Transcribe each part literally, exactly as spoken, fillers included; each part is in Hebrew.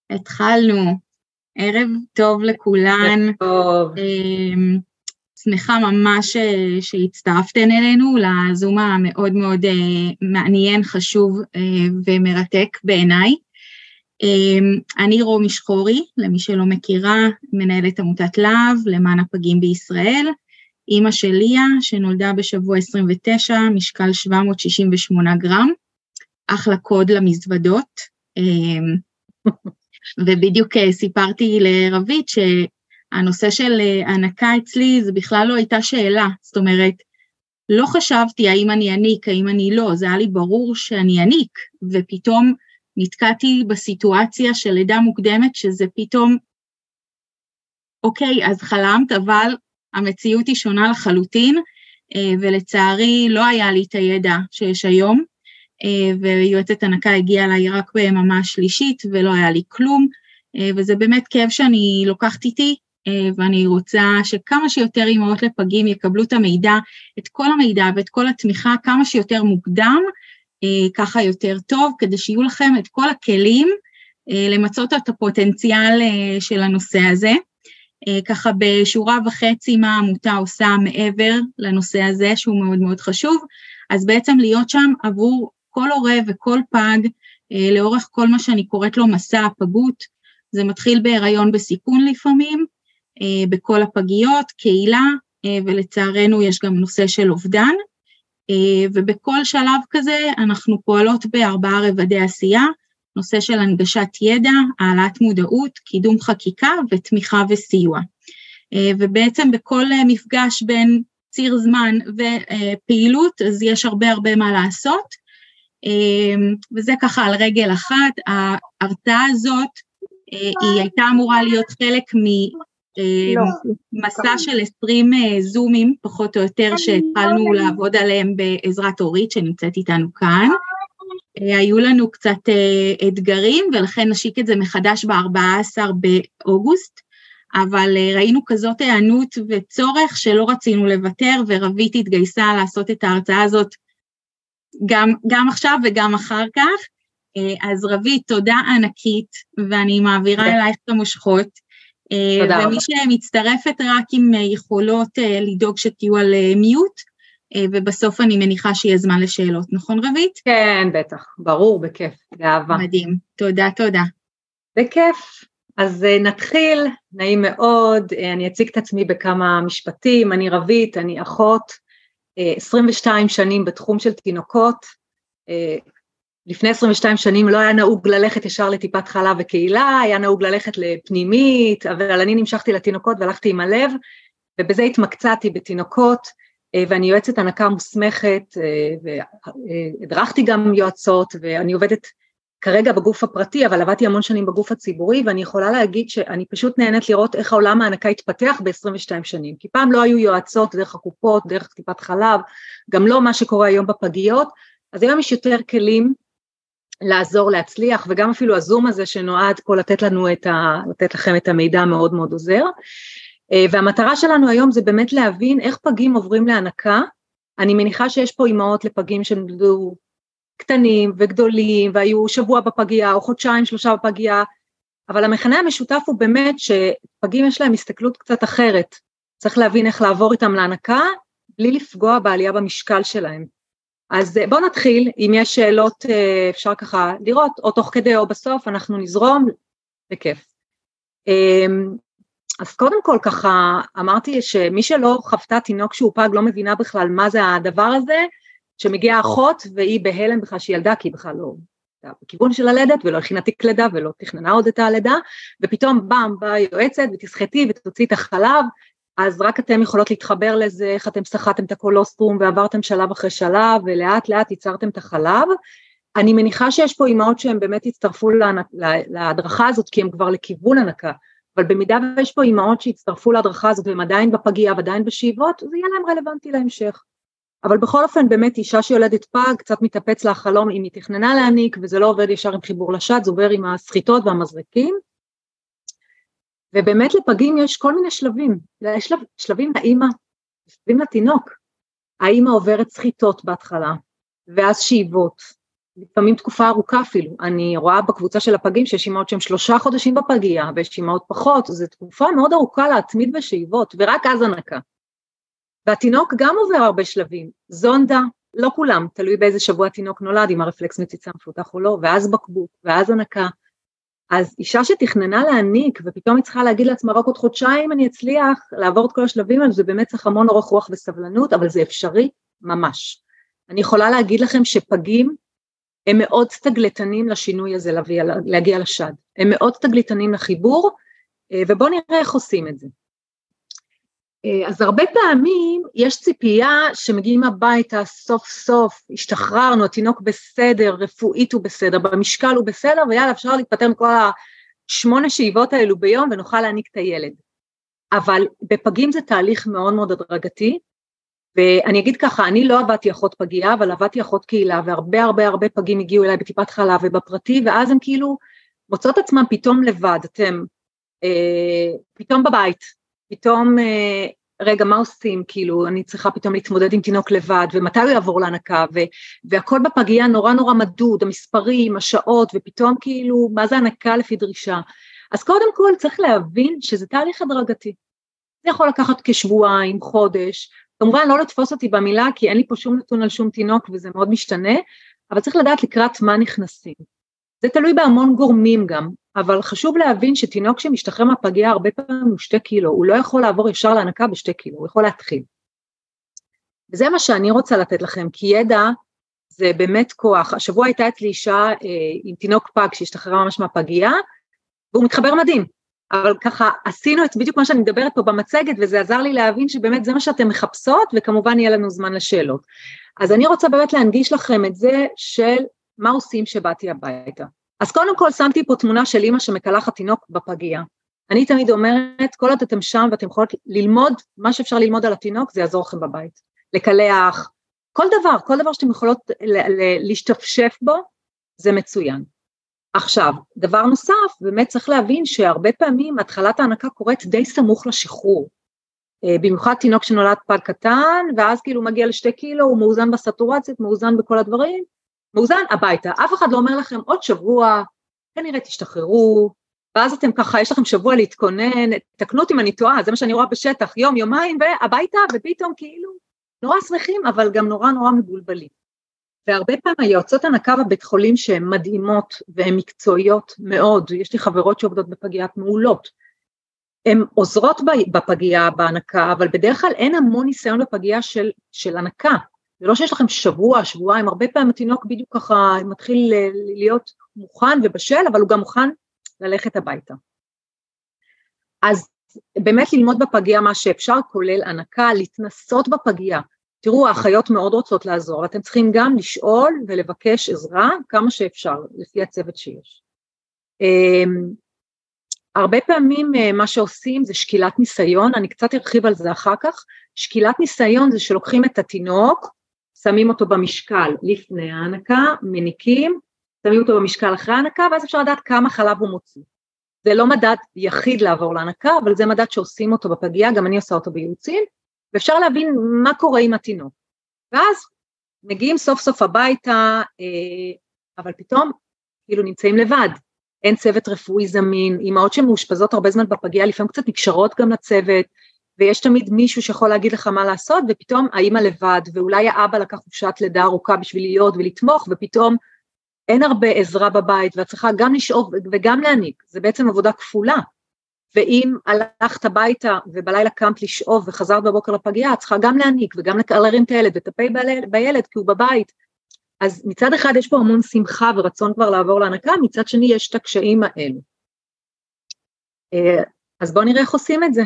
התחלנו. ערב טוב לכולן. טוב. שמחה ממש שהצטרפתן אלינו לזום המאוד מאוד מעניין, חשוב ומרתק בעיניי. אני רומי שחורי, למי שלא מכירה, מנהלת עמותת להב למען הפגים בישראל. אמא של ליה, שנולדה בשבוע עשרים ותשע, משקל שבע מאות שישים ושמונה גרם, אחלה קוד למזוודות. ובדיוק סיפרתי לרבית שהנושא של הנקה אצלי זה בכלל לא הייתה שאלה, זאת אומרת, לא חשבתי האם אני אניק, האם אני לא, זה היה לי ברור שאני אניק, ופתאום נתקעתי בסיטואציה של לידה מוקדמת, שזה פתאום, אוקיי, אז חלמת, אבל המציאות היא שונה לחלוטין, ולצערי לא היה לי את הידע שיש היום, ויועצת הנקה הגיעה אליי רק ביממה השלישית, ולא היה לי כלום, וזה באמת כאב שאני לוקחת איתי, ואני רוצה שכמה שיותר אמהות לפגים יקבלו את המידע, את כל המידע ואת כל התמיכה, כמה שיותר מוקדם, ככה יותר טוב, כדי שיהיו לכם את כל הכלים, למצות את הפוטנציאל של הנושא הזה, ככה בשורה וחצי מה העמותה עושה מעבר לנושא הזה, שהוא מאוד מאוד חשוב, אז בעצם להיות שם עבור כל הורה וכל פג, לאורך כל מה שאני קוראת לו מסע הפגות, זה מתחיל בהיריון בסיכון לפעמים, בכל הפגיות, קהילה, ולצערנו יש גם נושא של אובדן, ובכל שלב כזה אנחנו פועלות בארבעה רבדי עשייה, נושא של הנגשת ידע, העלאת מודעות, קידום חקיקה ותמיכה וסיוע. ובעצם בכל מפגש בין ציר זמן ופעילות, אז יש הרבה הרבה מה לעשות, וזה ככה על רגל אחת. ההרצאה הזאת, היא הייתה אמורה להיות חלק ממסע של עשרים זומים, פחות או יותר, שהתחלנו לעבוד עליהם בעזרת אורית, שנמצאת איתנו כאן. היו לנו קצת אתגרים, ולכן נשיק את זה מחדש ב-ארבעה עשר באוגוסט, אבל ראינו כזאת הענות וצורך שלא רצינו לוותר, ורבית התגייסה לעשות את ההרצאה הזאת גם, גם עכשיו וגם אחר כך. אז רבית, תודה ענקית, ואני מעבירה אלייך את המושכות. תודה. ומי שמצטרפת רק עם יכולות לדאוג שתהיו על מיוט, ובסוף אני מניחה שיהיה זמן לשאלות, נכון רבית? כן, בטח, ברור, בכיף, באהבה. מדהים, תודה, תודה. בכיף, אז נתחיל, נעים מאוד, אני אציג את עצמי בכמה משפטים, אני רבית, אני אחות, עשרים ושתיים שנים בתחום של תינוקות, לפני עשרים ושתיים שנים לא היה נהוג ללכת ישר לטיפת חלב וקהילה, היה נהוג ללכת לפנימית, אבל אני נמשכתי לתינוקות והלכתי עם הלב, ובזה התמקצעתי בתינוקות, ואני יועצת הנקה מוסמכת, והדרכתי גם יועצות, ואני עובדת כרגע בגוף הפרטי, אבל עבדתי המון שנים בגוף הציבורי, ואני יכולה להגיד שאני פשוט נהנית לראות איך העולם ההנקה התפתח ב-עשרים ושתיים שנים, כי פעם לא היו יועצות דרך הקופות, דרך טיפת חלב, גם לא מה שקורה היום בפגיות, אז היום יש יותר כלים לעזור, להצליח, וגם אפילו הזום הזה שנועד פה לתת לנו את ה, לתת לכם את המידע מאוד מאוד עוזר, והמטרה שלנו היום זה באמת להבין איך פגים עוברים להנקה. אני מניחה שיש פה אימהות לפגים שנולדו קטנים וגדולים, והיו שבוע בפגייה או חודשיים שלושה בפגייה, אבל המכנה המשותף הוא באמת שפגים יש להם הסתכלות קצת אחרת, צריך להבין איך לעבור איתם להנקה, בלי לפגוע בעלייה במשקל שלהם. אז בואו נתחיל, אם יש שאלות אפשר ככה לראות, או תוך כדי או בסוף, אנחנו נזרום, בכיף. אז קודם כל ככה אמרתי שמי שלא חוותה תינוק שהוא פג לא מבינה בכלל מה זה הדבר הזה, שמגיעה אחות והיא בהלם בכלל שהיא ילדה, כי היא בכלל לא בכיוון של הלדת ולא הכינה תיק לידה ולא תכננה עוד את הלידה, ופתאום בם באה יועצת ותסחטי ותוציא את החלב, אז רק אתם יכולות להתחבר לזה, איך אתם סחטתם את הקולוסטרום ועברתם שלב אחרי שלב ולאט לאט ייצרתם את החלב. אני מניחה שיש פה אימהות שהן באמת יצטרפו להדרכה הזאת כי הן כבר לכיוון הנקה, אבל במידה ויש פה אימהות שהצטרפו להדרכה הזאת והם עדיין בפגייה ועדיין בשאיבות, זה יהיה להם רלוונטי להמשך. אבל בכל אופן באמת אישה שיולדת פג, קצת מתאפץ לה חלום אם היא תכננה להניק, וזה לא עובד ישר עם חיבור לשד, זה עובר עם הסחיטות והמזרקים. ובאמת לפגים יש כל מיני שלבים, יש שלב, שלבים לאמא, שלבים לתינוק. האמא עוברת סחיטות בהתחלה, ואז שאיבות, לפעמים תקופה ארוכה אפילו, אני רואה בקבוצה של הפגים שיש אימהות שהם שלושה חודשים בפגייה, ויש אימהות פחות, זו תקופה מאוד ארוכה להתמיד בשאיבות, ורק אז הנקה. והתינוק גם עובר הרבה שלבים, זונדה, לא כולם, תלוי באיזה שבוע התינוק נולד, אם הרפלקס מציצה מפותח או לא, ואז בקבוק, ואז הנקה. אז אישה שתכננה להניק, ופתאום היא צריכה להגיד לעצמה, רק עוד חודשיים אני אצליח לעבור את כל השלבים האלה, זה באמת צריך המון אורך רוח וסבלנות, אבל זה אפשרי ממש. אני יכולה להגיד לכם שפגים, הם מאוד תגלתנים לשינוי הזה, להגיע, להגיע לשד. הם מאוד תגלתנים לחיבור, ובואו נראה איך עושים את זה. אז הרבה פעמים יש ציפייה שמגיעים הביתה סוף סוף, השתחררנו, התינוק בסדר, רפואית הוא בסדר, במשקל הוא בסדר, ויאללה אפשר להתפטר מכל השמונה שאיבות האלו ביום, ונוכל להניק את הילד. אבל בפגים זה תהליך מאוד מאוד הדרגתי, ואני אגיד ככה, אני לא עבדתי אחות פגייה, אבל עבדתי אחות קהילה, והרבה הרבה הרבה פגים הגיעו אליי בטיפת חלב ובפרטי, ואז הם כאילו מוצאות עצמם פתאום לבד, אתם אה, פתאום בבית, פתאום, אה, רגע, מה עושים? כאילו, אני צריכה פתאום להתמודד עם תינוק לבד, ומתי הוא יעבור להנקה, ו- והכל בפגייה נורא נורא מדוד, המספרים, השעות, ופתאום כאילו, מה זה הנקה לפי דרישה? אז קודם כל צריך להבין שזה תהליך הדרגתי. זה יכול לקחת כשבועיים, חודש, כמובן לא לתפוס אותי במילה, כי אין לי פה שום נתון על שום תינוק, וזה מאוד משתנה, אבל צריך לדעת לקראת מה נכנסים. זה תלוי בהמון גורמים גם, אבל חשוב להבין שתינוק שמשתחרר מהפגייה הרבה פעמים הוא שתי קילו, הוא לא יכול לעבור ישר להנקה בשתי קילו, הוא יכול להתחיל. וזה מה שאני רוצה לתת לכם, כי ידע זה באמת כוח. השבוע הייתה אצלי אישה אה, עם תינוק פג שהשתחררה ממש מהפגייה, והוא מתחבר מדהים, אבל ככה עשינו את בדיוק מה שאני מדברת פה במצגת, וזה עזר לי להבין שבאמת זה מה שאתם מחפשות, וכמובן יהיה לנו זמן לשאלות. אז אני רוצה באמת להנגיש לכם את זה של מה עושים שבאתי הביתה. אז קודם כל שמתי פה תמונה של אמא שמקלחת תינוק בפגייה. אני תמיד אומרת, כל עוד אתם שם ואתם יכולות ללמוד, מה שאפשר ללמוד על התינוק, זה יעזור לכם בבית. לקלח, כל דבר, כל דבר שאתם יכולות להשתפשף בו, זה מצוין. עכשיו, דבר נוסף, באמת צריך להבין שהרבה פעמים התחלת ההנקה קורית די סמוך לשחרור. במיוחד תינוק שנולד פג קטן, ואז כאילו מגיע לשתי קילו, הוא מאוזן בסטורציות, מאוזן בכל הדברים, מאוזן הביתה. אף אחד לא אומר לכם עוד שבוע, כנראה תשתחררו, ואז אתם ככה, יש לכם שבוע להתכונן, תקנו אותי אם אני טועה, זה מה שאני רואה בשטח, יום, יומיים, והביתה, ופתאום כאילו, נורא שמחים, אבל גם נורא נורא מבולבלים. והרבה פעמים היועצות הנקה בבית חולים שהן מדהימות, והן מקצועיות מאוד, יש לי חברות שעובדות בפגיית מעולות, הן עוזרות בפגייה, בהנקה, אבל בדרך כלל אין המון ניסיון בפגייה של, של הנקה, זה לא שיש לכם שבוע, שבועיים, הרבה פעמים התינוק בדיוק ככה מתחיל להיות מוכן ובשל, אבל הוא גם מוכן ללכת הביתה. אז באמת ללמוד בפגייה מה שאפשר, כולל הנקה, להתנסות בפגייה. תראו, האחיות מאוד רוצות לעזור, ואתם צריכים גם לשאול ולבקש עזרה כמה שאפשר, לפי הצוות שיש. הרבה פעמים מה שעושים זה שקילת ניסיון, אני קצת ארחיב על זה אחר כך, שקילת ניסיון זה שלוקחים את התינוק, שמים אותו במשקל לפני ההנקה, מניקים, שמים אותו במשקל אחרי ההנקה, ואז אפשר לדעת כמה חלב הוא מוציא. זה לא מדד יחיד לעבור להנקה, אבל זה מדד שעושים אותו בפגייה, גם אני עושה אותו בייעוצים, ואפשר להבין מה קורה עם התינוק. ואז מגיעים סוף סוף הביתה, אבל פתאום כאילו נמצאים לבד, אין צוות רפואי זמין, אמהות שמאושפזות הרבה זמן בפגייה, לפעמים קצת נקשרות גם לצוות, ויש תמיד מישהו שיכול להגיד לך מה לעשות, ופתאום האמא לבד, ואולי האבא לקח חופשת לידה ארוכה בשביל להיות ולתמוך, ופתאום אין הרבה עזרה בבית, ואת צריכה גם לשאוב וגם להניק, זה בעצם עבודה כפולה, ואם הלכת הביתה ובלילה קמת לשאוב וחזרת בבוקר לפגייה, את צריכה גם להניק וגם להרים את הילד וטפל בילד כי הוא בבית, אז מצד אחד יש פה המון שמחה ורצון כבר לעבור להנקה, מצד שני יש את הקשיים האלו. אז בואו נראה איך עושים את זה.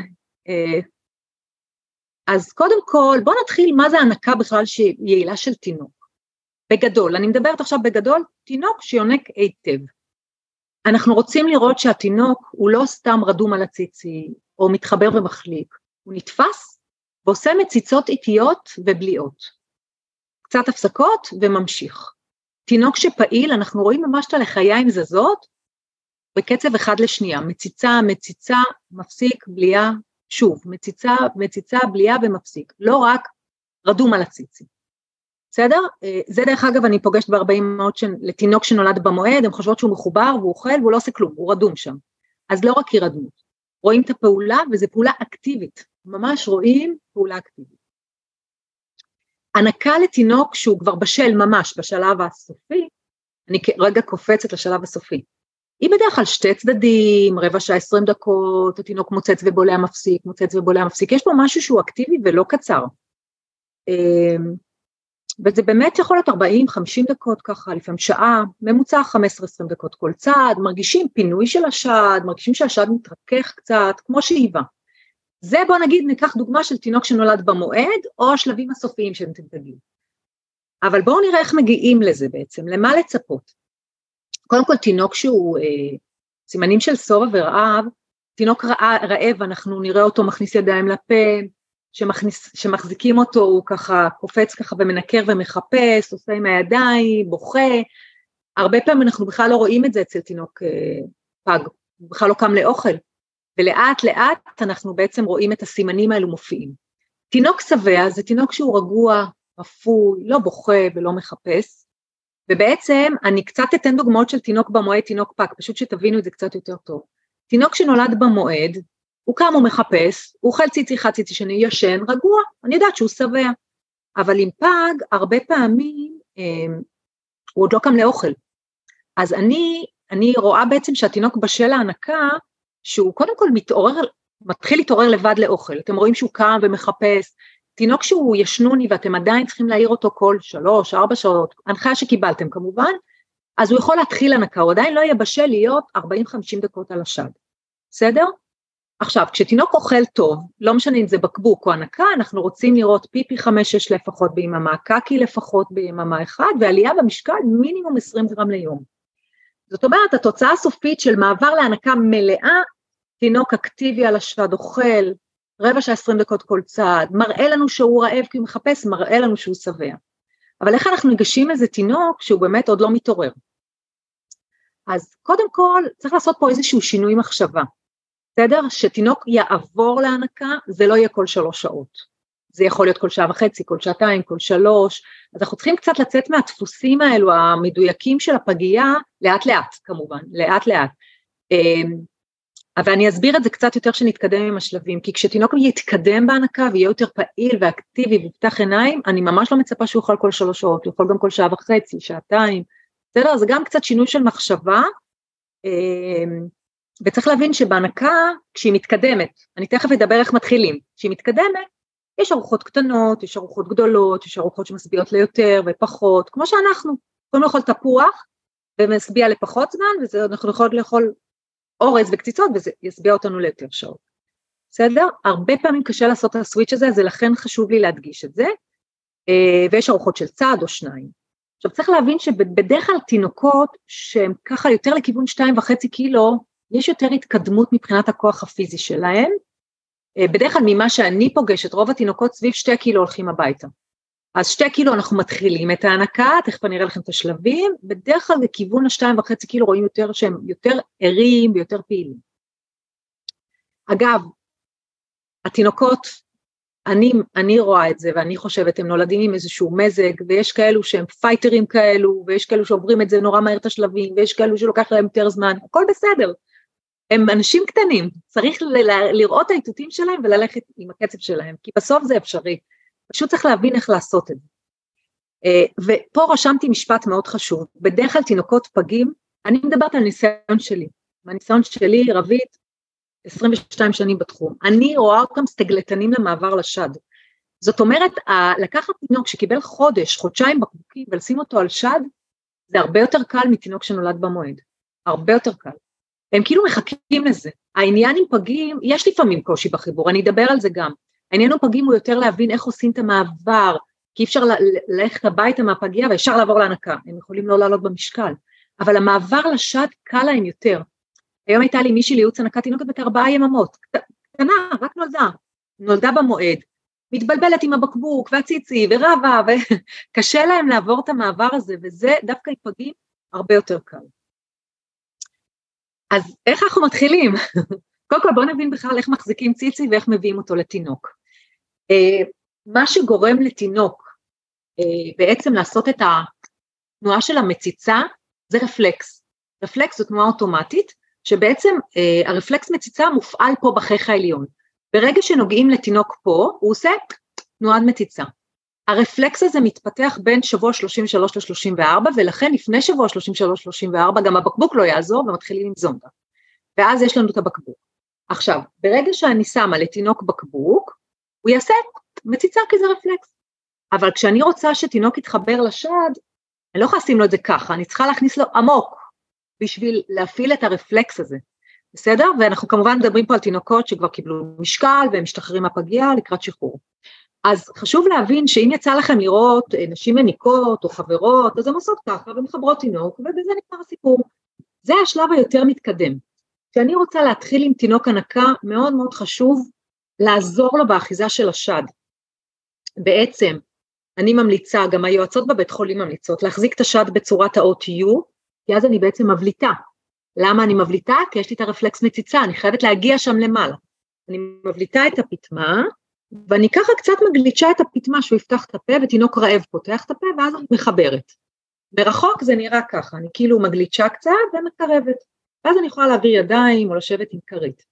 אז קודם כל, בואו נתחיל מה זה הנקה בכלל שיעילה של תינוק. בגדול, אני מדברת עכשיו בגדול, תינוק שיונק היטב. אנחנו רוצים לראות שהתינוק הוא לא סתם רדום על הציצי, או מתחבר ומחליק, הוא נתפס ועושה מציצות איטיות ובליעות. קצת הפסקות וממשיך. תינוק שפעיל, אנחנו רואים ממש את הלחיים זזות, בקצב אחד לשנייה, מציצה, מציצה, מפסיק, בליעה, שוב, מציצה, מציצה, בליעה ומפסיק, לא רק רדום על הציצי. בסדר? זה דרך אגב אני פוגשת בהרבה אמהות לתינוק שנולד במועד, הן חושבות שהוא מחובר והוא אוכל והוא לא עושה כלום, הוא רדום שם. אז לא רק הירדמות, רואים את הפעולה וזו פעולה אקטיבית, ממש רואים פעולה אקטיבית. הנקה לתינוק שהוא כבר בשל ממש בשלב הסופי, אני רגע קופצת לשלב הסופי. היא בדרך כלל שתי צדדים, רבע שעה עשרים דקות, התינוק מוצץ ובולע מפסיק, מוצץ ובולע מפסיק, יש פה משהו שהוא אקטיבי ולא קצר. וזה באמת יכול להיות ארבעים חמישים דקות ככה, לפעמים שעה, ממוצע חמש עשרה עשרים דקות כל צעד, מרגישים פינוי של השד, מרגישים שהשד מתרכך קצת, כמו שאיבה. זה בוא נגיד, ניקח דוגמה של תינוק שנולד במועד, או השלבים הסופיים שאתם תגיעו. אבל בואו נראה איך מגיעים לזה בעצם, למה לצפות. קודם כל תינוק שהוא אה, סימנים של סובה ורעב, תינוק רעב, אנחנו נראה אותו מכניס ידיים לפה, שמכניס, שמחזיקים אותו, הוא ככה קופץ ככה ומנקר ומחפש, עושה עם הידיים, בוכה, הרבה פעמים אנחנו בכלל לא רואים את זה אצל תינוק אה, פג, הוא בכלל לא קם לאוכל, ולאט לאט אנחנו בעצם רואים את הסימנים האלו מופיעים. תינוק שבע זה תינוק שהוא רגוע, אפוי, לא בוכה ולא מחפש, ובעצם אני קצת אתן דוגמאות של תינוק במועד, תינוק פג, פשוט שתבינו את זה קצת יותר טוב. תינוק שנולד במועד, הוא קם ומחפש, הוא אוכל ציצי אחד ציצי שני, ישן, רגוע, אני יודעת שהוא שבע, אבל עם פג, הרבה פעמים, אה, הוא עוד לא קם לאוכל. אז אני, אני רואה בעצם שהתינוק בשל ההנקה, שהוא קודם כל מתעורר, מתחיל להתעורר לבד לאוכל, אתם רואים שהוא קם ומחפש, תינוק שהוא ישנוני ואתם עדיין צריכים להעיר אותו כל שלוש, ארבע שעות, הנחיה שקיבלתם כמובן, אז הוא יכול להתחיל הנקה, הוא עדיין לא יהיה בשל להיות ארבעים חמישים דקות על השד, בסדר? עכשיו, כשתינוק אוכל טוב, לא משנה אם זה בקבוק או הנקה, אנחנו רוצים לראות פיפי חמש שש לפחות ביממה, קקי לפחות ביממה אחד, ועלייה במשקל מינימום עשרים גרם ליום. זאת אומרת, התוצאה הסופית של מעבר להנקה מלאה, תינוק אקטיבי על השד אוכל, רבע שעה עשרים דקות כל צעד, מראה לנו שהוא רעב כי הוא מחפש, מראה לנו שהוא שבע. אבל איך אנחנו ניגשים לזה תינוק שהוא באמת עוד לא מתעורר? אז קודם כל צריך לעשות פה איזשהו שינוי מחשבה, בסדר? שתינוק יעבור להנקה, זה לא יהיה כל שלוש שעות, זה יכול להיות כל שעה וחצי, כל שעתיים, כל שלוש, אז אנחנו צריכים קצת לצאת מהדפוסים האלו המדויקים של הפגייה, לאט לאט כמובן, לאט לאט. אבל אני אסביר את זה קצת יותר שנתקדם עם השלבים, כי כשתינוק יתקדם בהנקה ויהיה יותר פעיל ואקטיבי ויפתח עיניים, אני ממש לא מצפה שהוא יוכל כל שלוש שעות, הוא יכול גם כל שעה וחצי, שעתיים, בסדר? זה גם קצת שינוי של מחשבה, וצריך להבין שבהנקה, כשהיא מתקדמת, אני תכף אדבר איך מתחילים, כשהיא מתקדמת, יש ארוחות קטנות, יש ארוחות גדולות, יש ארוחות שמשביעות ליותר ופחות, כמו שאנחנו, יכולים לאכול תפוח, ומשביע לפחות זמן, ואנחנו יכולים לאכול אורז וקציצות, וזה ישביע אותנו ליותר שעות. בסדר? הרבה פעמים קשה לעשות את הסוויץ' הזה, אז לכן חשוב לי להדגיש את זה, ויש ארוחות של צעד או שניים. עכשיו צריך להבין שבדרך כלל תינוקות, שהם ככה יותר לכיוון שתיים וחצי קילו, יש יותר התקדמות מבחינת הכוח הפיזי שלהם, בדרך כלל ממה שאני פוגשת, רוב התינוקות סביב שתי קילו הולכים הביתה. אז שתי קילו אנחנו מתחילים את ההנקה, תכף אני אראה לכם את השלבים, בדרך כלל בכיוון השתיים וחצי קילו רואים יותר שהם יותר ערים ויותר פעילים. אגב, התינוקות, אני, אני רואה את זה ואני חושבת, הם נולדים עם איזשהו מזג, ויש כאלו שהם פייטרים כאלו, ויש כאלו שעוברים את זה נורא מהר את השלבים, ויש כאלו שלוקח להם יותר זמן, הכל בסדר. הם אנשים קטנים, צריך ל- לראות את האיתותים שלהם וללכת עם הקצב שלהם, כי בסוף זה אפשרי. פשוט צריך להבין איך לעשות את זה. ופה רשמתי משפט מאוד חשוב, בדרך כלל תינוקות פגים, אני מדברת על ניסיון שלי, מהניסיון שלי רבית, עשרים ושתיים שנים בתחום, אני רואה אותם סטגלטנים למעבר לשד, זאת אומרת, לקחת תינוק שקיבל חודש, חודשיים בקבוקים, ולשים אותו על שד, זה הרבה יותר קל מתינוק שנולד במועד, הרבה יותר קל, הם כאילו מחכים לזה, העניין עם פגים, יש לפעמים קושי בחיבור, אני אדבר על זה גם, העניין עם פגים הוא יותר להבין איך עושים את המעבר, כי אפשר ללכת הביתה מהפגייה ואפשר לעבור להנקה, הם יכולים לא לעלות במשקל, אבל המעבר לשד קל להם יותר. היום הייתה לי מישהי לייעוץ הנקה תינוקת בת ארבעה יממות, קטנה, רק נולדה, נולדה במועד, מתבלבלת עם הבקבוק והציצי ורבה, וקשה להם לעבור את המעבר הזה, וזה דווקא פגים הרבה יותר קל. אז איך אנחנו מתחילים? קודם כל בואו נבין בכלל איך מחזיקים ציצי ואיך מביאים אותו לתינוק. מה שגורם לתינוק בעצם לעשות את התנועה של המציצה, זה רפלקס. רפלקס זו תנועה אוטומטית, שבעצם הרפלקס מציצה מופעל פה בחך העליון. ברגע שנוגעים לתינוק פה, הוא עושה תנועת מציצה. הרפלקס הזה מתפתח בין שבוע שלושים ושלוש ל-שלושים וארבע, ולכן לפני שבוע שלושים ושלוש שלושים וארבע, גם הבקבוק לא יעזור, ומתחילים עם זונדה. ואז יש לנו את הבקבוק. עכשיו, ברגע שאני שמה לתינוק בקבוק, הוא יעשה מציצה כי זה רפלקס. אבל כשאני רוצה שתינוק יתחבר לשד, אני לא יכולה לשים לו את זה ככה, אני צריכה להכניס לו עמוק, בשביל להפעיל את הרפלקס הזה. בסדר? ואנחנו כמובן מדברים פה על תינוקות שכבר קיבלו משקל, והם משתחררים מהפגייה לקראת שחרור. אז חשוב להבין שאם יצא לכם לראות נשים מניקות או חברות, אז הן עושות ככה ומחברות תינוק, ובזה נגמר הסיפור. זה השלב היותר מתקדם. כשאני רוצה להתחיל עם תינוק הנקה, מאוד מאוד חשוב לעזור לו באחיזה של השד. בעצם, אני ממליצה, גם היועצות בבית חולים ממליצות, להחזיק את השד בצורת ה-או טי יו, כי אז אני בעצם מבליטה. למה אני מבליטה? כי יש לי את הרפלקס מציצה, אני חייבת להגיע שם למעלה. אני מבליטה את הפתמה, ואני ככה קצת מגליצ'ה את הפתמה, שהוא יפתח את הפה, ותינוק רעב פותח את הפה, ואז אני מחברת. מרחוק זה נראה ככה, אני כאילו מגליצ'ה קצת ומקרבת, ואז אני יכולה להעביר ידיים, או לשבת עם כרית.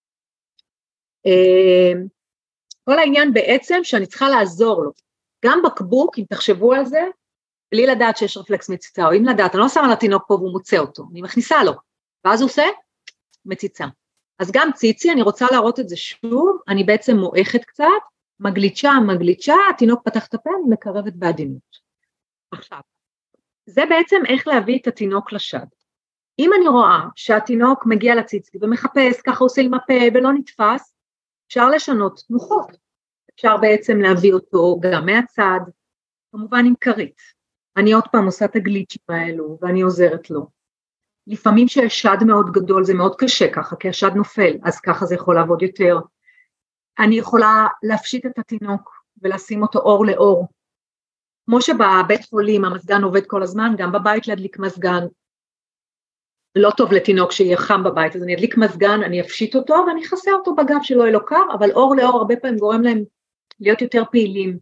כל העניין בעצם, שאני צריכה לעזור לו. גם בקבוק, אם תחשבו על זה, בלי לדעת שיש רפלקס מציצה, או אם לדעת, אני לא שמה לתינוק פה והוא מוצא אותו, אני מכניסה לו, ואז הוא עושה מציצה. אז גם ציצי, אני רוצה להראות את זה שוב, אני בעצם מועכת קצת, מגליצ'ה, מגליצ'ה, התינוק פתח את הפה, אני מקרבת בעדינות. עכשיו, זה בעצם איך להביא את התינוק לשד. אם אני רואה שהתינוק מגיע לציצי ומחפש, ככה עושה עם הפה ולא נתפס, אפשר לשנות תנוחות. אפשר בעצם להביא אותו גם מהצד, כמובן עם כרית. אני עוד פעם עושה את הגליצ'ים האלו, ואני עוזרת לו. לפעמים שיש שד מאוד גדול, זה מאוד קשה ככה, כי השד נופל, אז ככה זה יכול לעבוד יותר. אני יכולה להפשיט את התינוק, ולשים אותו אור לאור. כמו שבבית חולים המזגן עובד כל הזמן, גם בבית להדליק מזגן. לא טוב לתינוק שיהיה חם בבית, אז אני אדליק מזגן, אני אפשיט אותו, ואני אכסה אותו בגב שלו יהיה לו קר, אבל אור לאור הרבה פעמים גורם להם להיות יותר פעילים.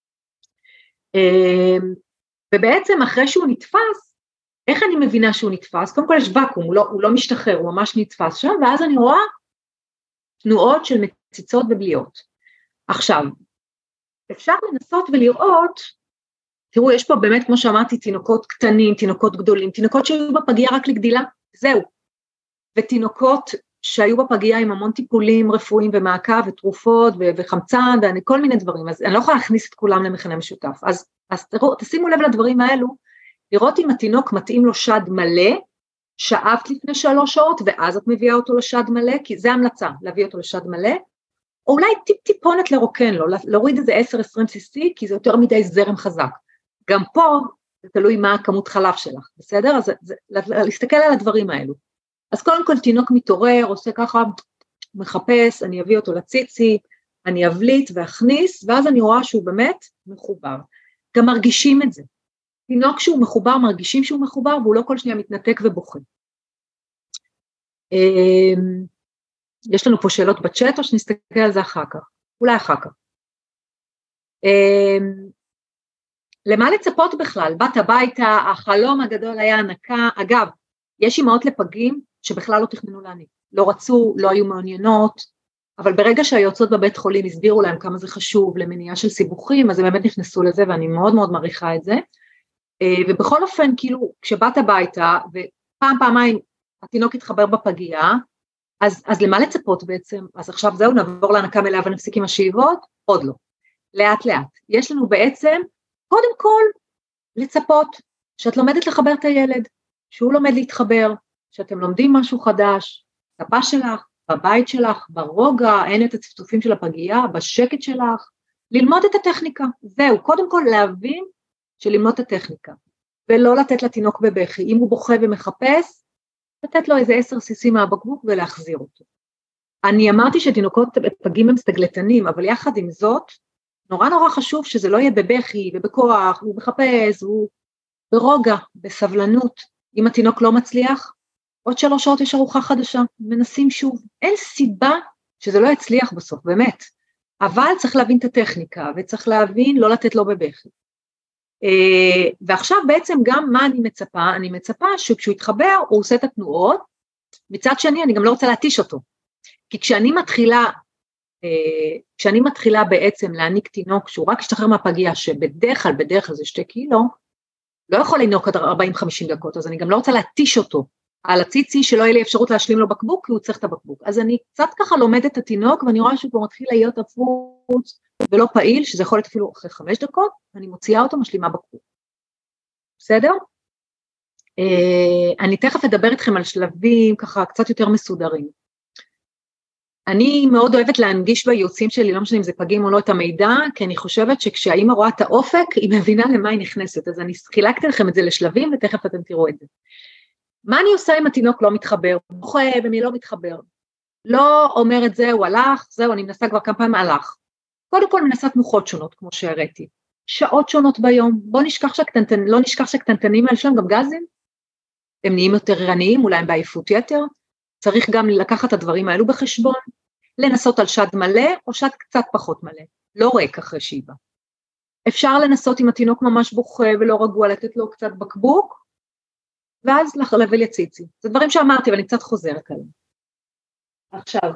ובעצם אחרי שהוא נתפס, איך אני מבינה שהוא נתפס? קודם כל יש ואקום, הוא לא, הוא לא משתחרר, הוא ממש נתפס שם, ואז אני רואה תנועות של מציצות ובליעות. עכשיו, אפשר לנסות ולראות, תראו, יש פה באמת, כמו שאמרתי, תינוקות קטנים, תינוקות גדולים, תינוקות שהיו בפגייה רק לגדילה, זהו. ותינוקות שהיו בפגייה עם המון טיפולים רפואיים ומעקב ותרופות ו- וחמצן וכל מיני דברים, אז אני לא יכולה להכניס את כולם למכנה משותף. אז, אז תראו, תשימו לב לדברים האלו, לראות אם התינוק מתאים לו שד מלא, שאבת לפני שלוש שעות, ואז את מביאה אותו לשד מלא, כי זה המלצה, להביא אותו לשד מלא, או אולי טיפ טיפונת לרוקן לו, להוריד איזה עשר עשרים סי סי, כי זה יותר מדי זרם חזק. גם פה, זה תלוי מה הכמות חלב שלך, בסדר? אז זה, להסתכל על הדברים האלו. אז קודם כל תינוק מתעורר, עושה ככה, מחפש, אני אביא אותו לציצי, אני אבליט ואכניס, ואז אני רואה שהוא באמת מחובר. גם מרגישים את זה. תינוק שהוא מחובר, מרגישים שהוא מחובר, והוא לא כל שניה מתנתק ובוכה. יש לנו פה שאלות בצ'אט, או שנסתכל על זה אחר כך? אולי אחר כך. למה לצפות בכלל? באת הביתה, החלום הגדול היה הנקה, אגב, יש אימהות לפגים שבכלל לא תכננו להניק, לא רצו, לא היו מעוניינות, אבל ברגע שהיוצאות בבית חולים הסבירו להם כמה זה חשוב למניעה של סיבוכים, אז הם באמת נכנסו לזה, ואני מאוד מאוד מעריכה את זה, ובכל אופן, כאילו, כשבאת הביתה, ופעם פעמיים התינוק התחבר בפגייה, אז, אז למה לצפות בעצם? אז עכשיו זהו, נעבור להנקה מלאה ונפסיק עם השאיבות? עוד לא. לאט לאט. יש לנו בעצם, קודם כל, לצפות, שאת לומדת לחבר את הילד, שהוא לומד להתחבר, שאתם לומדים משהו חדש, בפה שלך, בבית שלך, ברוגע, אין את הצפצופים של הפגייה, בשקט שלך, ללמוד את הטכניקה. זהו, קודם כל להבין שללמוד את הטכניקה, ולא לתת לתינוק בבכי. אם הוא בוכה ומחפש, לתת לו איזה עשר סי סי מהבקבוק ולהחזיר אותו. אני אמרתי שתינוקות פגים הם סטגלטנים, אבל יחד עם זאת, נורא נורא חשוב שזה לא יהיה בבכי ובכוח, הוא מחפש, הוא ברוגע, בסבלנות. אם התינוק לא מצליח, עוד שלוש שעות יש ארוחה חדשה, מנסים שוב. אין סיבה שזה לא יצליח בסוף, באמת. אבל צריך להבין את הטכניקה, וצריך להבין לא לתת לו בבכי. ועכשיו בעצם גם מה אני מצפה? אני מצפה שכשהוא יתחבר, הוא עושה את התנועות, מצד שני אני גם לא רוצה להתיש אותו, כי כשאני מתחילה, כשאני מתחילה בעצם להעניק תינוק, שהוא רק ישתחרר מהפגייה, שבדרך כלל, בדרך כלל זה שתי קילו, לא יכול לינוק עד ארבעים חמישים דקות, אז אני גם לא רוצה להתיש אותו, על הציצי שלא יהיה לי אפשרות להשלים לו בקבוק, כי הוא צריך את הבקבוק. אז אני קצת ככה לומדת את התינוק, ואני רואה שהוא כבר מתחיל להיות אפוץ, ולא פעיל, שזה יכול להיות אפילו אחרי חמש דקות, אני מוציאה אותו, משלימה בקבוק. בסדר? אני תכף אדבר איתכם על שלבים, ככה קצת יותר מסודרים. אני מאוד אוהבת להנגיש בייעוצים שלי, לא משנה אם זה פגים או לא, את המידע, כי אני חושבת שכשהאמא רואה את האופק, היא מבינה למה היא נכנסת, אז אני חילקתי לכם את זה לשלבים, ותכף אתם תראו את זה. מה אני עושה אם התינוק לא מתחבר? בוכה ומי לא מתחבר. לא אומר את זה, הוא הלך, זהו, אני מנסה כבר כמה פעמים הלך. קודם כל מנסה תנוחות שונות, כמו שהראיתי. שעות שונות ביום, בוא נשכח שהקטנטן, לא נשכח שהקטנטנים האלה שלהם גם גזים, הם נהיים יותר ערניים, אולי הם בעייפות יתר, צריך גם לקחת את הדברים האלו בחשבון, לנסות על שד מלא, או שד קצת פחות מלא, לא ריק אחרי שיבה. אפשר לנסות עם התינוק ממש בוכה ולא רגוע, לתת לו קצת בקבוק, ואז להבל יציצי. זה דברים שאמרתי, אבל אני קצת חוזרת עליהם. עכשיו,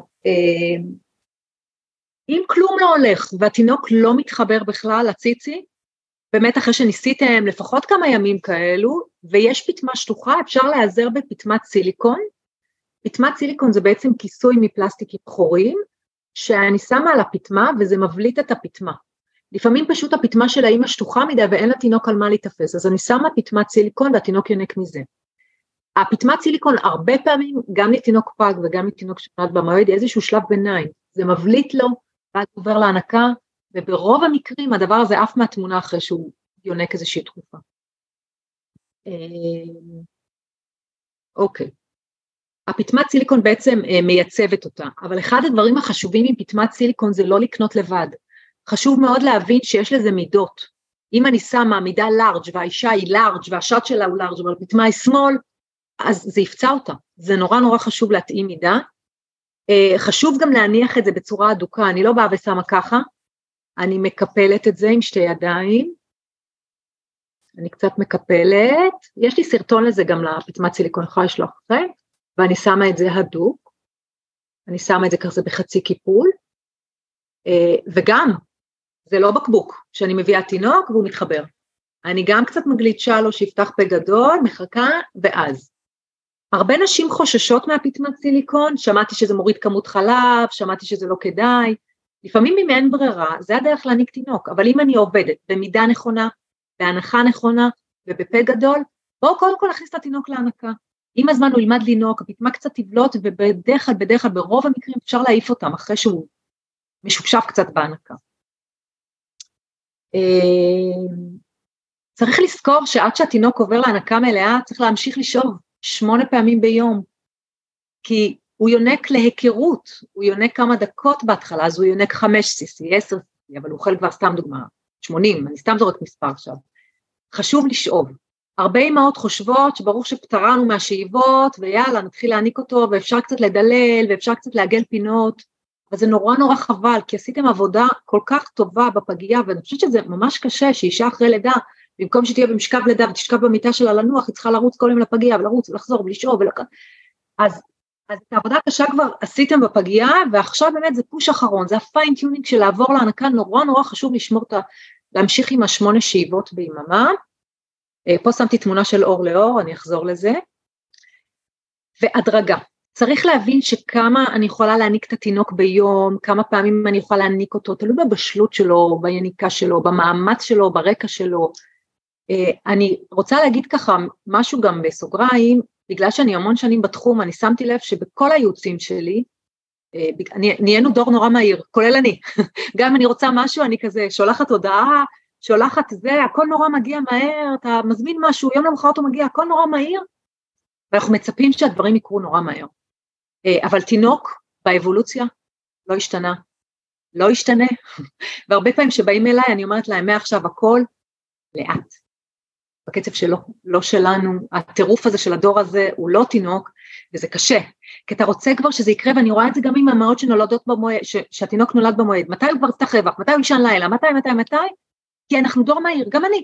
אם כלום לא הולך, והתינוק לא מתחבר בכלל לציצי, באמת אחרי שניסיתם לפחות כמה ימים כאלו, ויש פטמה שטוחה, אפשר להיעזר בפטמת סיליקון. פטמת סיליקון זה בעצם כיסוי מפלסטיקים חורים, שאני שמה על הפטמה, וזה מבליט את הפטמה. לפעמים פשוט הפטמה של האמא שטוחה מדי, ואין לתינוק על מה להתאפס, אז אני שמה פטמת סיליקון, והתינוק יונק מזה. הפטמת סיליקון הרבה פעמים, גם לתינוק פג, וגם לתינוק שנולד במועד, איזשהו שלב ביניים, זה מבליט לו, ואז עובר להנקה, וברוב המקרים הדבר הזה אף מהתמונה אחרי שהוא יונק איזושהי תקופה. אוקיי. הפטמת סיליקון בעצם מייצבת אותה, אבל אחד הדברים החשובים עם פטמת סיליקון זה לא לקנות לבד. חשוב מאוד להבין שיש לזה מידות. אם אני שמה מידה לארג' והאישה היא לארג' והשד שלה הוא לארג' אבל הפטמה היא שמאל, אז זה יפצע אותה. זה נורא נורא חשוב להתאים מידה. חשוב גם להניח את זה בצורה אדוקה, אני לא באה ושמה ככה, אני מקפלת את זה עם שתי ידיים, אני קצת מקפלת, יש לי סרטון לזה גם לפטמת סיליקון, אני יכולה לשלוח אחרי, ואני שמה את זה הדוק, אני שמה את זה כזה בחצי קיפול, וגם, זה לא בקבוק, שאני מביאה תינוק והוא מתחבר, אני גם קצת מגליצ'ה לו שיפתח פה גדול, מחכה, ואז. הרבה נשים חוששות מהפטמת סיליקון, שמעתי שזה מוריד כמות חלב, שמעתי שזה לא כדאי, לפעמים אם אין ברירה, זה הדרך להניק תינוק, אבל אם אני עובדת במידה נכונה, בהנחה נכונה ובפה גדול, בואו קודם כל להכניס את התינוק להנקה. עם הזמן הוא ילמד לינוק, הפטמה קצת תבלוט, ובדרך כלל, בדרך כלל, ברוב המקרים אפשר להעיף אותם, אחרי שהוא משופשף קצת בהנקה. צריך לזכור שעד שהתינוק עובר להנקה מלאה, צריך להמשיך לשאוב שמונה פעמים ביום, כי הוא יונק להיכרות, הוא יונק כמה דקות בהתחלה, אז הוא יונק חמש סיסי, עשר סיסי, אבל הוא אוכל כבר סתם דוגמה, שמונים, אני סתם זורק מספר עכשיו. חשוב לשאוב. הרבה אמהות חושבות שברור שפטרנו מהשאיבות, ויאללה, נתחיל להעניק אותו, ואפשר קצת לדלל, ואפשר קצת לעגל פינות, אז זה נורא נורא חבל, כי עשיתם עבודה כל כך טובה בפגייה, ואני חושבת שזה ממש קשה, שאישה אחרי לידה, במקום שתהיה במשכב לידה, ותשכב במיטה שלה לנוח, היא צריכה לרוץ כל יום לפגייה, ולרוץ ולחזור ולשאוב, ולק... אז, אז את העבודה קשה כבר עשיתם בפגייה, ועכשיו באמת זה פוש אחרון, זה הפיינטיונינג של לעבור להנקה, נורא נורא חשוב לשמור את ה... להמשיך עם השמונה שאיבות ביממה, פה שמתי תמונה של אור לאור, אני אחזור לזה, והדרגה, צריך להבין שכמה אני יכולה להעניק את התינוק ביום, כמה פעמים אני יכולה להעניק אותו, תלוי בבשלות שלו, ביניקה שלו, במאמץ שלו, ברקע שלו, אני רוצה להגיד ככה משהו גם בסוגריים, בגלל שאני המון שנים בתחום, אני שמתי לב שבכל הייעוצים שלי, נהיינו דור נורא מהיר, כולל אני, גם אם אני רוצה משהו, אני כזה שולחת הודעה, שולחת זה, הכל נורא מגיע מהר, אתה מזמין משהו, יום למחרת הוא מגיע, הכל נורא מהיר, ואנחנו מצפים שהדברים יקרו נורא מהר. אבל תינוק באבולוציה לא השתנה, לא השתנה, והרבה פעמים שבאים אליי, אני אומרת להם, מעכשיו הכל לאט, בקצב שלו, לא שלנו, הטירוף הזה של הדור הזה הוא לא תינוק, וזה קשה, כי אתה רוצה כבר שזה יקרה, ואני רואה את זה גם עם המאות שנולדות במועד, שהתינוק נולד במועד, מתי הוא כבר צריך רווח, מתי הוא ישן לילה, מתי, מתי, מתי, כי אנחנו דור מהיר, גם אני,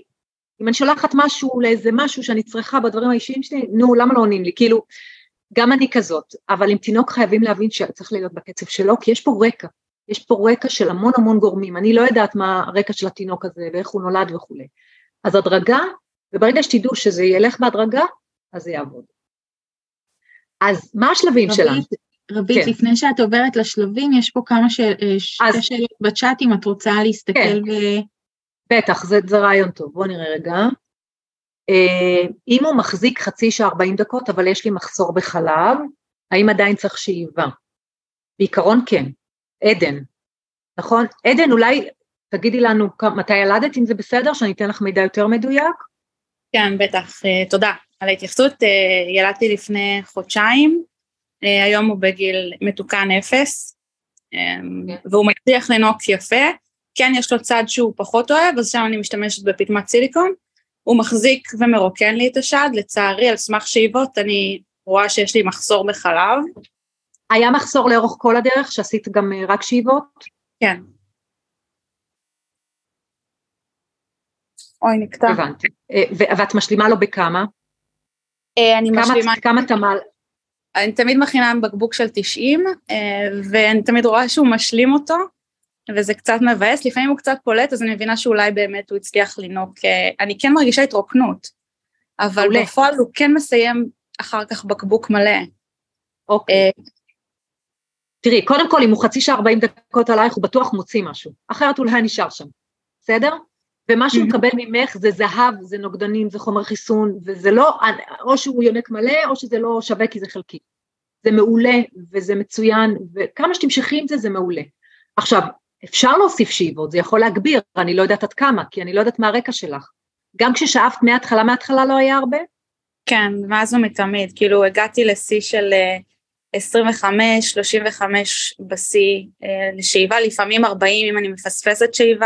אם אני שולחת משהו לאיזה משהו שאני צריכה בדברים האישיים שלי, נו, למה לא עונים לי? כאילו, גם אני כזאת, אבל עם תינוק חייבים להבין שצריך להיות בקצב שלו, כי יש פה רקע, יש פה רקע של המון המון גורמים, אני לא יודעת מה הרקע של התינוק הזה, ואיך הוא נולד וכו'. אז הדרגה, וברגע שתדעו שזה ילך בהדרגה, אז זה יעבוד. אז מה השלבים רבית, שלנו? רבית, כן. לפני שאת עוברת לשלבים, יש פה כמה של, אז, שתי שאלות בצ'אט, אם את רוצה להסתכל כן. ו... בטח, זה, זה רעיון טוב, בואו נראה רגע. אם הוא מחזיק חצי שעה ארבעים דקות, אבל יש לי מחסור בחלב, האם עדיין צריך שאיבה? בעיקרון כן, עדן, נכון? עדן, אולי תגידי לנו מתי ילדת, אם זה בסדר, שאני אתן לך מידע יותר מדויק? כן, בטח, תודה על ההתייחסות, ילדתי לפני חודשיים, היום הוא בגיל מתוקן אפס, והוא מצליח לנוק יפה, כן יש לו צד שהוא פחות אוהב, אז שם אני משתמשת בפטמת סיליקון, הוא מחזיק ומרוקן לי את השד, לצערי על סמך שאיבות, אני רואה שיש לי מחסור בחלב. היה מחסור לאורך כל הדרך, שעשית גם רק שאיבות? כן. אוי, נקטע. הבנתי. ואת משלימה לו בכמה? אני משלימה... כמה תמל? אני תמיד מכינה בקבוק של תשעים, ואני תמיד רואה שהוא משלים אותו, וזה קצת מבאס, לפעמים הוא קצת פולט, אז אני מבינה שאולי באמת הוא הצליח לנוק, אני כן מרגישה התרוקנות, אבל עולה. בפועל הוא כן מסיים אחר כך בקבוק מלא. אוקיי. תראי, קודם כל, אם הוא חצי שעה ארבעים דקות עלייך, הוא בטוח מוציא משהו, אחרת אולי נשאר שם, בסדר? ומה שהוא מקבל ממך זה זהב, זה נוגדנים, זה חומר חיסון, וזה לא, או שהוא יונק מלא, או שזה לא שווה כי זה חלקי. זה מעולה, וזה מצוין, וכמה שתמשכי עם זה, זה מעולה. עכשיו, אפשר להוסיף שאיבות, זה יכול להגביר, אני לא יודעת עד כמה, כי אני לא יודעת מה הרקע שלך. גם כששאפת מההתחלה, מההתחלה לא היה הרבה? כן, מאז ומתמיד, כאילו הגעתי לשיא של עשרים וחמש, שלושים וחמש בשיא לשאיבה, לפעמים ארבעים אם אני מפספסת שאיבה.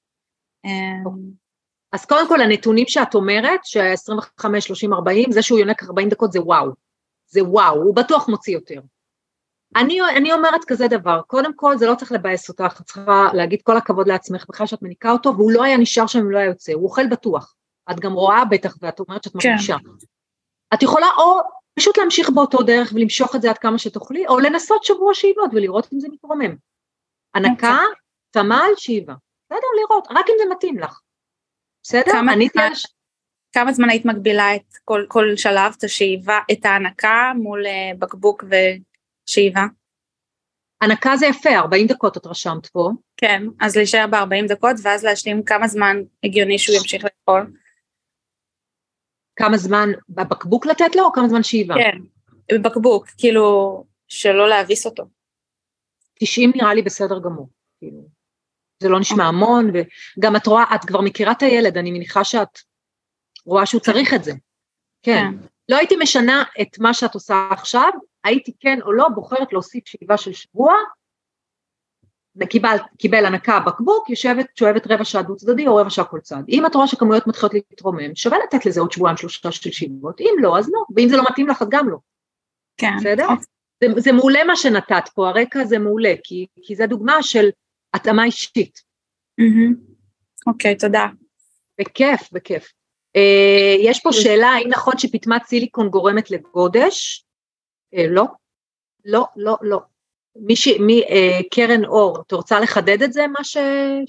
אז קודם כל הנתונים שאת אומרת, ש-עשרים וחמש, שלושים, ארבעים, זה שהוא יונק ארבעים דקות זה וואו, זה וואו, הוא בטוח מוציא יותר. אני, אני אומרת כזה דבר, קודם כל זה לא צריך לבאס אותך, את צריכה להגיד כל הכבוד לעצמך, בכלל שאת מניקה אותו, והוא לא היה נשאר שם אם לא היה יוצא, הוא אוכל בטוח, את גם רואה בטח, ואת אומרת שאת מרגישה. כן. את יכולה או פשוט להמשיך באותו דרך, ולמשוך את זה עד כמה שתוכלי, או לנסות שבוע שאיבות, ולראות אם זה מתרומם. הנקה, תמל, שאיבה. בסדר, לראות, רק אם זה מתאים לך. בסדר? כמה, אני כמה, תיאש... כמה זמן היית מגבילה את כל, כל שלב, את השאיבה, את ההנקה מול uh, בקבוק ושאיבה? הנקה זה יפה, ארבעים דקות את רשמת פה. כן, אז להישאר ב-ארבעים דקות, ואז להשלים כמה זמן הגיוני שהוא ימשיך לאכול. כמה זמן בבקבוק לתת לו, או כמה זמן שאיבה? כן, בבקבוק, כאילו, שלא להביס אותו. תשעים נראה לי בסדר גמור, כאילו. זה לא נשמע המון, וגם את רואה, את כבר מכירה את הילד, אני מניחה שאת רואה שהוא צריך את זה. כן. לא הייתי משנה את מה שאת עושה עכשיו, הייתי כן או לא בוחרת להוסיף שאיבה של שבוע, קיבל, קיבל הנקה בקבוק, יושבת, שואבת רבע שעה דו צדדי או רבע שעה כל צד. אם את רואה שכמויות מתחילות להתרומם, שווה לתת לזה עוד שבועיים שלושה של שאיבות, אם לא, אז לא, ואם זה לא מתאים לך, אז גם לא. כן. בסדר? זה, זה מעולה מה שנתת פה, הרקע זה מעולה, כי, כי זה דוגמה של התאמה אישית. אוקיי, תודה. בכיף, בכיף. יש פה שאלה, האם נכון שפטמת סיליקון גורמת לגודש? לא, לא, לא, לא. מי, קרן אור, אתה רוצה לחדד את זה, מה ש...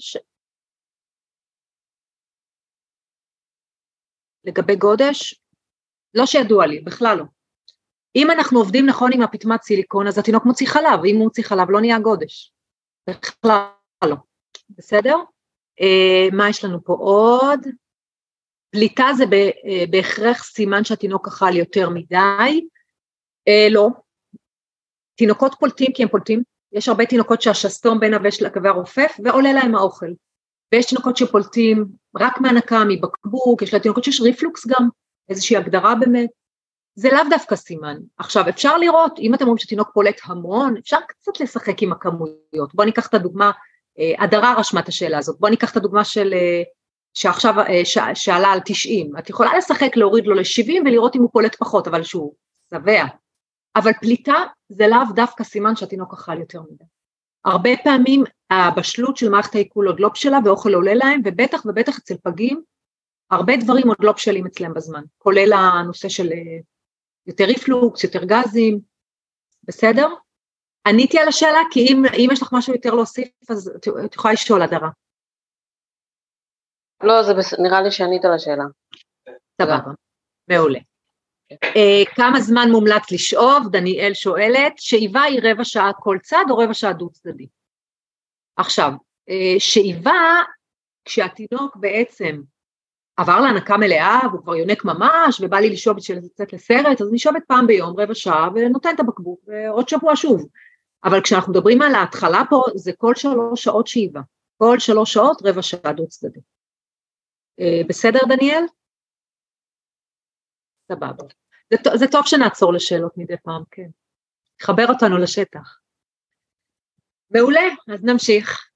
לגבי גודש? לא שידוע לי, בכלל לא. אם אנחנו עובדים נכון עם הפטמת סיליקון, אז התינוק מוציא חלב, ואם הוא מוציא חלב לא נהיה גודש. בכלל לא. בסדר? מה יש לנו פה עוד? פליטה זה בהכרח סימן שהתינוק אכל יותר מדי, לא, תינוקות פולטים כי הם פולטים, יש הרבה תינוקות שהשסתום בין הווה של הקווה רופף ועולה להם האוכל, ויש תינוקות שפולטים רק מהנקה, מבקבוק, יש לה תינוקות שיש ריפלוקס גם, איזושהי הגדרה באמת, זה לאו דווקא סימן. עכשיו אפשר לראות, אם אתם אומרים שתינוק פולט המון, אפשר קצת לשחק עם הכמויות, בואו ניקח את הדוגמה, הדרה רשמה את השאלה הזאת, בואו ניקח את הדוגמה של... שעכשיו שאלה על תשעים, את יכולה לשחק להוריד לו ל-שבעים ולראות אם הוא פולט פחות, אבל שהוא שבע. אבל פליטה זה לאו דווקא סימן שהתינוק אכל יותר מדי. הרבה פעמים הבשלות של מערכת העיכול עוד לא בשלה ואוכל עולה להם, ובטח ובטח אצל פגים, הרבה דברים עוד לא בשלים אצלם בזמן, כולל הנושא של יותר ריפלוקס, יותר גזים, בסדר? עניתי על השאלה, כי אם, אם יש לך משהו יותר להוסיף, אז את יכולה לשאול, הדרה. לא, זה בס... נראה לי שענית על השאלה. סבבה, מעולה. Uh, כמה זמן מומלץ לשאוב? דניאל שואלת, שאיבה היא רבע שעה כל צד או רבע שעה דו צדדי? עכשיו, uh, שאיבה, כשהתינוק בעצם עבר להנקה מלאה, והוא כבר יונק ממש, ובא לי לשאוב בשביל לצאת לסרט, אז אני שואבת פעם ביום רבע שעה, ונותן את הבקבוק, ועוד שבוע שוב. אבל כשאנחנו מדברים על ההתחלה פה, זה כל שלוש שעות שאיבה. כל שלוש שעות רבע שעה דו צדדי. Uh, בסדר, דניאל? סבבה. זה, זה טוב שנעצור לשאלות מדי פעם, כן. תחבר אותנו לשטח. מעולה, אז נמשיך.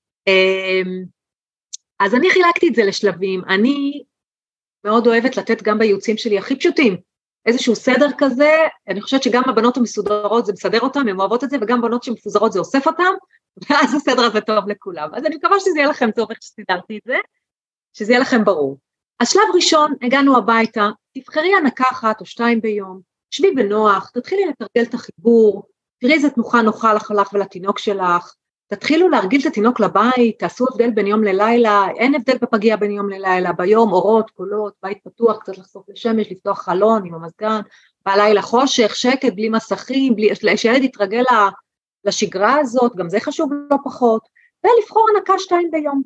אז אני חילקתי את זה לשלבים. אני מאוד אוהבת לתת גם בייעוצים שלי הכי פשוטים, איזשהו סדר כזה, אני חושבת שגם הבנות המסודרות זה מסדר אותם, הן אוהבות את זה, וגם בנות שמפוזרות זה אוסף אותם, ואז הסדר הזה טוב לכולם. אז אני מקווה שזה יהיה לכם טוב איך שסידרתי את זה, שזה יהיה לכם ברור. אז שלב ראשון, הגענו הביתה, תבחרי הנקה אחת או שתיים ביום, שבי בנוח, תתחילי לתרגל את החיבור, תראי איזה תנוחה נוחה לך לך ולתינוק שלך, תתחילו להרגיל את התינוק לבית, תעשו הבדל בין יום ללילה, אין הבדל בפגיע בין יום ללילה, ביום אורות, קולות, בית פתוח, קצת לחשוף לשמש, לפתוח חלון עם המזגן, בלילה חושך, שקט, בלי מסכים, בלי, שילד יתרגל לשגרה הזאת, גם זה חשוב לא פחות, ולבחור הנקה שתיים ביום.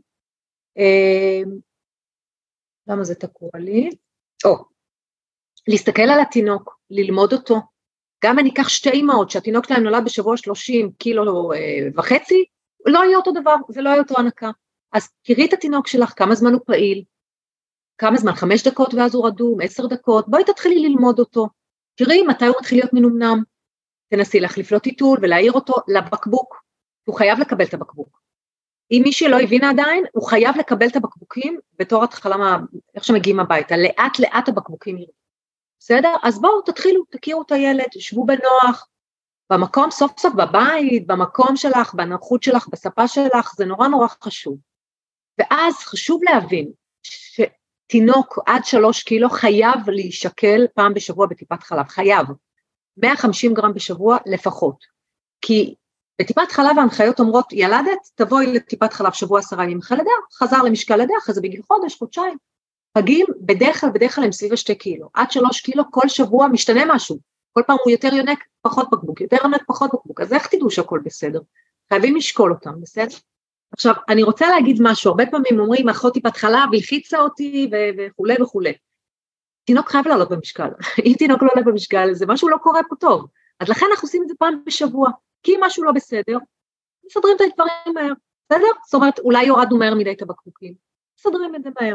למה זה תקוע לי? או, להסתכל על התינוק, ללמוד אותו, גם אני אקח שתי אמהות, שהתינוק שלהם נולד בשבוע שלושים קילו אה, וחצי, לא יהיה אותו דבר, זה לא יהיה אותו הנקה, אז תראי את התינוק שלך, כמה זמן הוא פעיל, כמה זמן, חמש דקות ואז הוא רדום, עשר דקות, בואי תתחילי ללמוד אותו, תראי מתי הוא מתחיל להיות מנומנם, תנסי להחליף לו טיטול ולהעיר אותו לבקבוק, הוא חייב לקבל את הבקבוק, אם מישהי לא הבינה עדיין, הוא חייב לקבל את הבקבוקים בתור התחלה, איך שמגיעים הביתה, לאט לאט הבקבוקים ירדו. בסדר? אז בואו תתחילו, תכירו את הילד, תשבו בנוח, במקום סוף סוף בבית, במקום שלך, בנוחות שלך, בספה שלך, זה נורא נורא חשוב. ואז חשוב להבין שתינוק עד שלוש קילו חייב להישקל פעם בשבוע בטיפת חלב, חייב, מאה וחמישים גרם בשבוע לפחות, כי בטיפת חלב ההנחיות אומרות, ילדת, תבואי לטיפת חלב שבוע עשרה ימים אחרי לידה, חזר למשקל לידה, אחרי זה בגיל חודש, חודשיים. פגים בדרך כלל, בדרך כלל הם סביב השתי קילו, עד שלוש קילו כל שבוע משתנה משהו, כל פעם הוא יותר יונק, פחות בקבוק, יותר יונק, פחות בקבוק, אז איך תדעו שהכל בסדר? חייבים לשקול אותם, בסדר? עכשיו, אני רוצה להגיד משהו, הרבה פעמים אומרים, אחות טיפת חלב, הלחיצה אותי וכו' וכו'. תינוק חייב לעלות במשקל, אם תינוק לא עולה במשקל, זה משהו לא קורה פה טוב, אז לכן אנחנו עושים את זה פעם בשבוע, כי אם משהו לא בסדר, מסדרים את הדברים מהר, בסדר? זאת אומרת, אולי יורדנו מהר מדי את הבקבוקים, מסדרים את זה מהר.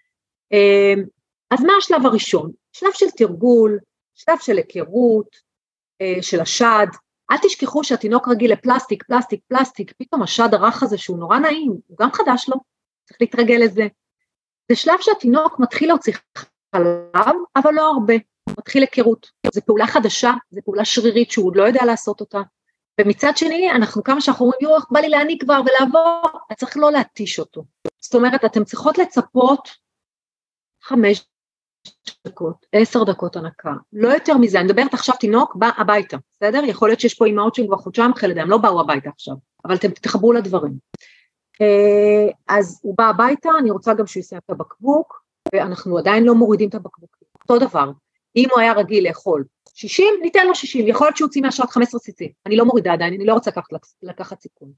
אז מה השלב הראשון? שלב של תרגול, שלב של היכרות, של השד, אל תשכחו שהתינוק רגיל לפלסטיק, פלסטיק, פלסטיק, פתאום השד הרך הזה שהוא נורא נעים, הוא גם חדש לו, צריך להתרגל לזה. זה שלב שהתינוק מתחיל להוציא חלב, אבל לא הרבה, מתחיל היכרות, זו פעולה חדשה, זו פעולה שרירית שהוא עוד לא יודע לעשות אותה, ומצד שני, אנחנו כמה שאנחנו אומרים, יוח, בא לי להניק כבר ולעבור, צריך לא להתיש אותו. זאת אומרת, אתם צריכות לצפות חמש דקות, עשר דקות הנקה, לא יותר מזה, אני מדברת עכשיו תינוק, בא הביתה, בסדר? יכול להיות שיש פה אימהות שהם כבר חודשיים חלדה, הם לא באו הביתה עכשיו, אבל אתם תחברו לדברים. אז הוא בא הביתה, אני רוצה גם שהוא יסיים את הבקבוק, ואנחנו עדיין לא מורידים את הבקבוק. אותו דבר, אם הוא היה רגיל לאכול שישים, ניתן לו שישים, יכול להיות שהוא יוציא מהשעות חמש עשרה סיסי, אני לא מורידה עדיין, אני לא רוצה לקחת, לקחת סיכון.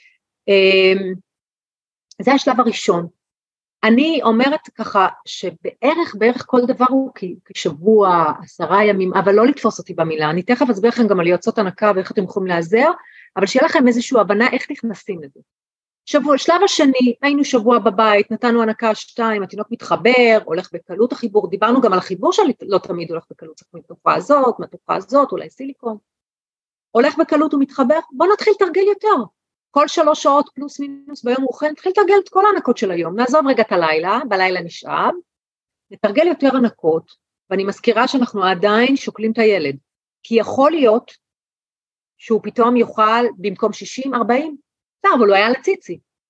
זה השלב הראשון. אני אומרת ככה, שבערך, בערך כל דבר הוא כשבוע, עשרה ימים, אבל לא לתפוס אותי במילה, אני תכף אסביר לכם גם על יוצאות הנקה, ואיך אתם יכולים לעזר, אבל שיהיה לכם איזושהי הבנה, איך נכנסים לזה. שבוע, שלב השני, היינו שבוע בבית, נתנו הנקה שתיים, התינוק מתחבר, הולך בקלות החיבור, דיברנו גם על החיבור שלי, לא תמיד הולך בקלות, צריך מתוכה הזאת, מתוכה הזאת, אולי סיליקון, הולך בקלות ומתחבר, בוא נתחיל תרגל יותר, כל שלוש שעות פלוס מינוס ביום אוכל, נתחיל לתרגל את כל הנקות של היום, נעזוב רגע את הלילה, בלילה נשאב, נתרגל יותר הנקות, ואני מזכירה שאנחנו עדיין שוקלים את הילד, כי יכול להיות שהוא פתאום יוכל במקום שישים, ארבעים, אבל הוא היה לציצי,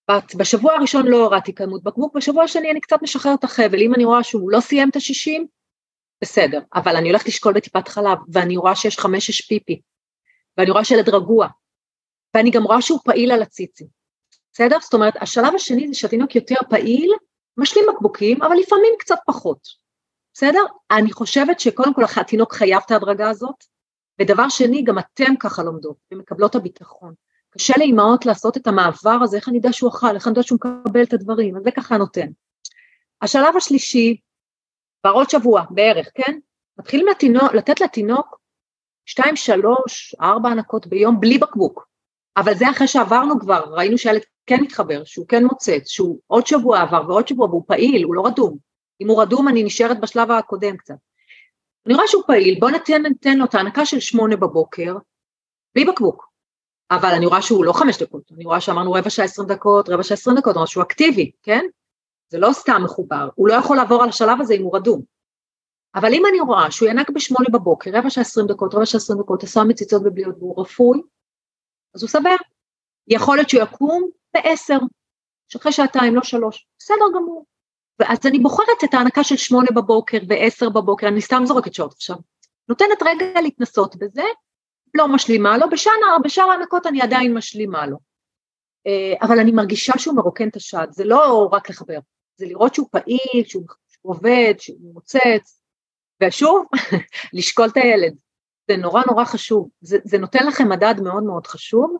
בשבוע הראשון לא הורדתי כמות בקבוק, בשבוע השני אני קצת משחרר את החבל, אם אני רואה שהוא לא סיים את ה-שישים, בסדר, אבל אני הולכת לשקול בטיפת חלב, ואני רואה שיש חמש-שש פיפי, ואני רואה שלד רגוע, ואני גם רואה שהוא פעיל על הציצי, בסדר? זאת אומרת, השלב השני זה שהתינוק יותר פעיל, משלים בקבוקים, אבל לפעמים קצת פחות, בסדר? אני חושבת שקודם כל התינוק חייב את ההדרגה הזאת, ודבר שני, גם אתם ככה לומדות, ומקבלות הביטחון. קשה לאמהות לעשות את המעבר הזה, איך אני יודע שהוא אכל, איך אני יודע שהוא מקבל את הדברים, אז זה ככה נותן. השלב השלישי, בעוד שבוע, בערך, כן? מתחילים לתינוק, לתת לתינוק שתיים, שלוש, ארבע הנקות ביום, בלי בקבוק. אבל זה אחרי שעברנו כבר, ראינו שהילד כן מתחבר, שהוא כן מוצץ, שהוא עוד שבוע עבר ועוד שבוע, והוא פעיל, הוא לא רדום. אם הוא רדום, אני נשארת בשלב הקודם קצת. אני רואה שהוא פעיל, בוא נתן, נתן לו את ההנקה של שמונה בבוקר, בלי בקבוק. אבל אני רואה שהוא לא חמש דקות, אני רואה שאמרנו רבע שעה עשרים דקות, רבע שעה עשרים דקות, אני רואה שהוא אקטיבי, כן? זה לא סתם מחובר, הוא לא יכול לעבור על השלב הזה אם הוא רדום. אבל אם אני רואה שהוא ינק בשמונה בבוקר, רבע שעה עשרים דקות, רבע שעה עשרים דקות, עשה מציצות בבליות והוא רפוי, אז הוא סבר. יכול להיות שהוא יקום בעשר, שאחרי שעתיים, לא שלוש, בסדר גמור. ואז אני בוחרת את ההנקה של שמונה בבוקר ועשר בבוקר, אני סתם זורקת שעות עכשיו. נותנת רגע להתנסות בזה, לא משלימה לו, בשאר, בשאר ההנקות אני עדיין משלימה לו. אבל אני מרגישה שהוא מרוקן את השד, זה לא רק לחבר, זה לראות שהוא פעיל, שהוא עובד, שהוא מוצץ, ושוב, לשקול את הילד. זה נורא נורא חשוב, זה, זה נותן לכם מדד מאוד מאוד חשוב,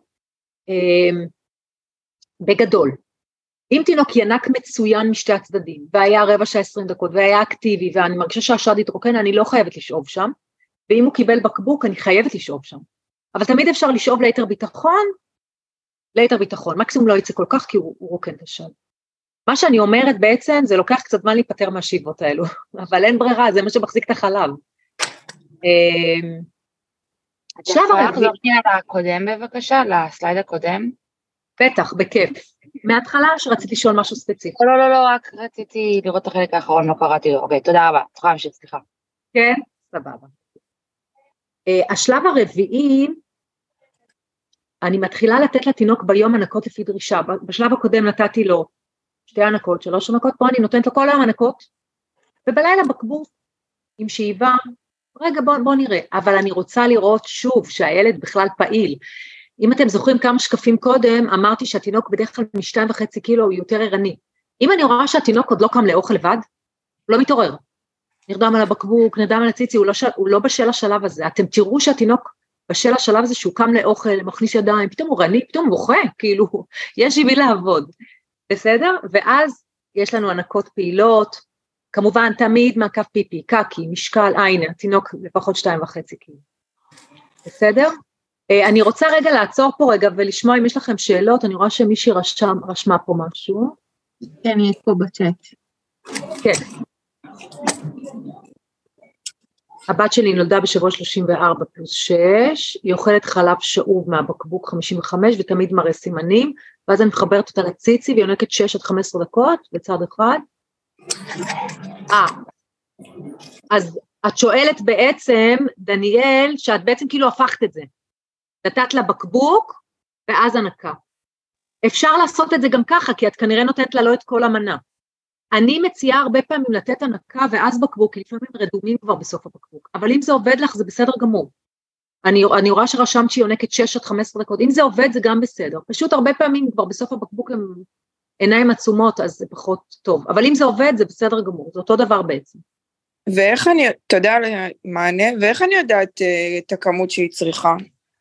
בגדול. אם תינוק ינק מצוין משתי הצדדים, והיה רבע שעה עשרים דקות, והיה אקטיבי, ואני מרגישה שהשד יתרוקן, אני לא חייבת לשאוב שם, ואם הוא קיבל בקבוק, אני חייבת לשאוב שם. אבל תמיד אפשר לשאוב ליתר ביטחון, ליתר ביטחון, מקסימום לא יצא כל כך, כי הוא, הוא רוקן את השד. מה שאני אומרת בעצם, זה לוקח קצת זמן להיפטר מהשיבות האלו, אבל אין ברירה, זה מה שמחזיק את החלב. שלב הרביעי. הקודם בבקשה, לסלייד הקודם. בטח, בכיף. מההתחלה שרציתי לשאול משהו ספציפי. לא, לא, לא, רק רציתי לראות את החלק האחרון, לא קראתי לו. אוקיי, תודה רבה. תוכל להמשיך, סליחה. כן, סבבה. השלב הרביעי, אני מתחילה לתת לתינוק ביום הנקות לפי דרישה. בשלב הקודם נתתי לו שתי הנקות, שלוש הנקות, פה אני נותנת לו כל היום הנקות, ובלילה בקבוק, עם שאיבה, רגע בוא, בוא נראה, אבל אני רוצה לראות שוב שהילד בכלל פעיל. אם אתם זוכרים כמה שקפים קודם, אמרתי שהתינוק בדרך כלל משתיים וחצי קילו הוא יותר ערני. אם אני רואה שהתינוק עוד לא קם לאוכל לבד, הוא לא מתעורר. נרדם על הבקבוק, נרדם על הציצי, הוא לא, הוא לא בשל השלב הזה. אתם תראו שהתינוק בשל השלב הזה שהוא קם לאוכל, מכניס ידיים, פתאום הוא ערני, פתאום הוא בוכה, כאילו, יש עם מי לעבוד. בסדר? ואז יש לנו הנקות פעילות, כמובן תמיד מעקב פיפי, קקי, משקל, הנה, התינוק לפחות שתיים וחצי קילו. בסדר? אני רוצה רגע לעצור פה רגע ולשמוע אם יש לכם שאלות, אני רואה שמישהי רשם, רשמה פה משהו. כן, יש פה בצ'אט. כן. הבת שלי נולדה בשבוע שלושים וארבע פלוס שש, היא אוכלת חלב שאוב מהבקבוק חמישים וחמש ותמיד מראה סימנים, ואז אני מחברת אותה לציצי והיא יונקת שש עד חמש עשרה דקות בצד אחד. אה, אז את שואלת בעצם, דניאל, שאת בעצם כאילו הפכת את זה. נתת לה בקבוק, ואז הנקה. אפשר לעשות את זה גם ככה, כי את כנראה נותנת לה לא את כל המנה. אני מציעה הרבה פעמים לתת הנקה, ואז בקבוק, כי לפעמים רדומים כבר בסוף הבקבוק. אבל אם זה עובד לך, זה בסדר גמור. אני, אני רואה שרשמת שהיא יונקת שש עד חמש עשרה דקות. אם זה עובד, זה גם בסדר. פשוט הרבה פעמים כבר בסוף הבקבוק הם עיניים עצומות, אז זה פחות טוב. אבל אם זה עובד, זה בסדר גמור. זה אותו דבר בעצם. ואיך אני, תודה על המענה, ואיך אני יודעת את הכמות שהיא צריכה?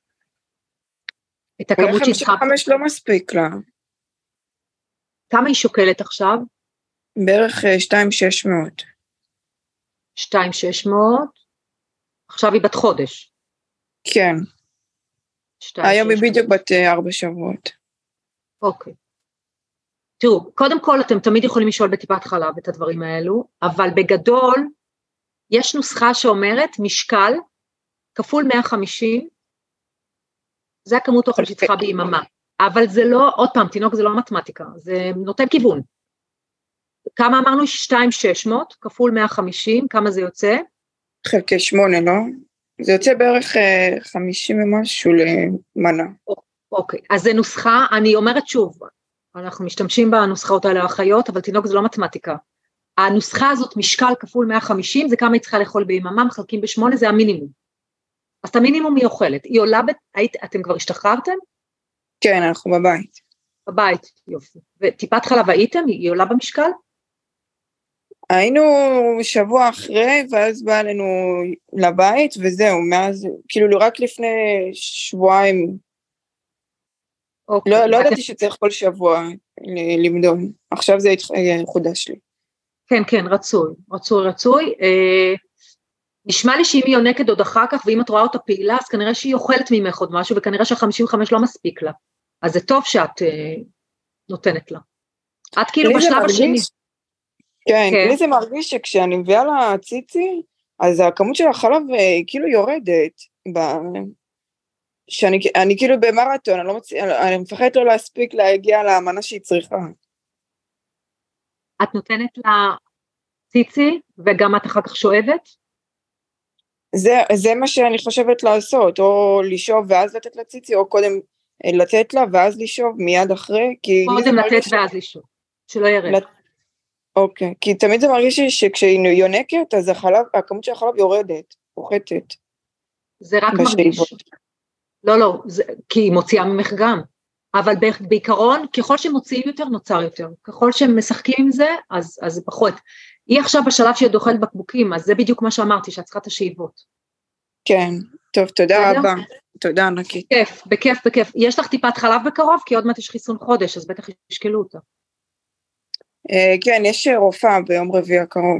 את הכמות שהיא צריכה. חמש לא מספיק לה. כמה היא שוקלת עכשיו? בערך שתיים שש מאות. שתיים שש מאות. עכשיו היא בת חודש. כן. היום היא בדיוק בת ארבע שבועות. אוקיי. תראו, קודם כל אתם תמיד יכולים לשאול בטיפת חלב את הדברים האלו, אבל בגדול יש נוסחה שאומרת משקל כפול מאה וחמישים, זה הכמות אוכל שצריכה ביממה, אבל זה לא, עוד פעם, תינוק זה לא מתמטיקה, זה נותן כיוון. כמה אמרנו? שתיים שש מאות כפול מאה וחמישים, כמה זה יוצא? חלקי שמונה, לא? זה יוצא בערך חמישים ומשהו למנה. אוקיי, אז זה נוסחה, אני אומרת שוב, אנחנו משתמשים בנוסחאות האלה החיות, אבל תינוק זה לא מתמטיקה. הנוסחה הזאת, משקל כפול מאה וחמישים, זה כמה היא צריכה לאכול ביממה, מחלקים בשמונה, זה המינימום. אז את המינימום היא אוכלת. היא עולה, היית, אתם כבר השתחררתם? כן, אנחנו בבית. בבית, יופי. וטיפת חלב הייתם? היא עולה במשקל? היינו שבוע אחרי, ואז בא אלינו לבית, וזהו, מאז, כאילו רק לפני שבועיים, אוקיי. לא, לא ידעתי שצריך כל שבוע למדוד, עכשיו זה חודש לי. כן, כן, רצוי, רצוי, רצוי. אה, נשמע לי שאם היא יונקת עוד אחר כך, ואם את רואה אותה פעילה, אז כנראה שהיא אוכלת ממך עוד משהו, וכנראה שה-חמישים וחמש לא מספיק לה. אז זה טוב שאת אה, נותנת לה. את כאילו בשלב השני. כן, כן. לי זה מרגיש שכשאני מביאה לה ציצי, אז הכמות של החלב כאילו יורדת, ב... שאני אני כאילו במרתון, אני, לא מצ... אני מפחדת לא להספיק להגיע למנה שהיא צריכה. את נותנת לה ציצי, וגם את אחר כך שואבת? זה, זה מה שאני חושבת לעשות, או לשאוב ואז לתת לה ציצי, או קודם לתת לה ואז לשאוב מיד אחרי, כי... קודם לתת ש... ואז לשאוב, שלא ירד. לת... אוקיי, כי תמיד זה מרגיש לי שכשהיא יונקת, אז החלב, הכמות של החלב יורדת, פוחתת. זה רק מרגיש. לא, לא, זה, כי היא מוציאה ממך גם. אבל בעיקרון, ככל שמוציאים יותר, נוצר יותר. ככל שהם משחקים עם זה, אז, אז זה פחות. היא עכשיו בשלב שהיא דוחלת בקבוקים, אז זה בדיוק מה שאמרתי, שאת צריכה את השאיבות. כן, טוב, תודה רבה. תודה ענקית. בכיף, בכיף, בכיף. יש לך טיפת חלב בקרוב? כי עוד מעט יש חיסון חודש, אז בטח ישקלו אותה. כן, יש רופאה ביום רביעי הקרוב.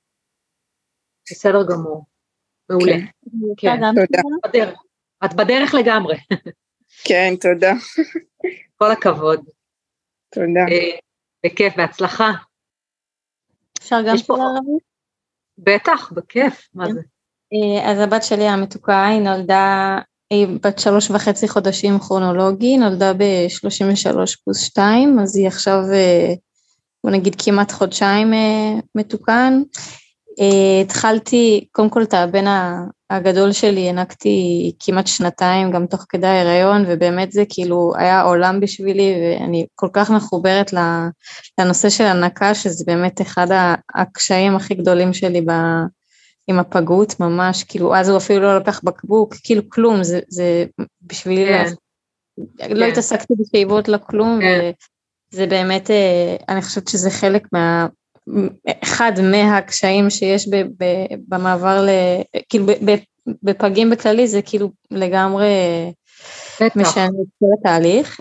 בסדר גמור. מעולה. כן, תודה. את בדרך לגמרי. כן, תודה. כל הכבוד. תודה. בכיף, בהצלחה. אפשר גם שאלה ערבית? בטח, בכיף, מה זה? אז הבת שלי המתוקה, היא נולדה, היא בת שלוש וחצי חודשים כרונולוגי, נולדה ב-שלושים ושלוש פלוס שתיים, אז היא עכשיו, בוא נגיד כמעט חודשיים מתוקן. התחלתי, קודם כל את הבן הגדול שלי, הענקתי כמעט שנתיים, גם תוך כדי ההיריון, ובאמת זה כאילו היה עולם בשבילי, ואני כל כך מחוברת לנושא של הנקה, שזה באמת אחד הקשיים הכי גדולים שלי עם הפגות, ממש, כאילו, אז הוא אפילו לא לקח בקבוק, כאילו כלום, זה, זה בשבילי, כן. לא כן. התעסקתי בשאיבות, לא כלום, כן. וזה באמת, אני חושבת שזה חלק מה... אחד מהקשיים שיש ב, ב, במעבר, ל, כאילו ב, ב, בפגים בכללי, זה כאילו לגמרי משנה את כל התהליך.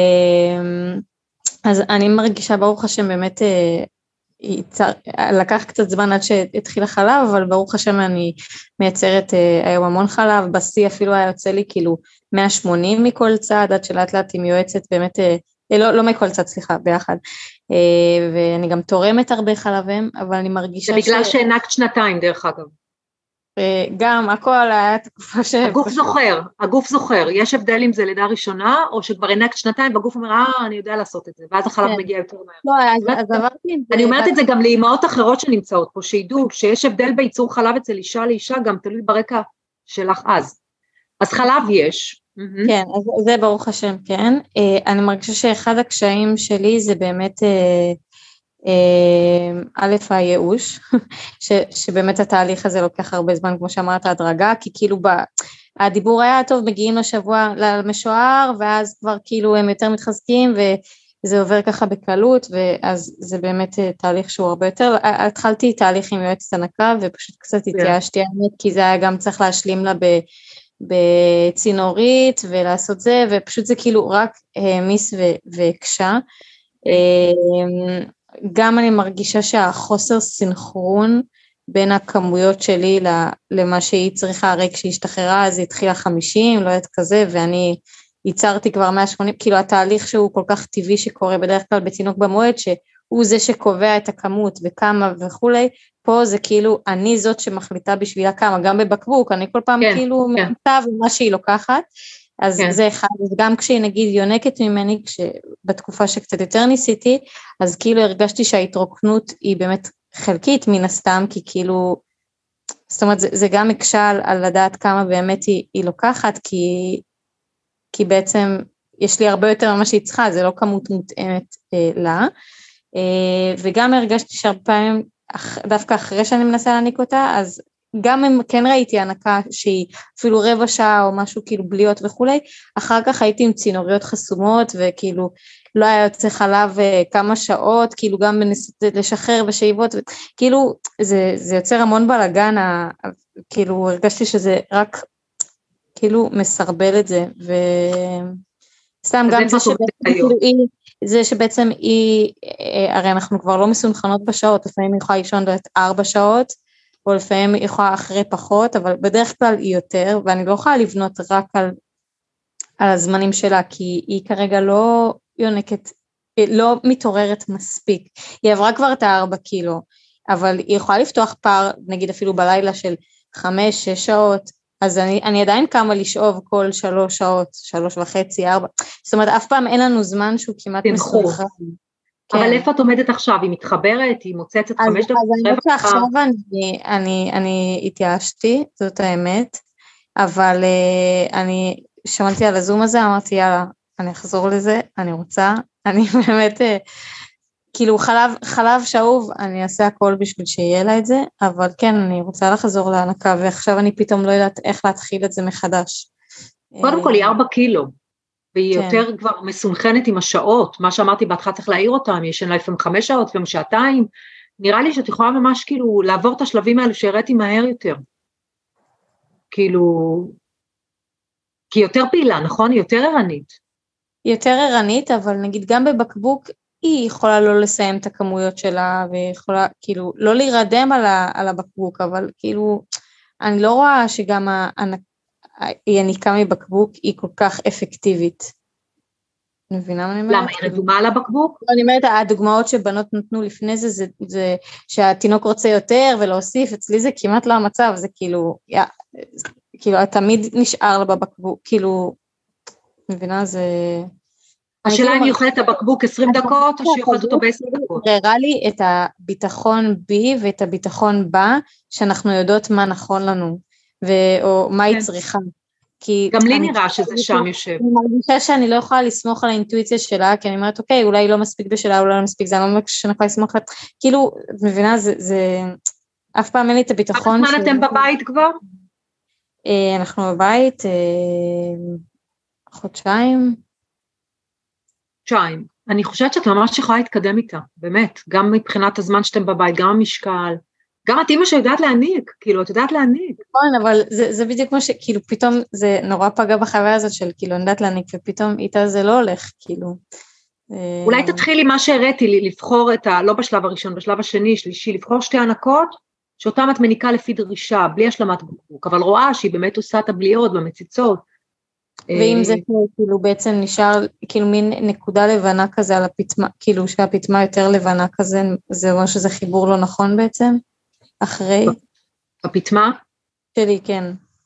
אז אני מרגישה ברוך השם באמת, לקח קצת זמן עד שהתחיל החלב, אבל ברוך השם אני מייצרת היום המון חלב, בשיא אפילו היה יוצא לי כאילו מאה ושמונים מכל צעד, עד שלאט לאט עם יועצת באמת, לא, לא מכל צד, סליחה, ביחד, ואני גם תורמת הרבה חלבים, אבל אני מרגישה ש... זה בגלל שהענקת שנתיים, דרך אגב. גם, הכל היה תקופה ש... הגוף זוכר, הגוף זוכר, יש הבדל אם זה לידה ראשונה, או שכבר הענקת שנתיים, והגוף אומר, אה, אני יודע לעשות את זה, ואז החלב מגיע יותר מהר. לא, אז עברתי את זה. אני אומרת את זה גם לאמהות אחרות שנמצאות פה, שידעו שיש הבדל בייצור חלב אצל אישה לאישה, גם תלוי ברקע שלך אז. אז חלב יש. כן, אז זה ברוך השם, כן. אני מרגישה שאחד הקשיים שלי זה באמת, א', הייאוש, שבאמת התהליך הזה לוקח הרבה זמן, כמו שאמרת, הדרגה, כי כאילו הדיבור היה טוב, מגיעים לשבוע למשוער, ואז כבר כאילו הם יותר מתחזקים, וזה עובר ככה בקלות, ואז זה באמת תהליך שהוא הרבה יותר, התחלתי תהליך עם יועצת הנקה, ופשוט קצת התייאשתי, כי זה היה גם צריך להשלים לה ב... בצינורית ולעשות זה, ופשוט זה כאילו רק העמיס והקשה. גם אני מרגישה שהחוסר סינכרון בין הכמויות שלי למה שהיא צריכה, הרי כשהיא השתחררה אז היא התחילה חמישים, לא יודעת כזה, ואני ייצרתי כבר מאה ושמונים, כאילו התהליך שהוא כל כך טבעי שקורה בדרך כלל בתינוק במועד, שהוא זה שקובע את הכמות וכמה וכולי, פה זה כאילו, אני זאת שמחליטה בשבילה כמה, גם בבקבוק, אני כל פעם כן, כאילו כן. מנתה ומה שהיא לוקחת, אז כן. זה אחד, גם כשהיא נגיד יונקת ממני, בתקופה שקצת יותר ניסיתי, אז כאילו הרגשתי שההתרוקנות היא באמת חלקית מן הסתם, כי כאילו, זאת אומרת, זה, זה גם מקשה על, על לדעת כמה באמת היא, היא לוקחת, כי, כי בעצם יש לי הרבה יותר ממה שהיא צריכה, זה לא כמות מותאמת אה, לה, אה, וגם הרגשתי שהרבה פעמים, דווקא אחרי שאני מנסה להניק אותה, אז גם אם כן ראיתי הנקה שהיא אפילו רבע שעה או משהו כאילו בליות וכולי, אחר כך הייתי עם צינוריות חסומות, וכאילו לא היה יוצא חלב כמה שעות, כאילו גם מנסות לשחרר ושאיבות, כאילו זה, זה יוצר המון בלגן, כאילו הרגשתי שזה רק כאילו מסרבל את זה, וסתם גם זה שבעצם, כאילו היא, זה שבעצם היא, הרי אנחנו כבר לא מסונכנות בשעות, לפעמים היא יכולה לישון ארבע שעות, או לפעמים היא יכולה אחרי פחות, אבל בדרך כלל היא יותר, ואני לא יכולה לבנות רק על, על הזמנים שלה, כי היא כרגע לא יונקת, לא מתעוררת מספיק, היא עברה כבר את הארבע קילו, אבל היא יכולה לפתוח פער, נגיד אפילו בלילה של חמש, שש שעות, אז אני, אני עדיין קמה לשאוב כל שלוש שעות, שלוש וחצי, ארבע, זאת אומרת, אף פעם אין לנו זמן שהוא כמעט מסונכרן. אבל כן. איפה את עומדת עכשיו? היא מתחברת? היא מוצצת אז, חמש דקות? אז אני חושבת שעכשיו אני, אני, אני התייאשתי, זאת האמת, אבל uh, אני שמעתי על הזום הזה, אמרתי יאללה, אני אחזור לזה, אני רוצה, אני באמת, uh, כאילו חלב, חלב שאוב, אני אעשה הכל בשביל שיהיה לה את זה, אבל כן, אני רוצה לחזור להנקה, ועכשיו אני פתאום לא יודעת איך להתחיל את זה מחדש. קודם כל היא ארבע קילו. והיא כן. יותר כבר מסונכנת עם השעות, מה שאמרתי בהתחלה צריך להעיר אותם, יש לה לפעמים חמש שעות, לפעמים שעתיים, נראה לי שאת יכולה ממש כאילו לעבור את השלבים האלה שהראיתי מהר יותר, כאילו, כי היא יותר פעילה, נכון? היא יותר ערנית. היא יותר ערנית, אבל נגיד גם בבקבוק, היא יכולה לא לסיים את הכמויות שלה, ויכולה כאילו לא להירדם על, ה, על הבקבוק, אבל כאילו, אני לא רואה שגם הנקה, היא הניקה מבקבוק, היא כל כך אפקטיבית. אני מבינה מה אני אומרת? למה, היא רדומה על הבקבוק? אני אומרת, הדוגמאות שבנות נתנו לפני זה, זה, זה שהתינוק רוצה יותר ולהוסיף, אצלי זה כמעט לא המצב, זה כאילו, יא, כאילו, תמיד נשאר בבקבוק, כאילו, מבינה, זה... השאלה אם היא אוכלת את הבקבוק עשרים דקות, או שהיא אוכלת אותו בעשר דקות. הראה לי את הביטחון בי, ואת הביטחון בה, שאנחנו יודעות מה נכון לנו. או מה היא צריכה. גם לי נראה שזה שם יושב. אני מרגישה שאני לא יכולה לסמוך על האינטואיציה שלה, כי אני אומרת, אוקיי, אולי היא לא מספיק בשלה, אולי לא מספיק, זה אני לא אומרת שאני יכולה לסמוך על... כאילו, את מבינה, זה... אף פעם אין לי את הביטחון... כמה זמן אתם בבית כבר? אנחנו בבית חודשיים. חודשיים. אני חושבת שאת ממש יכולה להתקדם איתה, באמת, גם מבחינת הזמן שאתם בבית, גם המשקל. גם את אימא שיודעת להניק, כאילו, את יודעת להניק. נכון, אבל זה, זה בדיוק כמו שכאילו, פתאום זה נורא פגע בחוויה הזאת של, כאילו, אני יודעת להניק, ופתאום איתה זה לא הולך, כאילו. אולי תתחילי מה שהראיתי לי, לבחור את ה, לא בשלב הראשון, בשלב השני, שלישי, לבחור שתי הנקות, שאותם את מניקה לפי דרישה, בלי השלמת בקבוק, אבל רואה שהיא באמת עושה את הבליות במציצות. ואם זה כאילו בעצם נשאר, כאילו מין נקודה לבנה כזה על הפתמה, כאילו שהפתמה יותר לבנה כזה, זה אומר שזה חיבור לא נכון בעצם? אחרי? הפתמה? שלי, כן.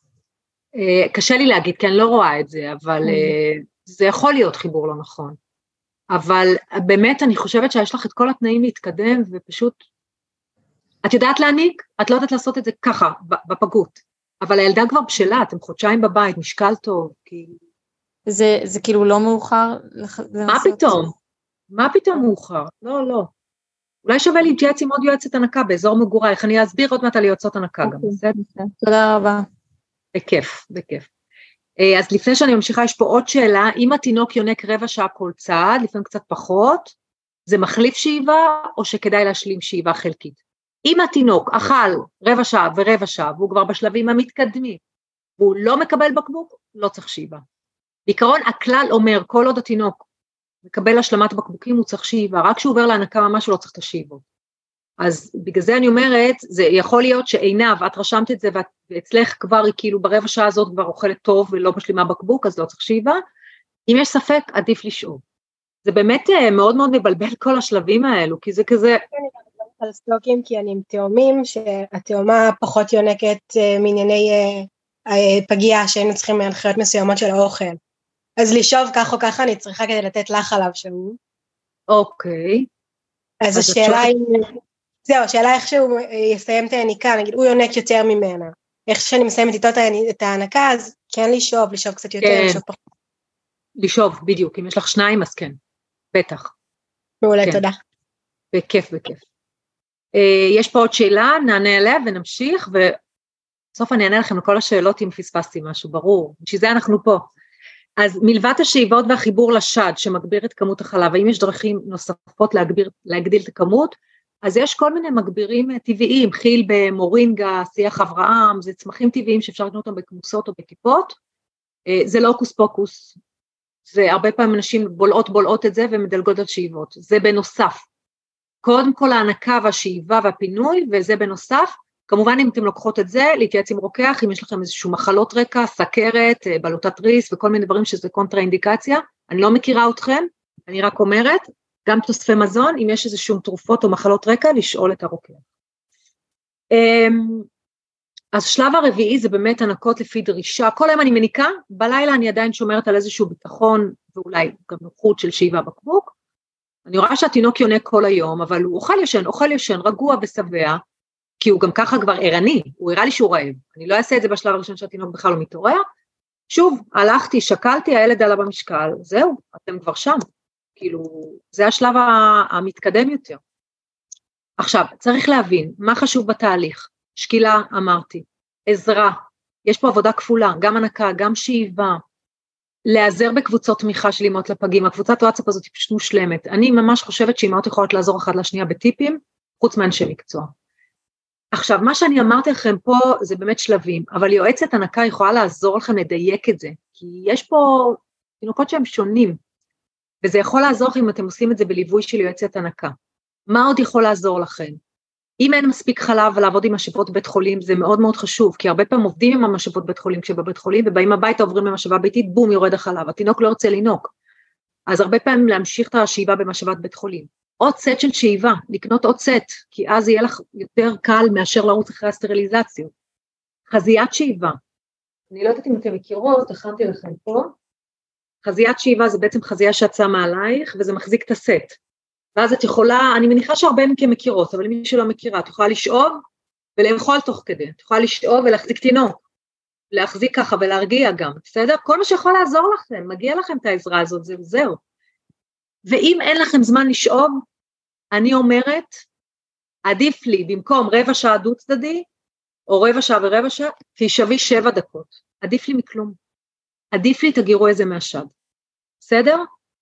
קשה לי להגיד, כי אני לא רואה את זה, אבל זה יכול להיות חיבור לא נכון. אבל באמת אני חושבת שיש לך את כל התנאים להתקדם, ופשוט, את יודעת להניק? את לא יודעת לעשות את זה ככה, בפגות. אבל הילדה כבר בשלה, אתם חודשיים בבית, משקל טוב, כאילו. זה, זה כאילו לא מאוחר? מה פתאום? מה פתאום מאוחר? לא, לא. אולי שווה להתייעץ עם עוד יועצת הנקה באזור מגורייך, אני אסביר עוד מעט על יועצות הנקה גם, בסדר? תודה רבה. בכיף, בכיף. אז לפני שאני ממשיכה, יש פה עוד שאלה, אם התינוק יונק רבע שעה כל צעד, לפעמים קצת פחות, זה מחליף שאיבה, או שכדאי להשלים שאיבה חלקית? אם התינוק אכל רבע שעה ורבע שעה, והוא כבר בשלבים המתקדמים, והוא לא מקבל בקבוק, לא צריך שאיבה. בעיקרון, הכלל אומר, כל עוד התינוק מקבל השלמת בקבוקים, הוא צריך שאיבה, רק כשהוא עובר להנקה ממש, הוא לא צריך את השאיבות. אז בגלל זה אני אומרת, זה יכול להיות שעיניו, את רשמת את זה, ואצלך כבר היא כאילו ברבע שעה הזאת כבר אוכלת טוב, ולא משלימה בקבוק, אז לא צריך שאיבה. אם יש ספק, עדיף לשאוב. זה באמת מאוד מאוד מבלבל כל השלבים האלו, כי זה כזה... על סטוקים, כי אני עם תאומים, שהתאומה פחות יונקת מענייני פגיעה, שהיינו צריכים הנחיות מסוימות של האוכל. אז לשאוב כך או ככה, אני צריכה כדי לתת לך עליו שהוא. אוקיי. אז השאלה היא, זהו, השאלה איך שהוא יסיים את ההניקה, נגיד, הוא יונק יותר ממנה. איך שאני מסיימת איתו את ההנקה, אז כן לשאוב, לשאוב קצת יותר, לשאוב פחות. לשאוב, בדיוק, אם יש לך שניים, אז כן, בטח. מעולה, כן. תודה. בכיף, בכיף. Uh, יש פה עוד שאלה, נענה עליה ונמשיך, ובסוף אני אענה לכם לכל השאלות אם פספסתי משהו, ברור, בשביל זה אנחנו פה. אז מלבד השאיבות והחיבור לשד, שמגביר את כמות החלב, האם יש דרכים נוספות להגביר, להגדיל את הכמות? אז יש כל מיני מגבירים טבעיים, חיל במורינגה, שיח אברהם, זה צמחים טבעיים שאפשר לקנות אותם בכמוסות או בטיפות, uh, זה לא קוס פוקוס, זה הרבה פעמים אנשים בולעות בולעות את זה ומדלגות על שאיבות, זה בנוסף. קודם כל ההנקה והשאיבה והפינוי, וזה בנוסף, כמובן אם אתם לוקחות את זה, להתייעץ עם רוקח, אם יש לכם איזשהו מחלות רקע, סכרת, בלוטת ריס, וכל מיני דברים שזה קונטרה אינדיקציה, אני לא מכירה אתכם, אני רק אומרת, גם תוספי מזון, אם יש איזשהו תרופות או מחלות רקע, לשאול את הרוקח. אז שלב הרביעי זה באמת הנקות לפי דרישה, כל היום אני מניקה, בלילה אני עדיין שומרת על איזשהו ביטחון, ואולי גם נוחות של שאיבה בקבוק, אני רואה שהתינוק יונה כל היום, אבל הוא אוכל ישן, אוכל ישן, רגוע וסבע, כי הוא גם ככה כבר ערני, הוא הראה לי שהוא רעב, אני לא אעשה את זה בשלב הראשון שהתינוק בכלל לא מתעורר, שוב, הלכתי, שקלתי, הילד עלה במשקל, זהו, אתם כבר שם, כאילו, זה השלב המתקדם יותר. עכשיו, צריך להבין, מה חשוב בתהליך? שקילה, אמרתי, עזרה, יש פה עבודה כפולה, גם הנקה, גם שאיבה, לעזר בקבוצות תמיכה של אמהות לפגים, הקבוצת וואטסאפ הזאת היא פשוט מושלמת, אני ממש חושבת שאמהות יכולות לעזור אחת לשנייה בטיפים, חוץ מאנשי מקצוע. עכשיו, מה שאני אמרתי לכם פה זה באמת שלבים, אבל יועצת הנקה יכולה לעזור לכם לדייק את זה, כי יש פה תינוקות שהם שונים, וזה יכול לעזור אם אתם עושים את זה בליווי של יועצת הנקה. מה עוד יכול לעזור לכם? אם אין מספיק חלב ולעבוד עם משאבות בית חולים, זה מאוד מאוד חשוב, כי הרבה פעמים עובדים עם המשאבות בית חולים כשבבית חולים, ובאים הביתה עוברים למשאבה ביתית, בום, יורד החלב, התינוק לא ירצה לינוק. אז הרבה פעמים להמשיך את השאיבה במשאבת בית חולים. עוד סט של שאיבה, לקנות עוד סט, כי אז יהיה לך יותר קל מאשר לרוץ אחרי הסטריליזציות. חזיית שאיבה, אני לא יודעת אם אתם מכירות, הכנתי לכם פה, חזיית שאיבה זה בעצם חזייה שיצאה מעלייך, וזה מחזיק את הסט. ואז את יכולה, אני מניחה שהרבה מכם מכירות, אבל מי שלא מכירה, את יכולה לשאוב ולאכול תוך כדי, את יכולה לשאוב ולהחזיק תינוק, להחזיק ככה ולהרגיע גם, בסדר? כל מה שיכול לעזור לכם, מגיע לכם את העזרה הזאת, זהו, זהו. ואם אין לכם זמן לשאוב, אני אומרת, עדיף לי במקום רבע שעה דו צדדי, או רבע שעה ורבע שעה, תשבי שבע דקות, עדיף לי מכלום. עדיף לי תגירו איזה מהשד, בסדר?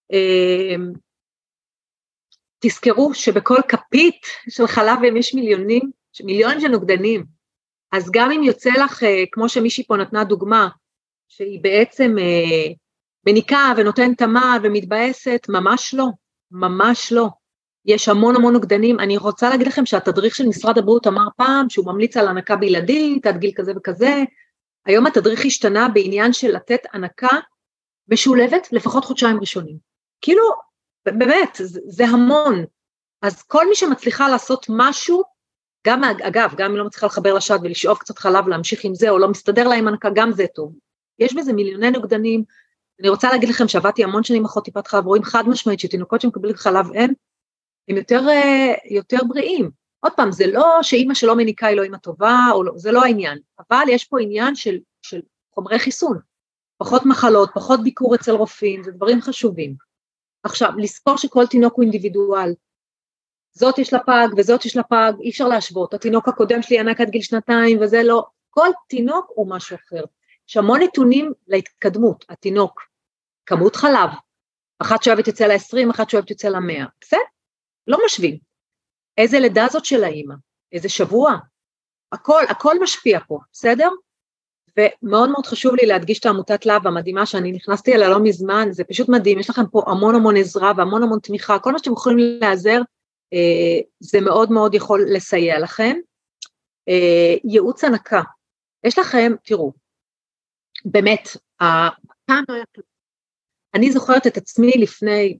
תזכרו שבכל כפית של חלב יש מיליונים, מיליון של נוגדנים, אז גם אם יוצא לך, כמו שמישהי פה נתנה דוגמה, שהיא בעצם מניקה ונותנת תמה ומתבאסת, ממש לא, ממש לא. יש המון המון נוגדנים, אני רוצה להגיד לכם שהתדריך של משרד הבריאות אמר פעם, שהוא ממליץ על הנקה בלעדית, עד גיל כזה וכזה, היום התדריך השתנה בעניין של לתת הנקה משולבת לפחות חודשיים ראשונים. כאילו, באמת, זה, זה המון. אז כל מי שמצליחה לעשות משהו, גם אגב, גם אם לא מצליחה לחבר לשד ולשאוב קצת חלב, להמשיך עם זה, או לא מסתדר לה עם הנקה, גם זה טוב. יש בזה מיליוני נוגדנים, אני רוצה להגיד לכם שעבדתי המון שנים אחות טיפת חלב, רואים חד משמעית שתינוקות שמקבלים חלב אם, הם יותר, יותר בריאים. עוד פעם, זה לא שאימא שלא מניקה היא לא אימא טובה, או לא, זה לא העניין, אבל יש פה עניין של, של חומרי חיסון, פחות מחלות, פחות ביקור אצל רופאים, זה דברים חשובים. עכשיו, לזכור שכל תינוק הוא אינדיבידואל, זאת יש לה פג וזאת יש לה פג, אי אפשר להשוות, התינוק הקודם שלי ענק עד גיל שנתיים וזה לא, כל תינוק הוא משהו אחר. יש המון נתונים להתקדמות, התינוק, כמות חלב, אחת שאוהבת יוצא ל-עשרים, אחת שאוהבת יוצא ל-מאה, בסדר? לא משווים. איזה לידה זאת של האמא, איזה שבוע, הכל, הכל משפיע פה, בסדר? ומאוד מאוד חשוב לי להדגיש את העמותת להב המדהימה שאני נכנסתי אליה לא מזמן, זה פשוט מדהים, יש לכם פה המון המון עזרה והמון המון תמיכה, כל מה שאתם יכולים להיעזר, אה, זה מאוד מאוד יכול לסייע לכם. אה, ייעוץ הנקה, יש לכם, תראו, באמת, הפעם לא היה כלום. אני זוכרת את עצמי לפני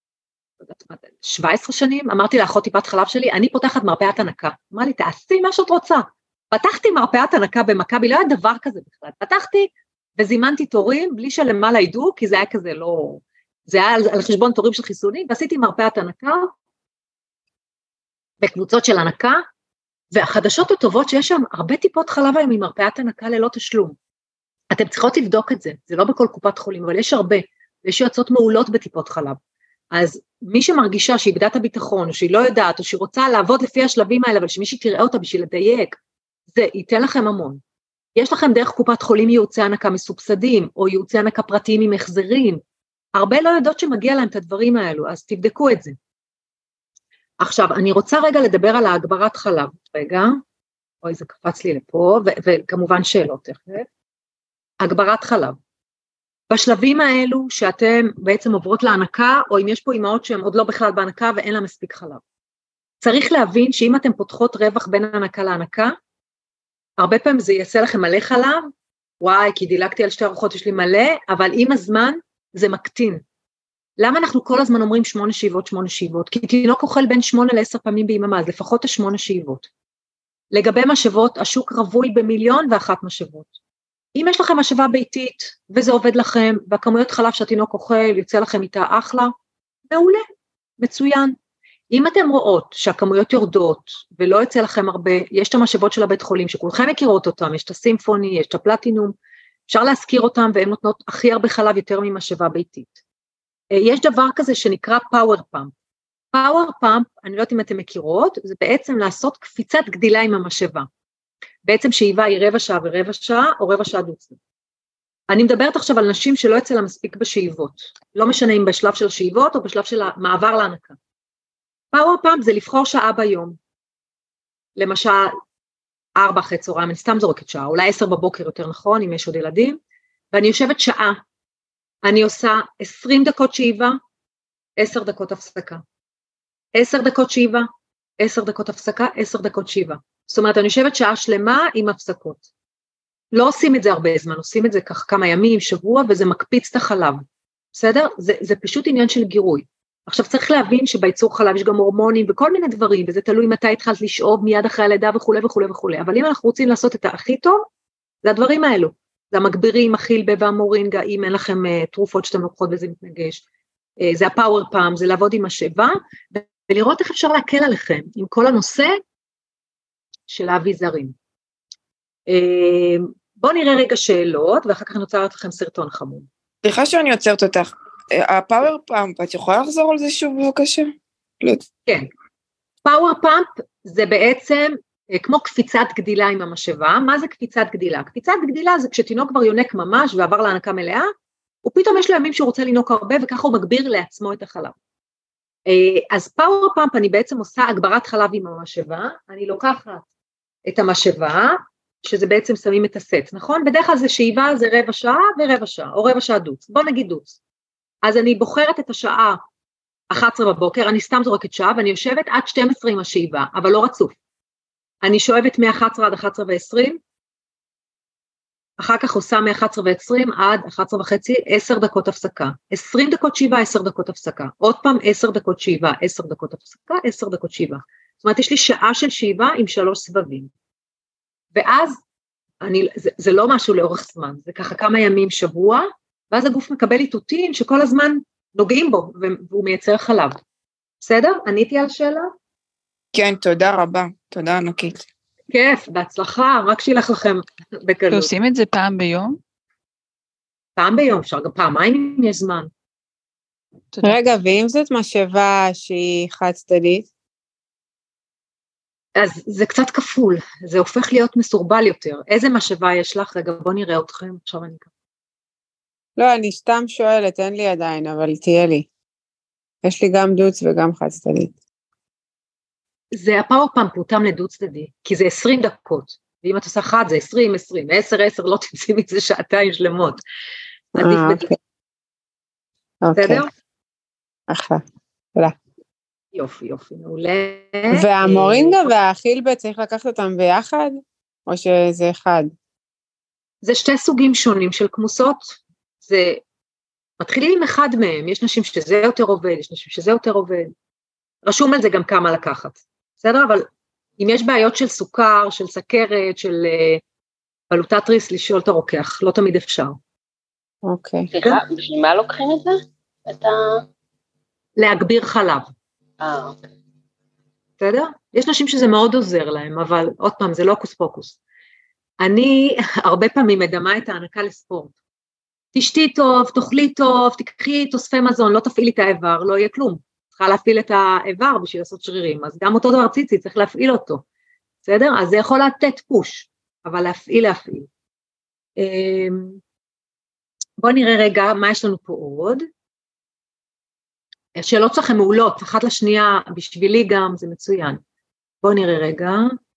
שבע עשרה שנים, אמרתי לאחות טיפת חלב שלי, אני פותחת מרפאת הנקה, אמרה לי, תעשי מה שאת רוצה, פתחתי מרפאת הנקה במכבי, לא היה דבר כזה בכלל, פתחתי וזימנתי תורים, בלי שלמעלה ידעו, כי זה היה כזה לא, זה היה על, על חשבון תורים של חיסונים, ועשיתי מרפאת הנקה, בקבוצות של הנקה, והחדשות הטובות שיש שם, הרבה טיפות חלב היום ממרפאת הנקה ללא תשלום, אתם צריכות לבדוק את זה, זה לא בכל קופת חולים, אבל יש הרבה, ויש יועצות מעולות בטיפות חלב. אז מי שמרגישה שהיא איבדה את הביטחון, או שהיא לא יודעת, או שהיא רוצה לעבוד לפי השלבים האלה, אבל שמישהי תראה אותה בשביל לדייק, זה ייתן לכם המון. יש לכם דרך קופת חולים ייעוצי הנקה מסובסדים, או ייעוצי הנקה פרטיים עם החזרים. הרבה לא יודעות שמגיע להם את הדברים האלו, אז תבדקו את זה. עכשיו, אני רוצה רגע לדבר על ההגברת חלב. רגע, אוי, זה קפץ לי לפה, ו- וכמובן שאלות תכף. הגברת חלב. בשלבים האלו שאתם בעצם עוברות להנקה, או אם יש פה אימהות שהן עוד לא בכלל בהנקה ואין לה מספיק חלב. צריך להבין שאם אתם פותחות רווח בין ההנקה להנקה, הרבה פעמים זה יעשה לכם מלא חלב, וואי, כי דילגתי על שתי ארוחות, יש לי מלא, אבל עם הזמן זה מקטין. למה אנחנו כל הזמן אומרים שמונה שאיבות, שמונה שאיבות? כי תינוק אוכל בין שמונה לעשר פעמים ביממה, אז לפחות השמונה שאיבות. לגבי משאבות, השוק רווי במיליון ואחת משאבות. אם יש לכם משאבה ביתית, וזה עובד לכם, והכמויות חלב שהתינוק אוכל, יוצא לכם איתה אחלה, מעולה, מצוין. אם אתם רואות שהכמויות יורדות, ולא יוצא לכם הרבה, יש את המשאבות של הבית חולים, שכולכם מכירות אותם, יש את הסימפוני, יש את הפלטינום, אפשר להזכיר אותם, והן נותנות הכי הרבה חלב יותר ממשאבה ביתית. יש דבר כזה שנקרא פאוור פאמפ. פאוור פאמפ, אני לא יודעת אם אתם מכירות, זה בעצם לעשות קפיצת גדילה עם המשאבה. בעצם שאיבה היא רבע שעה ורבע שעה, או רבע שעה דוצה. אני מדברת עכשיו על נשים שלא יצא לה מספיק בשאיבות. לא משנה אם בשלב של השאיבות, או בשלב של המעבר להנקה. פאוור פאמפ זה לבחור שעה ביום. למשל, ארבע אחרי צהריים, אני סתם זורקת שעה, אולי עשר בבוקר יותר נכון, אם יש עוד ילדים, ואני יושבת שעה. אני עושה עשרים דקות שאיבה, עשר דקות הפסקה. עשר דקות שאיבה, עשר דקות הפסקה, עשר דקות שאיבה. זאת אומרת, אני יושבת שעה שלמה עם הפסקות. לא עושים את זה הרבה זמן, עושים את זה כך כמה ימים, שבוע, וזה מקפיץ את החלב. בסדר? זה, זה פשוט עניין של גירוי. עכשיו צריך להבין שבייצור חלב יש גם הורמונים וכל מיני דברים, וזה תלוי מתי התחלת לשאוב מיד אחרי הלידה וכו' וכו' וכו'. אבל אם אנחנו רוצים לעשות את הכי טוב, זה הדברים האלו. זה המגבירים, החילבה והמורינגה, אם אין לכם uh, תרופות שאתם לוקחות וזה מתנגש. Uh, זה הפאוור פאם, זה לעבוד עם משאבה, ולראות איך אפשר להקל עליכם עם כל הנושא של האביזרים. Uh, בואו נראה רגע שאלות, ואחר כך אני רוצה לראות לכם סרטון חמוד. סליחה שאני עוצרת אותך. הפאוור פאמפ, את יכולה לחזור על זה שוב בבקשה? לא. כן. פאוור פאמפ זה בעצם כמו קפיצת גדילה עם המשאבה. מה זה קפיצת גדילה? קפיצת גדילה זה כשתינוק כבר יונק ממש ועבר להנקה מלאה, ופתאום יש לו ימים שהוא רוצה לינוק הרבה, וככה הוא מגביר לעצמו את החלב. אז פאוור פאמפ אני בעצם עושה הגברת חלב עם המשאבה, אני לוקחת את המשאבה, שזה בעצם שמים את הסט, נכון? בדרך כלל זה שאיבה, זה רבע שעה ורבע שעה, או רבע שעה דוץ, בוא נגיד דוץ. אז אני בוחרת את השעה אחת עשרה בבוקר, אני סתם זורקת שעה, ואני יושבת עד שתים עשרה עם השאיבה, אבל לא רצוף. אני שואבת מ-אחת עשרה עד אחת עשרה ועשרים, אחר כך עושה מ-אחת עשרה ועשרים עד אחת עשרה וחצי, עשר דקות הפסקה. עשרים דקות שאיבה, עשר דקות הפסקה. עוד פעם עשר דקות שאיבה, עשר דקות הפסקה, עשר דקות שאיבה. זאת אומרת, יש לי שעה של שאיבה עם שלוש סבבים. ואז, אני, זה, זה לא משהו לאורך זמן, זה ככה כמה ימים, שבוע, ואז הגוף מקבל איתותים שכל הזמן נוגעים בו, והוא מייצר חלב. בסדר? עניתי על שאלה? כן, תודה רבה. תודה ענקית. כיף, בהצלחה, רק שילך לכם בקלות. ועושים את זה פעם ביום? פעם ביום, אפשר גם פעמיים אם יש זמן. רגע, ואם זאת משאבה שהיא חד צדדית? אז זה קצת כפול, זה הופך להיות מסורבל יותר. איזה משאבה יש לך? רגע, בוא נראה אתכם, עכשיו אני כאן. לא, אני סתם שואלת, אין לי עדיין, אבל תהיה לי. יש לי גם דוץ וגם חד צדדית. זה הפאוור פאמפ הותם לדו צדדי, כי זה עשרים דקות, ואם את עושה אחת זה עשרים, עשרים, עשר, עשר, לא תמציא מזה שעתיים שלמות. עדיף בזה. בסדר? אחלה, תודה. יופי, יופי, מעולה. והמורינגה והחילבה צריך לקחת אותם ביחד, או שזה אחד? זה שתי סוגים שונים של כמוסות, זה מתחילים עם אחד מהם, יש נשים שזה יותר עובד, יש נשים שזה יותר עובד, רשום על זה גם כמה לקחת, בסדר? אבל אם יש בעיות של סוכר, של סכרת, של בלוטת ריס, לשאול את הרוקח, לא תמיד אפשר. אוקיי. סליחה, בשביל מה לוקחים את זה? את ה... להגביר חלב. אה, אוקיי. בסדר? יש נשים שזה מאוד עוזר להם, אבל עוד פעם, זה לא קוס פוקוס. אני הרבה פעמים מדמה את ההנקה לספורט. תשתי טוב, תאכלי טוב, תקחי תוספי מזון, לא תפעילי את האיבר, לא יהיה כלום. צריכה להפעיל את האיבר בשביל לעשות שרירים, אז גם אותו דבר ציצי, צריך להפעיל אותו. בסדר? אז זה יכול לתת פוש, אבל להפעיל, להפעיל. בואו נראה רגע מה יש לנו פה עוד. השאלות שלכם מעולות, אחת לשנייה, בשבילי גם, זה מצוין. בואו נראה רגע.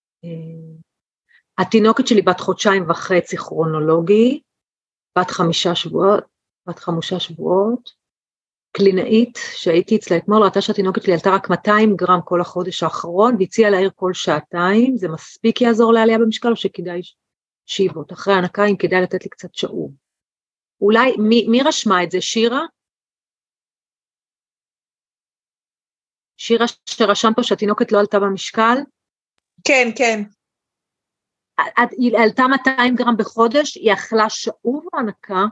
התינוקת שלי בת חודשיים וחצי כרונולוגי, בת חמישה שבועות, בת חמושה שבועות, קלינאית שהייתי אצלה אתמול, ראתה שהתינוקת שלי עלתה רק מאתיים גרם כל החודש האחרון, והציעה להעיר כל שעתיים, זה מספיק יעזור לעלייה במשקל, או שכדאי שיבות, אחרי הענקה, אם כדאי לתת לי קצת שאור. אולי, מי, מי רשמה את זה? שירה? שירה שרשם פה שהתינוקת לא עלתה במשקל? כן, כן. היא עלתה מאתיים גרם בחודש, היא אכלה שאור או ענקה?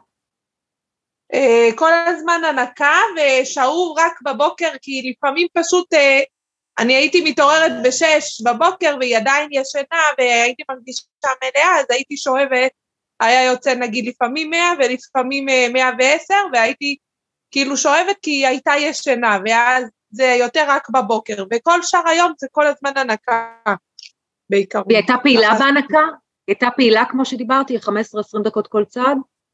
כל הזמן ענקה, ושאור רק בבוקר, כי לפעמים פשוט, אני הייתי מתעוררת בשש בבוקר, והיא עדיין ישנה, והייתי מרגישה מלאה, אז הייתי שואבת, היה יוצא נגיד לפעמים מאה, ולפעמים מאה ועשר, והייתי כאילו שואבת, כי היא הייתה ישנה, ואז זה יותר רק בבוקר, וכל שאר היום זה כל הזמן ענקה, בעיקרון. והיא הייתה פעילה בהנקה? היא הייתה פעילה כמו שדיברתי, חמש עשרה עשרים דקות כל צעד?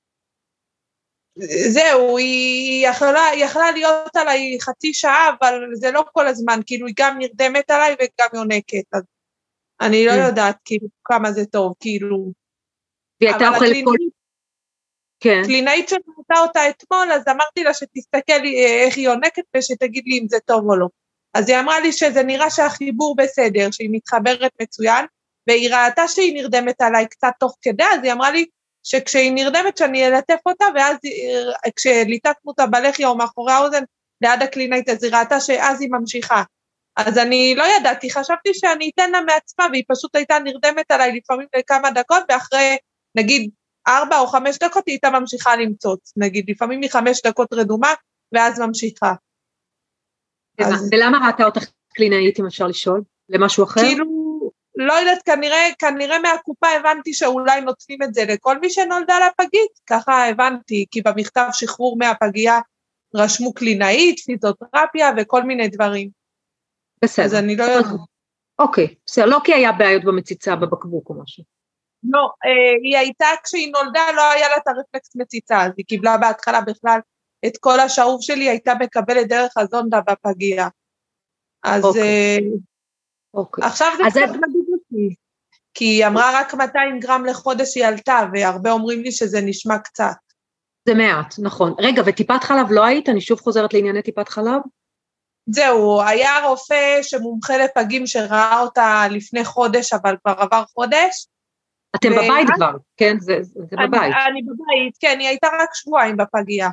זהו, היא יכלה, היא יכלה להיות עליי חצי שעה, אבל זה לא כל הזמן, כאילו היא גם נרדמת עליי וגם יונקת, אז אני לא יודעת כאילו כמה זה טוב, כאילו. והיא הייתה אוכלת כל... כן. קלינאית שראתה אותה אתמול, אז אמרתי לה שתסתכל איך היא יונקת ושתגיד לי אם זה טוב או לא. אז היא אמרה לי שזה נראה שהחיבור בסדר, שהיא מתחברת מצוין, והיא ראתה שהיא נרדמת עליי קצת תוך כדי, אז היא אמרה לי שכשהיא נרדמת שאני אלטף אותה, ואז כשליטפנו אותה בלחי או מאחורי האוזן, ליד הקלינאית, אז היא ראתה שאז היא ממשיכה. אז אני לא ידעתי, חשבתי שאני אתן לה מעצמה, והיא פשוט הייתה נרדמת עליי לפעמים לכמה דקות, ואחרי נגיד ארבע או חמש דקות היא הייתה ממשיכה למצוץ, נגיד לפעמים היא חמש דקות רדומה, ואז ממשיכה. אז... ולמה ראתה אותך קלינאית, אם אפשר לשאול? למשהו אחר? כאילו, לא יודעת, כנראה, כנראה מהקופה הבנתי שאולי נותנים את זה לכל מי שנולדה לפגית, ככה הבנתי, כי במכתב שחרור מהפגייה רשמו קלינאית, פיזיותרפיה וכל מיני דברים. בסדר. אז אני לא יודעת. אוקיי, בסדר, לא כי היה בעיות במציצה בבקבוק או משהו. לא, היא הייתה, כשהיא נולדה, לא היה לה את הרפלקס מציצה, אז היא קיבלה בהתחלה בכלל את כל השאוב שלי, הייתה מקבלת דרך הזונדה בפגייה. אז עכשיו זה קצת מדהים אותי, כי היא אמרה רק מאתיים גרם לחודש היא עלתה, והרבה אומרים לי שזה נשמע קצת. זה מעט, נכון. רגע, וטיפת חלב לא היית? אני שוב חוזרת לענייני טיפת חלב? זהו, היה רופא שמומחה לפגים שראה אותה לפני חודש, אבל כבר עבר חודש. אתם בבית כבר, כן? זה בבית. אני בבית, כן, היא הייתה רק שבועיים בפגייה.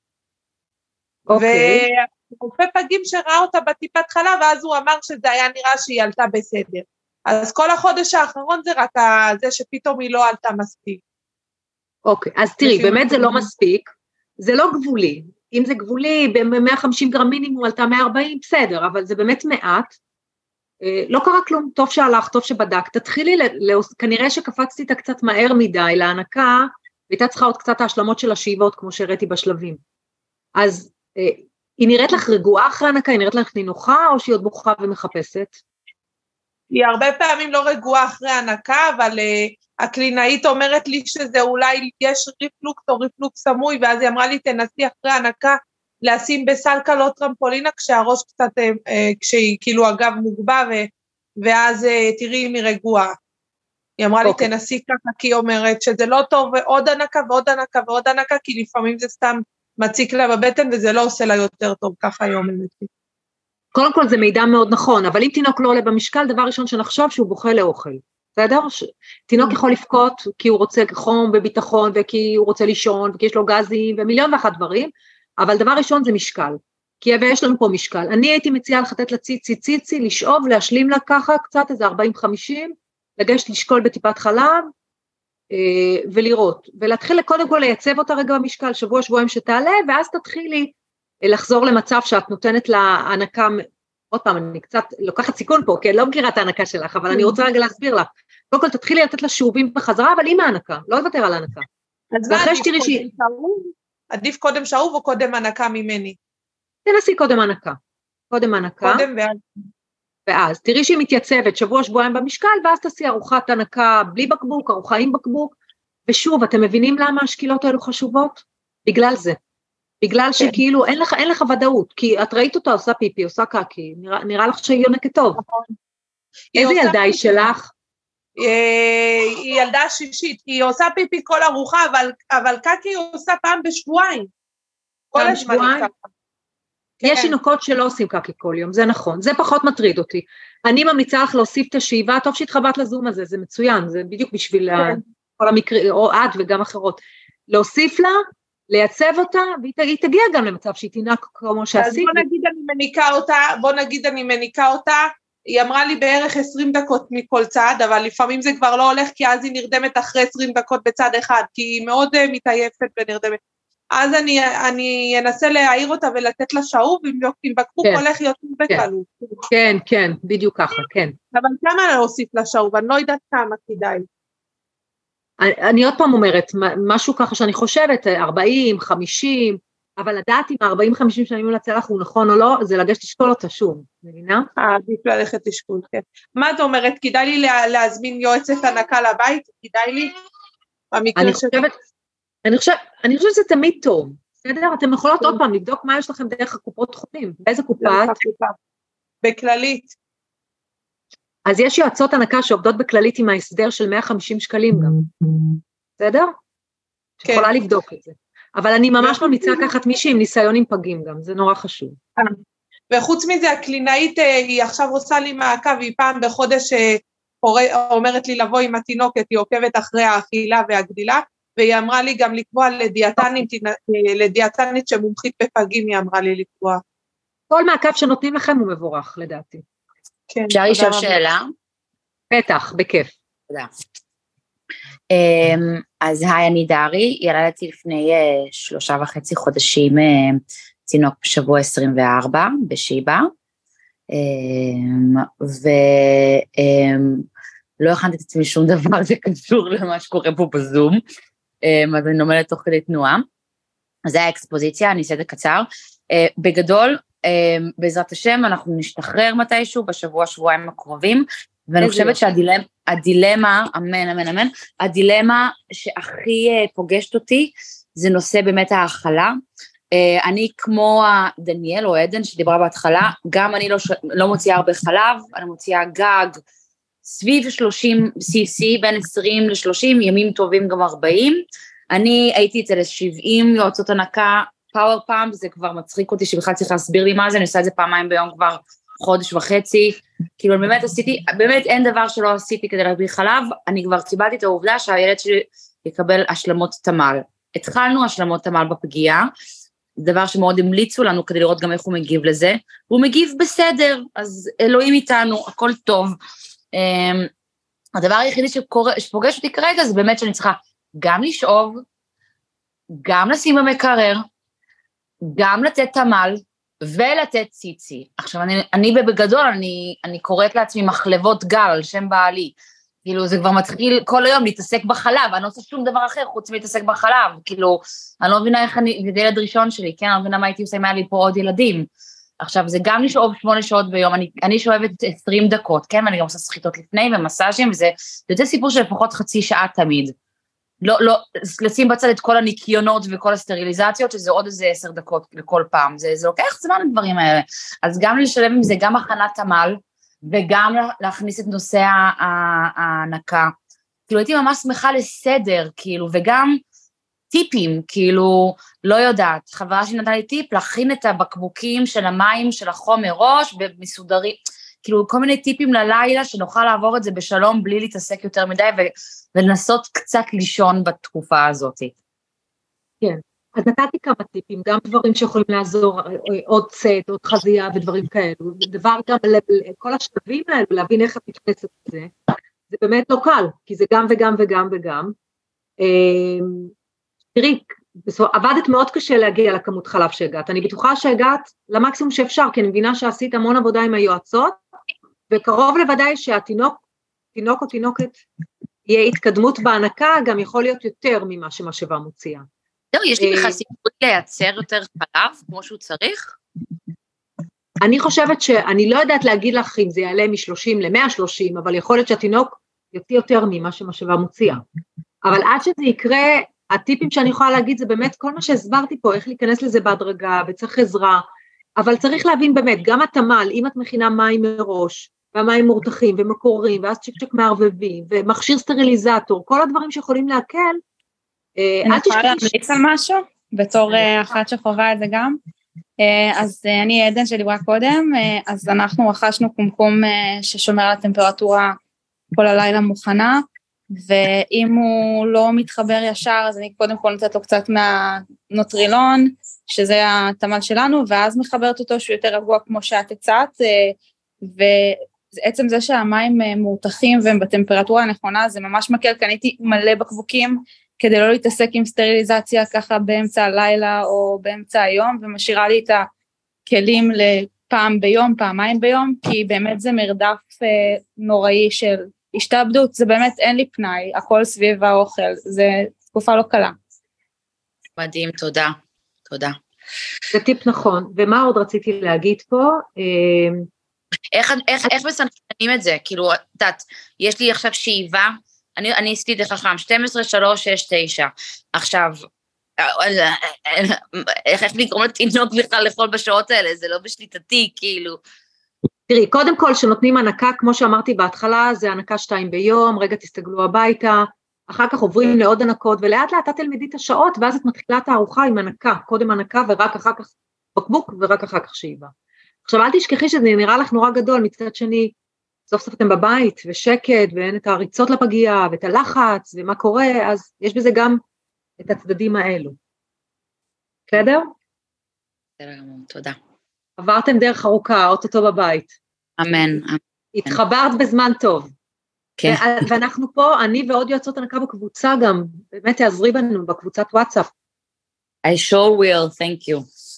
אוקיי. ורופא פגים שראה אותה בטיפת חלב, ואז הוא אמר שזה היה נראה שהיא עלתה בסדר. אז כל החודש האחרון זה רק זה שפתאום היא לא עלתה מספיק. אוקיי, אז תראי, באמת זה לא מספיק, זה לא גבולי. אם זה גבולי, ב-מאה וחמישים גרם מינימום עלתה מאה וארבעים, בסדר, אבל זה באמת מעט. לא קרה כלום, טוב שהלך, טוב שבדק, תתחילי, כנראה שקפצתי את קצת מהר מדי להנקה, והייתה צריכה עוד קצת ההשלמות של השאיבות, כמו שהראיתי בשלבים. אז היא נראית לך רגועה אחרי הנקה, היא נראית לך נינוחה, או שהיא עוד בוכה ומחפשת? היא הרבה פעמים לא רגועה אחרי הנקה, אבל uh, הקלינאית אומרת לי שזה אולי יש ריפלוקס או ריפלוקס סמוי, ואז היא אמרה לי, תנסי אחרי הנקה, לשים בסלקה לא טרמפולינה, כשהראש קצת, uh, uh, כשהיא כאילו אגב מוגבה, ו, ואז uh, תראי אם היא רגועה. היא אמרה okay. לי, תנסי ככה, כי היא אומרת שזה לא טוב, ועוד הנקה ועוד הנקה ועוד הנקה, כי לפעמים זה סתם מציק לה בבטן, וזה לא עושה לה יותר טוב, ככה היא אומרת לי. קודם כל זה מידע מאוד נכון, אבל אם תינוק לא עולה במשקל, דבר ראשון שנחשוב שהוא בוכה לאוכל, בסדר? ש... תינוק יכול לפקוט כי הוא רוצה חום וביטחון, וכי הוא רוצה לישון, וכי יש לו גזים, ומיליון ואחת דברים, אבל דבר ראשון זה משקל, כי יש לנו פה משקל. אני הייתי מציעה לחטט לציצי ציצי, לשאוב, להשלים לה ככה קצת, איזה ארבעים חמישים, לגשת לשקול בטיפת חלב, אה, ולראות, ולהתחיל קודם כל לייצב אותה רגע במשקל, שבוע שבועיים שתעלה, ואז תתחילי, לחזור למצב שאת נותנת להנקה, עוד פעם, אני קצת לוקחת סיכון פה, כי אני לא מכירה את ההנקה שלך, אבל אני רוצה רגע להסביר לך. קודם כל, תתחילי לתת לה שאובים בחזרה, אבל עם ההנקה, לא לוותר על ההנקה. אז מה עדיף קודם שאוב? עדיף קודם שאוב או קודם הנקה ממני? תנסי קודם הנקה. קודם הנקה. קודם ואז. ואז תראי שהיא מתייצבת שבוע שבועיים במשקל, ואז תעשי ארוחת הנקה בלי בקבוק, ארוחה עם בקבוק, ושוב, אתם מבינים למה השקילות האלו חשובות? בגלל זה. בגלל שכאילו אין לך, אין לך ודאות, כי את ראית אותה עושה פיפי, עושה קקי, נראה, נראה לך שהיא יונקת טוב. איזה ילדה היא שלך? היא ילדה שישית, היא עושה פיפי כל ארוחה, אבל, אבל קקי היא עושה פעם בשבועיים. כל הזמן היא קקי. יש תינוקות שלא עושים קקי כל יום, זה נכון, זה פחות מטריד אותי. אני ממליצה לך להוסיף את השאיבה, טוב שהתחברת לזום הזה, זה מצוין, זה בדיוק בשביל כל המקרה, או את וגם אחרות. להוסיף לה, לייצב אותה, והיא תגיע גם למצב שהיא תינק כמו שעשית. אז בוא נגיד אני מניקה אותה, בוא נגיד אני מניקה אותה, היא אמרה לי בערך עשרים דקות מכל צד, אבל לפעמים זה כבר לא הולך, כי אז היא נרדמת אחרי עשרים דקות בצד אחד, כי היא מאוד מתעייפת ונרדמת. אז אני, אני אנסה להעיר אותה ולתת לה שאוב, אם בקבוק כן, הולך יותר בקלות. כן, כן, בדיוק ככה, כן. אבל כמה להוסיף לה שאוב? אני לא יודעת כמה כדאי. אני, אני עוד פעם אומרת, משהו ככה שאני חושבת, ארבעים, חמישים, אבל לדעת אם ה-ארבעים חמישים שאני מלצה לך הוא נכון או לא, זה לגשת לשקול אותה שוב, מבינה? אה, עדיף ללכת לשקול, כן. מה את אומרת? כדאי לי להזמין יועצת הנקה לבית? כדאי לי? אני חושבת, אני חושבת, אני חושבת שזה תמיד טוב, בסדר? אתם יכולות עוד פעם לבדוק מה יש לכם דרך הקופות חולים, באיזה קופה? בכללית. אז יש יועצות הנקה שעובדות בכללית עם ההסדר של מאה וחמישים שקלים גם, בסדר? כן. יכולה לבדוק את זה. אבל אני ממש ממליצה לקחת מישהי עם ניסיון עם פגים גם, זה נורא חשוב. וחוץ מזה, הקלינאית היא עכשיו עושה לי מעקב, היא פעם בחודש אומרת לי לבוא עם התינוקת, היא עוקבת אחרי האכילה והגדילה, והיא אמרה לי גם לקבוע לדיאטנית, לדיאטנית שמומחית בפגים, היא אמרה לי לקבוע. כל מעקב שנותנים לכם הוא מבורך, לדעתי. כן, אפשר לשאול שאלה? בטח, בכיף. תודה. אז היי, אני דרי, ילדתי לפני שלושה וחצי חודשים תינוק בשבוע עשרים וארבע בשיבה, ולא הכנתי את עצמי שום דבר, זה קשור למה שקורה פה בזום, אז אני לומדת תוך כדי תנועה, אז זה האקספוזיציה, אני אעשה את זה קצר, בגדול, בעזרת השם אנחנו נשתחרר מתישהו בשבוע שבועיים הקרובים, ואני חושבת שהדילמה, אמן, אמן, אמן, הדילמה שהכי פוגשת אותי, זה נושא באמת האכלה, אני כמו דניאל או עדן שדיברה בהתחלה, גם אני לא, לא מוציאה הרבה חלב, אני מוציאה גג, סביב שלושים סי סי, בין עשרים לשלושים, ימים טובים גם ארבעים, אני הייתי אצל שבעים יועצות הנקה, פאוור פאמפ, זה כבר מצחיק אותי שבכלל צריך להסביר לי מה זה, אני עושה את זה פעמיים ביום כבר חודש וחצי, כאילו באמת עשיתי, באמת אין דבר שלא עשיתי כדי להביא חלב, אני כבר קיבלתי את העובדה שהילד שלי יקבל השלמות תמל, התחלנו השלמות תמל בפגיעה, דבר שמאוד המליצו לנו כדי לראות גם איך הוא מגיב לזה, הוא מגיב בסדר, אז אלוהים איתנו, הכל טוב, הדבר היחידי שקורה, שפוגש אותי כרגע זה באמת שאני צריכה גם לשאוב, גם לשים במקרר, גם לתת תמל, ולתת ציצי. עכשיו, אני, אני בגדול, אני, אני קוראת לעצמי מחלבות גל, על שם בעלי, כאילו, זה כבר מתחיל כל היום להתעסק בחלב, אני לא עושה שום דבר אחר, חוץ מלהתעסק בחלב, כאילו, אני לא מבינה איך אני, זה ילד ראשון שלי, כן, אני לא מבינה מה הייתי עושה אם היה לי פה עוד ילדים, עכשיו, זה גם לשאוב שמונה שעות ביום, אני, אני שואבת עשרים דקות, כן, ואני גם עושה סחיטות לפני, ומסאז'ים, וזה, זה יותר סיפור של לפחות חצי שעה תמיד, לא, לא, לשים בצד את כל הניקיונות וכל הסטריליזציות, שזה עוד איזה עשר דקות לכל פעם, זה, זה לוקח זמן לדברים האלה, אז גם לשלב עם זה, גם הכנת תמל, וגם להכניס את נושא ההנקה, כאילו הייתי ממש שמחה לסדר, כאילו, וגם טיפים, כאילו, לא יודעת, חברה שנתנה לי טיפ, להכין את הבקבוקים של המים, של החום מראש, ומסודרים, כאילו, כל מיני טיפים ללילה, שנוכל לעבור את זה בשלום, בלי להתעסק יותר מדי, ולנסות קצת לישון בתקופה הזאת. כן, אז נתתי כמה טיפים, גם דברים שיכולים לעזור, עוד צט, עוד חזייה ודברים כאלו, דבר גם, כל השלבים האלו, להבין איך את מתכנסת את זה, זה באמת לא קל, כי זה גם וגם וגם וגם. תראי, עבדת מאוד קשה להגיע לכמות חלב שהגעת, אני בטוחה שהגעת למקסימום שאפשר, כי אני מבינה שעשית המון עבודה עם היועצות, וקרוב לוודאי שהתינוק, תינוק או תינוקת, יהיה התקדמות בהנקה, גם יכול להיות יותר ממה שמשאבה מוציאה. זהו, יש לי בכלל סיכוי לייצר יותר חלב, כמו שהוא צריך? אני חושבת שאני לא יודעת להגיד לך אם זה יעלה מ-שלושים ל-מאה ושלושים, אבל יכול להיות שהתינוק יוציא יותר ממה שמשאבה מוציאה. אבל עד שזה יקרה, הטיפים שאני יכולה להגיד זה באמת כל מה שהסברתי פה, איך להיכנס לזה בהדרגה, וצריך עזרה, אבל צריך להבין באמת, גם התמל, אם את מכינה מים מראש, והמים מורתחים ומקוררים, ואז צ'ק צ'ק מערבבים, ומכשיר סטריליזטור, כל הדברים שיכולים להקל. אני יכולה להמליץ על משהו, בתור אחת שחובה את זה גם. אז אני עדן שדיברה קודם, אז אנחנו רכשנו קומקום ששומר על הטמפרטורה כל הלילה מוכנה, ואם הוא לא מתחבר ישר, אז אני קודם כל נותנת לו קצת מהנוטרילון, שזה התמל שלנו, ואז מחברת אותו שהוא יותר רגוע כמו שאת הצעת, ועצם זה שהמים מורתחים והם בטמפרטורה הנכונה, זה ממש מקל, קניתי מלא בקבוקים, כדי לא להתעסק עם סטריליזציה ככה באמצע הלילה או באמצע היום, ומשאירה לי את הכלים לפעם ביום, פעמיים ביום, כי באמת זה מרדף נוראי של השתעבדות, זה באמת אין לי פנאי, הכל סביב האוכל, זה תקופה לא קלה. מדהים, תודה, תודה. זה טיפ נכון, ומה עוד רציתי להגיד פה? איך, איך, איך מסנכרנים את זה? כאילו, תת, יש לי עכשיו שאיבה, אני, אני עשיתי את זה חכם, שתים עשרה, שלוש, שש, תשע, עכשיו, איך לגרום לתינוק בכלל לאכול בשעות האלה, זה לא בשליטתי, כאילו. תראי, קודם כל שנותנים הנקה, כמו שאמרתי בהתחלה, זה הנקה שתיים ביום, רגע תסתגלו הביתה, אחר כך עוברים לעוד הנקות, ולאט לאט את תלמדי את השעות, ואז את מתחילה את הארוחה עם הנקה, קודם הנקה ורק אחר כך בקבוק, ורק אחר כך שאיבה. עכשיו אל תשכחי שזה נראה לך נורא גדול, מצד שני, סוף סוף אתם בבית, ושקט, ואין את הריצות לפגיעה, ואת הלחץ, ומה קורה, אז יש בזה גם את הצדדים האלו. בסדר? בסדר, תודה. עברתם דרך ארוכה, אוטוטו בבית. אמן. התחברת בזמן טוב. כן. ואנחנו פה, אני ועוד יועצות הנקה בקבוצה גם, באמת תעזרי בנו בקבוצת וואטסאפ. I sure will, thank you.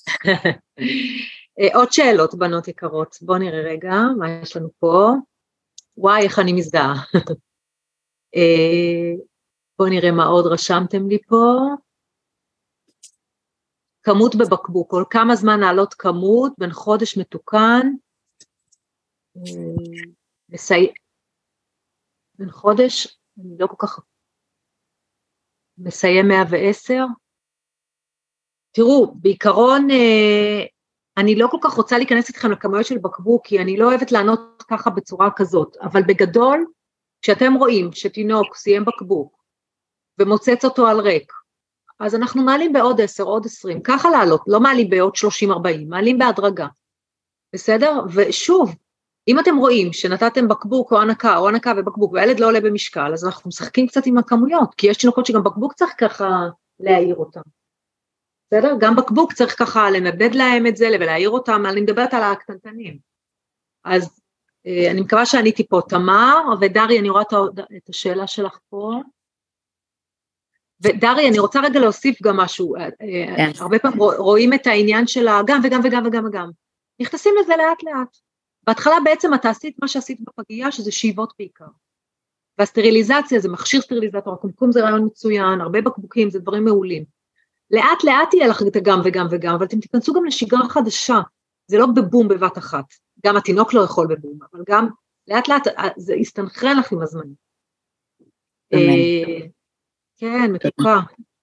עוד שאלות, בנות יקרות. בואו נראה רגע, מה יש לנו פה? וואי, איך אני מזדהה. בואו נראה מה עוד רשמתם לי פה. כמות בבקבוק, כל כמה זמן נעלות כמות, בין חודש מתוקן, מסי... בין חודש, אני לא כל כך, מסיים מאה ועשר. תראו, בעיקרון, אני לא כל כך רוצה להיכנס איתכם לכמויות של בקבוק, כי אני לא אוהבת לענות ככה בצורה כזאת, אבל בגדול, כשאתם רואים שתינוק סיים בקבוק, ומוצץ אותו על ריק, אז אנחנו מעלים בעוד עשר, עוד עשרים, ככה לעלות, לא מעלים בעוד שלושים ארבעים, מעלים בהדרגה, בסדר? ושוב, אם אתם רואים שנתתם בקבוק או הנקה, או הנקה ובקבוק, והילד לא עולה במשקל, אז אנחנו משחקים קצת עם הכמויות, כי יש תינוקות שגם בקבוק צריך ככה להעיר אותם. בסדר? גם בקבוק צריך ככה לנדד להם את זה, ולהעיר אותם, אני מדברת על הקטנטנים. אז אני מקווה שעניתי פה, תמר, ודרי, אני רואה את השאלה שלך פה. ודרי, אני רוצה רגע להוסיף גם משהו, כן. הרבה פעמים רואים את העניין של גם וגם וגם וגם וגם. נכנסים לזה לאט לאט. בהתחלה בעצם אתה עשית מה שעשית בפגייה, שזה שאיבות בעיקר. והסטריליזציה זה מכשיר סטריליזטור, הקומקום זה רעיון מצוין, הרבה בקבוקים זה דברים מעולים. לאט לאט יהיה לך את הגם וגם וגם, אבל אתם תיכנסו גם לשגרה חדשה, זה לא בבום בבת אחת, גם התינוק לא יכול בבום, אבל גם לאט לאט זה יסתנכרן לך עם הזמן. כן, מתוקה.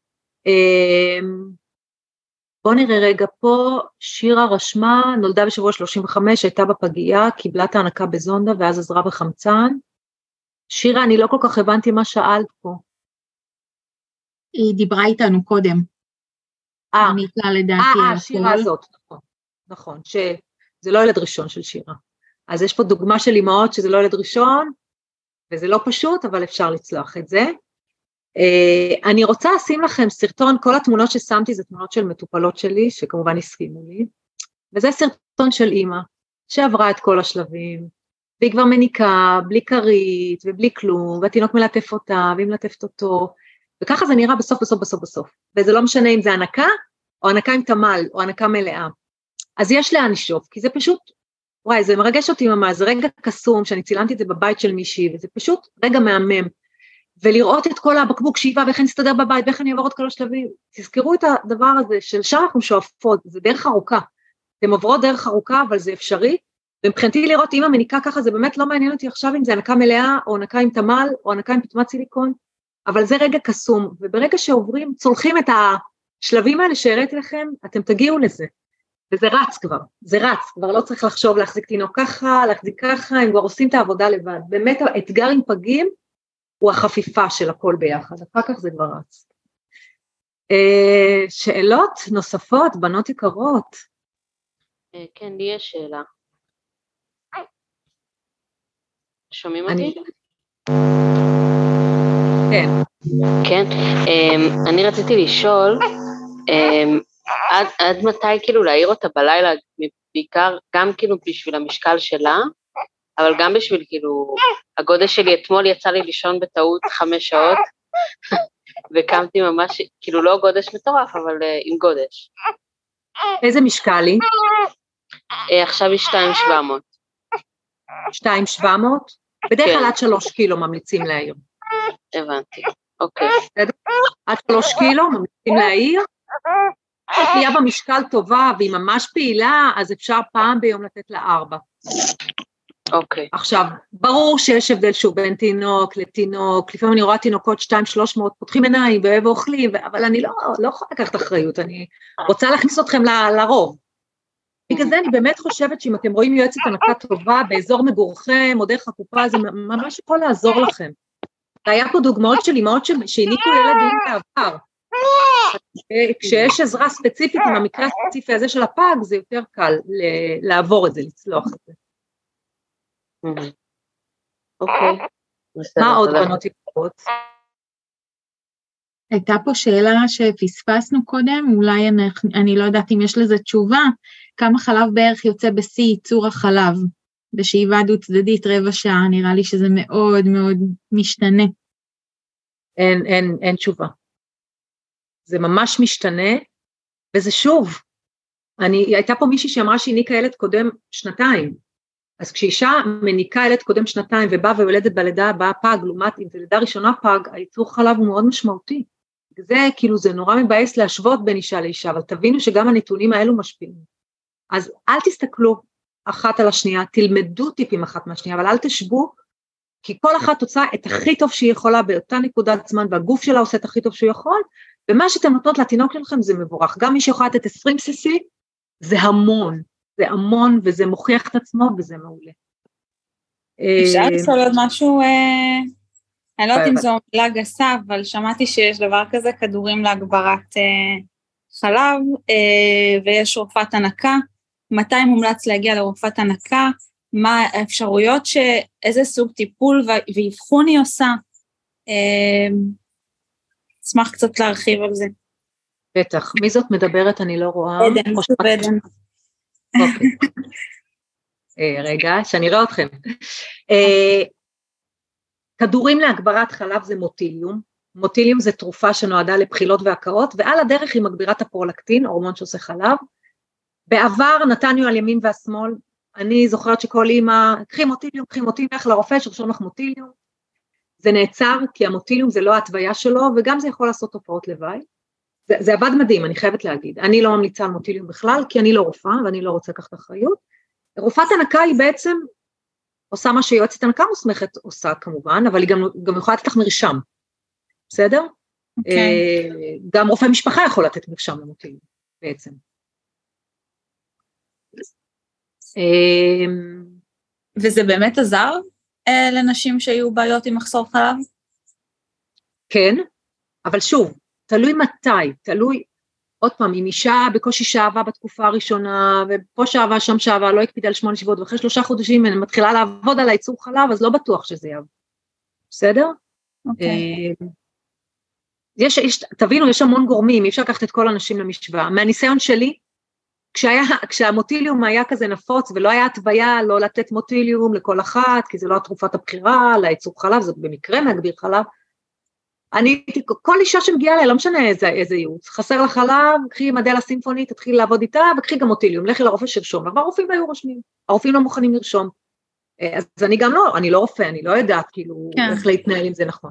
בוא נראה רגע פה, שירה רשמה, נולדה בשבוע שלושים וחמש, הייתה בפגייה, קיבלה את ההנקה בזונדה, ואז עזרה בחמצן. שירה, אני לא כל כך הבנתי מה שאלת פה. היא דיברה איתנו קודם. אה, לדעתי. אה, שירה הזאת, נכון, נכון, שזה לא ילד ראשון של שירה. אז יש פה דוגמה של אמהות שזה לא ילד ראשון, וזה לא פשוט, אבל אפשר לצלוח את זה. Uh, אני רוצה לשים לכם סרטון, כל התמונות ששמתי זה תמונות של מטופלות שלי, שכמובן הסכימו לי, וזה סרטון של אמא, שעברה את כל השלבים, והיא כבר מניקה, בלי קרית, ובלי כלום, והתינוק מלטף אותה, והיא מלטפת אותו, וככה זה נראה בסוף, בסוף, בסוף, בסוף, וזה לא משנה אם זה הנקה, או הנקה עם תמל, או הנקה מלאה, אז יש לאן לשאוף, כי זה פשוט, וואי, זה מרגש אותי ממש, זה רגע קסום, שאני צילמתי את זה בבית של מישהי, וזה פשוט רגע מהמם, ולראות את כל הבקבוק שאיבה, ואיך אני אסתדר בבית, ואיך אני אעבור את כל השלבים, תזכרו את הדבר הזה, של שם אנחנו שואפות, זה דרך ארוכה, אתם עוברות דרך ארוכה, אבל זה אפשרי, ומבחינתי לראות אם המניקה ככה, זה באמת לא מעניין אותי עכשיו אם זה הנקה מלאה, או הנקה עם תמל, או הנקה עם פטמת סיליקון, אבל זה רגע קסום, וברגע שעוברים, צולחים את השלבים האלה שהראיתי לכם, אתם תגיעו לזה, וזה רץ כבר, זה רץ, כבר לא צריך לחשוב להחזיק תינוק ככה, להחזיק ככה, הם כבר עושים את העבודה לבד, באמת האתגר עם פגים, הוא החפיפה של הכל ביחד, אחר כך זה כבר רץ. שאלות נוספות, בנות יקרות? כן, לי יש שאלה. שומעים אותי? כן. כן, אני רציתי לשאול, עד, עד מתי כאילו להעיר אותה בלילה, בעיקר גם כאילו בשביל המשקל שלה, אבל גם בשביל כאילו, הגודש שלי אתמול יצא לי לישון בטעות חמש שעות, וקמתי ממש, כאילו לא גודש מטורף, אבל uh, עם גודש. איזה משקל היא? Uh, עכשיו היא שתיים שבע מאות. שתיים שבע מאות? בדרך כלל עד שלוש קילו ממליצים להעיר. הבנתי, אוקיי. עד שלוש קילו ממליצים להעיר, תהיה במשקל טובה והיא ממש פעילה, אז אפשר פעם ביום לתת לה ארבע. אוקיי. עכשיו, ברור שיש הבדל שהוא בין תינוק לתינוק, לפעמים אני רואה תינוקות שתיים שלוש מאות, פותחים עיניים ואוכלים, אבל אני לא, לא יכולה לקחת אחריות, אני רוצה להכניס אתכם ל, לרוב. בגלל זה אני באמת חושבת שאם אתם רואים יועצת הנקה טובה באזור מגורכם, או דרך הקופה, זה ממש יכול לעזור לכם. והיה פה דוגמאות של אמהות שהניקו ילדים בעבר. כשיש עזרה ספציפית עם המקרה הספציפי הזה של הפג, זה יותר קל לעבור את זה, לצלוח את זה. אוקיי. מה עוד בנות יקרות? הייתה פה שאלה שפספסנו קודם, אולי אני, אני לא יודעת אם יש לזה תשובה, כמה חלב בערך יוצא בשיא ייצור החלב, בשאיבה דו צדדית רבע שעה, נראה לי שזה מאוד מאוד משתנה. אין, אין, אין תשובה. זה ממש משתנה, וזה שוב, אני, הייתה פה מישהי שאמרה שהיא ניקה ילד קודם שנתיים, אז כשאישה מניקה ילד קודם שנתיים, ובאה ויולדת בלידה הבאה פג, לעומת אם זה לידה ראשונה פג, הייצור חלב הוא מאוד משמעותי. זה כאילו, זה נורא מבאס להשוות בין אישה לאישה, אבל תבינו שגם הנתונים האלו משפיעים. אז אל תסתכלו אחת על השנייה, תלמדו טיפים אחת מהשנייה, אבל אל תשבו, כי כל אחת עושה את הכי טוב שהיא יכולה באותה נקודת זמן, והגוף שלה עושה את הכי טוב שהוא יכול, ומה שאתם נותנות לתינוק שלכם זה מבורך. גם מי שיכולה לתת עשרים סי-סי, זה המון, זה המון, וזה מוכיח את עצמו, וזה מעולה. אפשר לשאול עוד משהו, אני לא יודעת אם זו מילה גסה, אבל שמעתי שיש דבר כזה, כדורים להגברת חלב, ויש רופאת הנקה, מתי מומלץ להגיע לרופאת הנקה, מה האפשרויות, איזה סוג טיפול ואבחון היא עושה, אשמח קצת להרחיב על זה. בטח, מי זאת מדברת? אני לא רואה. עדן, זאת עדן. אוקיי. רגע, שאני רואה אתכם. כדורים להגברת חלב זה מוטיליום. מוטיליום זה תרופה שנועדה לבחילות והקאות, ועל הדרך היא מגבירת הפרולקטין, הורמון שעושה חלב. בעבר נתנו על ימין והשמאל, אני זוכרת שכל אימא, קחי מוטיליום, קחי מוטיליום, לך לרופא שרשום לך מוטיליום. זה נעצר, כי המוטיליום זה לא ההתוויה שלו, וגם זה יכול לעשות תופעות לוואי. זה, זה עבד מדהים, אני חייבת להגיד. אני לא ממליצה על מוטיליום בכלל, כי אני לא רופאה, ואני לא רוצה לקחת אחריות. רופאת הנקה היא בעצם עושה מה שיועצת הנקה מוסמכת עושה כמובן, אבל היא גם, גם יכולה לתת לך מרשם. בסדר? Okay. גם רופא משפחה יכול לתת מרשם למוטיליום, בעצם. וזה באמת עזר לנשים שהיו בעיות עם מחסור חלב? כן, אבל שוב, תלוי מתי, תלוי, עוד פעם, אם אישה בקושי שעבה בתקופה הראשונה, ופה שעבה, שם שעבה, לא הקפידה על שמונה שבועות, ואחרי שלושה חודשים אני מתחילה לעבוד על הייצור חלב, אז לא בטוח שזה יעבוד. בסדר? אוקיי. יש, יש, תבינו, יש המון גורמים, אי אפשר לקחת את כל האנשים למשוואה. מהניסיון שלי, כשהיה, כשהמוטיליום היה כזה נפוץ, ולא היה התוויה לא לתת מוטיליום לכל אחת, כי זה לא התרופת הבחירה, לייצור חלב, זה במקרה מהגביר חלב, אני, כל אישה שמגיעה לה, לא משנה איזה, איזה ייעוץ, חסר לה חלב, קחי מדל הסימפונית, תתחיל לעבוד איתה, וקחי גם מוטיליום, לכי לרופא שרשום, אבל הרופאים לא היו רושמים, הרופאים לא מוכנים לרשום, אז אני גם לא, אני לא רופא, אני לא יודעת כאילו, כן. איך להתנהל עם זה נכון.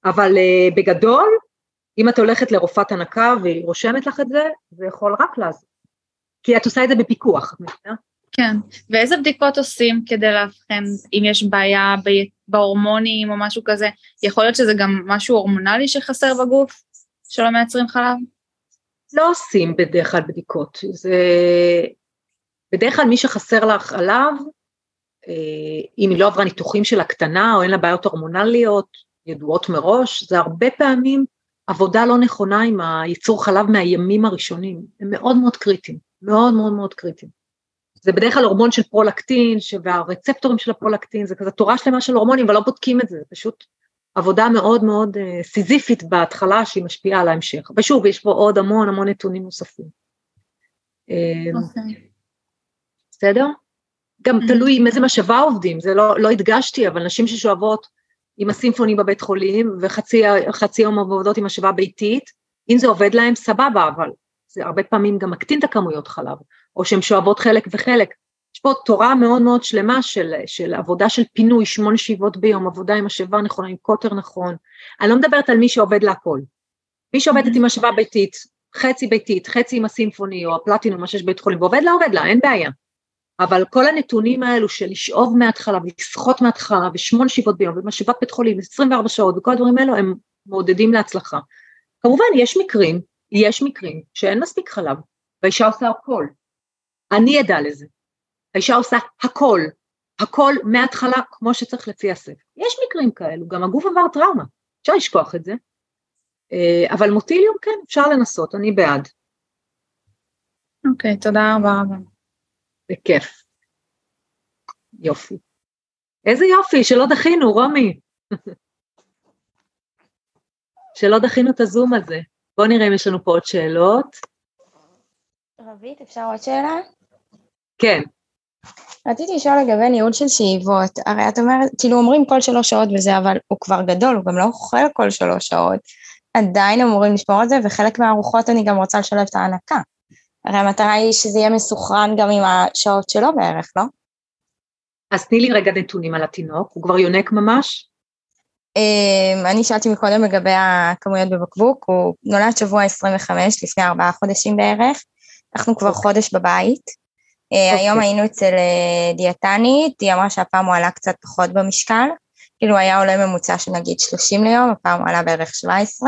אבל uh, בגדול, אם את הולכת לרופאת הנקה והיא רושמת לך את זה, זה יכול רק לעזור. כי את עושה את זה בפיקוח. כן, ואיזה בדיקות עושים כדי להבחן אם יש בעיה בהורמונים או משהו כזה? יכול להיות שזה גם משהו הורמונלי שחסר בגוף, שלא מייצרים חלב? לא עושים בדרך כלל בדיקות. זה... בדרך כלל מי שחסר לה חלב, אם היא לא עברה ניתוחים של הקטנה, או אין לה בעיות הורמונליות, ידועות מראש, זה הרבה פעמים עבודה לא נכונה עם הייצור חלב מהימים הראשונים. הם מאוד מאוד קריטיים, מאוד מאוד מאוד קריטיים. זה בדרך כלל הורמון של פרולקטין, והרצפטורים של הפרולקטין, זה כזה תורה שלמה של הורמונים, אבל לא בודקים את זה, זה פשוט עבודה מאוד מאוד uh, סיזיפית בהתחלה, שהיא משפיעה על ההמשך. ושוב, יש פה עוד המון המון נתונים נוספים. אוקיי. בסדר? גם תלוי עם איזה משאבה עובדים, זה לא, לא הדגשתי, אבל נשים ששואבות עם הסימפוני בבית חולים, וחצי יום עובדות עם משאבה ביתית, אם זה עובד להם סבבה, אבל זה הרבה פעמים גם מקטין את הכמויות חלב, או שהן שואבות חלק וחלק. יש פה תורה מאוד מאוד שלמה של, של עבודה של פינוי, שמונה שאיבות ביום, עבודה עם משאבה נכונה, עם קוטר נכון. אני לא מדברת על מי שעובד להכל. מי שעובדת עם משאבה ביתית, חצי ביתית, חצי עם הסימפוני, או הפלטינום, מה שיש בית חולים, ועובד לה, עובד לה, אין בעיה. אבל כל הנתונים האלו של לשאוב מההתחלה, ולסחוט מההתחלה, ושמונה שאיבות ביום, ומשאבת בית חולים, עשרים וארבע שעות, וכל הדברים האלו, הם מעודדים להצלחה. כמובן, יש מקרים, יש מקרים שאין מספיק חלב, והאישה עושה הכל. אני ידע לזה. האישה עושה הכל, הכל מההתחלה כמו שצריך לפי הספר. יש מקרים כאלו, גם הגוף עבר טראומה, אפשר לשכוח את זה. אבל מוטיליום כן, אפשר לנסות, אני בעד. אוקיי, תודה רבה רבה. בכיף. יופי. איזה יופי, שלא דחינו, רומי. שלא דחינו את הזום הזה. בואו נראה אם יש לנו פה עוד שאלות. רבית, אפשר עוד שאלה? כן. רציתי לשאול לגבי ניהול של שאיבות, הרי את אומרת, כאילו אומרים כל שלוש שעות וזה, אבל הוא כבר גדול, הוא גם לא אוכל כל שלוש שעות, עדיין אמורים לשמור את זה, וחלק מהארוחות אני גם רוצה לשלב את ההנקה. הרי המטרה היא שזה יהיה מסוכרן גם עם השעות שלו בערך, לא? אז תני לי רגע נתונים על התינוק, הוא כבר יונק ממש? אני שאלתי מקודם לגבי הכמויות בבקבוק, הוא נולד שבוע עשרים וחמש, לפני ארבעה חודשים בערך, אנחנו כבר חודש בבית, היום היינו אצל דיאטנית, היא אמרה שהפעם הוא עלה קצת פחות במשקל, כאילו היה עולה ממוצע של נגיד שלושים ליום, הפעם הוא עלה בערך שבע עשרה,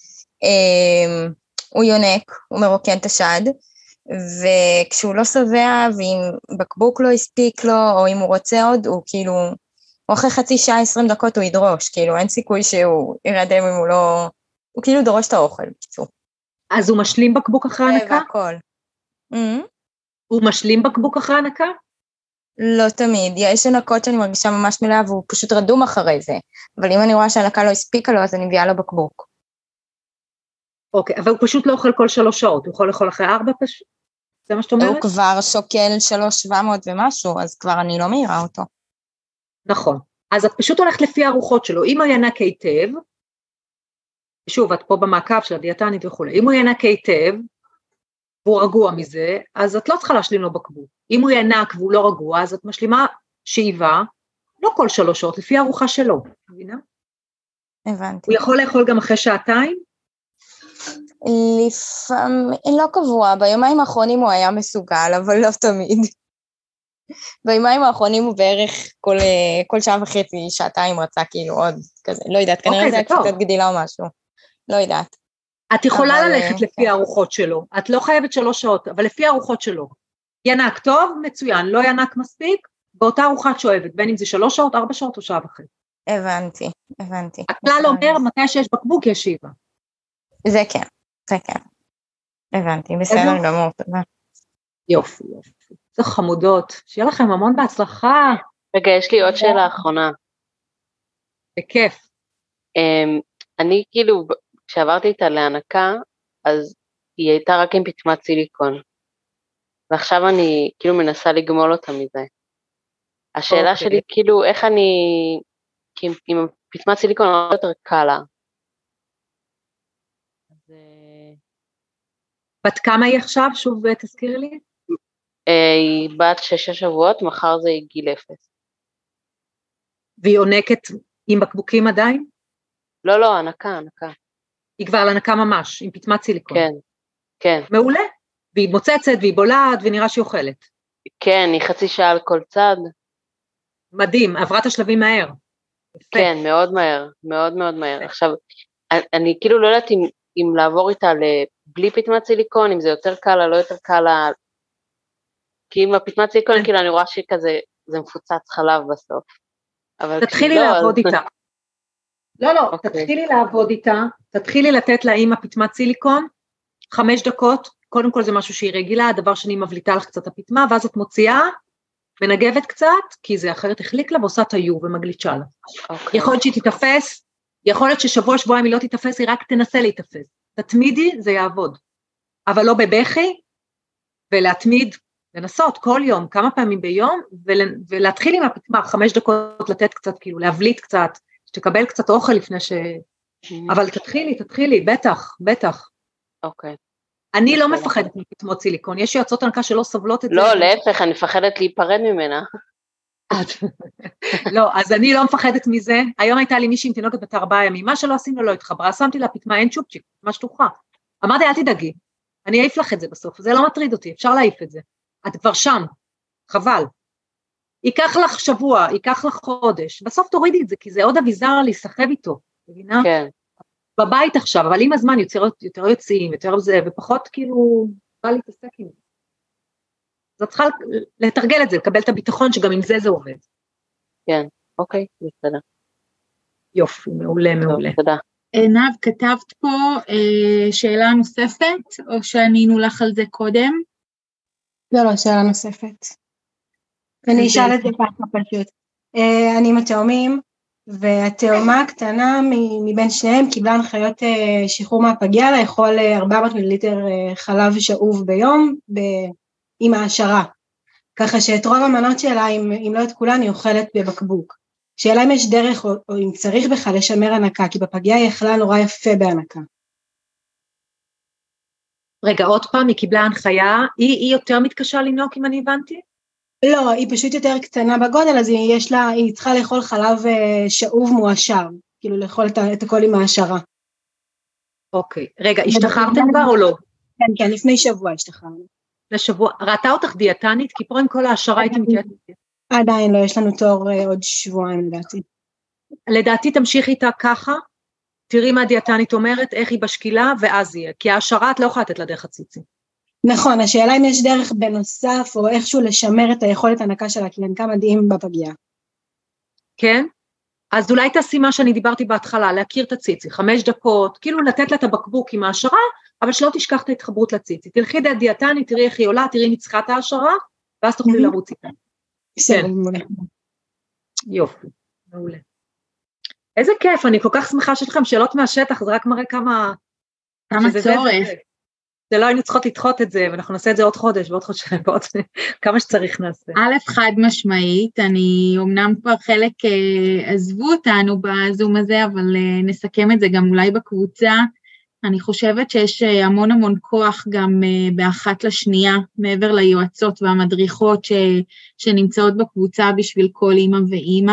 הוא יונק, הוא מרוקן את השד, וכשהוא לא שבע, ואם בקבוק לא הספיק לו, או אם הוא רוצה עוד, הוא כאילו, הוא אחרי חצי שעה עשרים דקות הוא ידרוש, כאילו אין סיכוי שהוא ירדם אם הוא לא, הוא כאילו דרוש את האוכל, בקיצור. אז הוא משלים בקבוק אחרי הנקה? והכל. הוא משלים בקבוק אחרי הנקה? לא תמיד, יש הנקות שאני מרגישה ממש מלאה, והוא פשוט רדום אחרי זה, אבל אם אני רואה שהנקה לא הספיקה לו, אז אני מביאה לו בקבוק. אוקיי, אבל הוא פשוט לא אוכל כל שלוש שעות, הוא יכול לאכול אחרי ארבע פשוט? זה מה שאת אומרת? הוא כבר שוקל שלוש שבע מאות ומשהו, אז כבר אני לא מהירה אותו. נכון, אז את פשוט הולכת לפי הארוחות שלו, אם הוא ינק היטב, שוב, את פה במעקב של הדיאטנית וכו', אם הוא ינק היטב, והוא רגוע מזה, אז את לא צריכה להשלים לו בקבוק. אם הוא ינק והוא לא רגוע, אז את משלימה שאיבה, לא כל שלוש שעות, לפי הארוחה שלו, מבינה? הבנתי. הוא יכול לאכול גם אחרי שעתיים? לפעמים, לא קבוע, ביומיים האחרונים הוא היה מסוגל, אבל לא תמיד. ביומיים האחרונים הוא בערך כל, כל שעה וחצי, שעתיים רצה כאילו עוד כזה, לא יודעת, כנראה זה היה קצת גדילה או משהו, לא יודעת. את יכולה ללכת לפי הארוחות שלו, את לא חייבת שלוש שעות, אבל לפי הארוחות שלו. ינק טוב, מצוין, לא ינק מספיק, באותה ארוחת שואבת, בין אם זה שלוש שעות, ארבע שעות או שעה וחצי. הבנתי, הבנתי. הכלל אומר, מתי שיש בקבוק יש שאיבה. זה כן, זה כן. הבנתי, בסדר גמור, תודה. יופי, יופי. זה חמודות, שיהיה לכם המון בהצלחה. רגע, יש לי עוד שאלה אחרונה. בכיף. אני כאילו, כשעברתי איתה להנקה, אז היא הייתה רק עם פטמת סיליקון. ועכשיו אני כאילו מנסה לגמול אותה מזה. השאלה שלי כאילו, איך אני, עם פטמת סיליקון הרבה יותר קלה. בת כמה היא עכשיו? שוב תזכירי לי. היא בת ששה שבועות, מחר זה גיל אפס. והיא עונקת עם בקבוקים עדיין? לא, לא, ענקה, ענקה. היא כבר על ענקה ממש, עם פטמת סיליקון. כן, כן. מעולה. והיא מוצצת, והיא בולעת, ונראה שהיא אוכלת. כן, היא חצי שעה על כל צד. מדהים, עברה את השלבים מהר. כן, מאוד מהר, מאוד מאוד מהר. עכשיו, אני כאילו לא יודעת אם, אם לעבור איתה בלי פטמת סיליקון, אם זה יותר קל לה, לא יותר קל לה, כי עם הפטמת סיליקון, כאילו אני רואה שכזה, זה מפוצץ חלב בסוף. תתחילי לעבוד איתה. לא, לא, תתחילי לעבוד איתה, תתחילי לתת לה עם הפטמת סיליקון, חמש דקות, קודם כל זה משהו שהיא רגילה, הדבר שני מבליטה לך קצת הפטמה, ואז את מוציאה, מנגבת קצת, כי זה אחרת החליק לה, ועושה טיוב ומגליצ'ה לה. Okay. יכול להיות שהיא תתאפס, יכול להיות ששבוע, שבועיים היא לא תתאפס, היא רק תנסה להתאפס. תתמידי, זה יעבוד. אבל לא בבכי, ולהתמיד, לנסות כל יום, כמה פעמים ביום, ול, ולהתחיל עם הפטמה, חמש דקות לתת קצת, כאילו, להבליט קצת, שתקבל קצת אוכל לפני ש... Mm-hmm. אבל תתחילי, תתחילי, בטח, בטח. אוקיי. Okay. אני לא מפחדת מפטמות סיליקון, יש יועצות הנקה שלא סבלות את זה. לא, להפך, אני מפחדת להיפרד ממנה. לא, אז אני לא מפחדת מזה, היום הייתה לי מישהי עם תינוקת בת ארבעה ימים, מה שלא עשינו לא התחברה, שמתי לה פטמה, אין צ'ופצ'יק, מה שטוחה. אמרתי, אל תדאגי, אני אעיף לך את זה בסוף, זה לא מטריד אותי, אפשר להעיף את זה. את כבר שם, חבל. ייקח לך שבוע, ייקח לך חודש, בסוף תורידי את זה, כי זה עוד אביזר להיסחב איתו, מבינה? כן. בבית עכשיו, אבל עם הזמן יותר, יותר יוצאים, יותר זה, ופחות כאילו, בא להתעסק עם זה. אז את צריכה לתרגל את זה, לקבל את הביטחון שגם עם זה זה עובד. כן, אוקיי, בסדר. יופי, מעולה, מעולה. תודה. עינב, כתבת פה אה, שאלה נוספת, או שענינו לך על זה קודם? לא, לא, שאלה נוספת. אני אשאל את זה ככה פשוט. אה, אני עם התאומים, והתאומה הקטנה מבין שניהם קיבלה הנחיות שחרור מהפגייה לאכול ארבע מאות מיליליטר חלב שאוב ביום עם העשרה, ככה שאת רוב המנות שלה, אם, אם לא את כולן, היא אוכלת בבקבוק. שאלה אם יש דרך או, או אם צריך בכלל לשמר הנקה, כי בפגייה היא אכלה נורא יפה בהנקה. רגע, עוד פעם, היא קיבלה הנחיה, היא, היא יותר מתקשה לנוק אם אני הבנתי? לא, היא פשוט יותר קטנה בגודל, אז היא, יש לה, היא צריכה לאכול חלב שאוב מואשר, כאילו לאכול את, את הכל עם העשרה. אוקיי, רגע, השתחררתם כבר או לא? כן, כן, לפני שבוע השתחררנו. לשבוע, ראתה אותך דיאטנית? כי פה עם כל העשרה הייתי מתייעצת. עדיין לא, יש לנו תור עוד שבועיים לדעתי. לדעתי תמשיך איתה ככה, תראי מה הדיאטנית אומרת, איך היא בשקילה, ואז יהיה, כי העשרה את לא יכולה לתת לה דרך הציצי. נכון, השאלה אם יש דרך בנוסף, או איכשהו לשמר את היכולת הנקה שלה, כי הנקה מדהים בפגיעה. כן? אז אולי תעשי מה שאני דיברתי בהתחלה, להכיר את הציצי, חמש דקות, כאילו לתת לה את הבקבוק עם העשרה, אבל שלא תשכח את ההתחברות לציצי. תלכי את הדיאטנית, תראי איך היא עולה, תראי אם היא צריכה את העשרה, ואז תוכלי לרוץ איתה. בסדר, מעולה. יופי, מעולה. איזה כיף, אני כל כך שמחה שלכם שאלות מהשטח, זה רק מראה כמה... כמה צורך. זה לא היינו צריכות לדחות את זה, ואנחנו נעשה את זה עוד חודש, ועוד חודשיים, ועוד כמה שצריך נעשה. א', חד משמעית, אני אומנם כבר חלק אה, עזבו אותנו בזום הזה, אבל אה, נסכם את זה גם אולי בקבוצה. אני חושבת שיש אה, המון המון כוח גם אה, באחת לשנייה, מעבר ליועצות והמדריכות ש, שנמצאות בקבוצה בשביל כל אמא ואמא.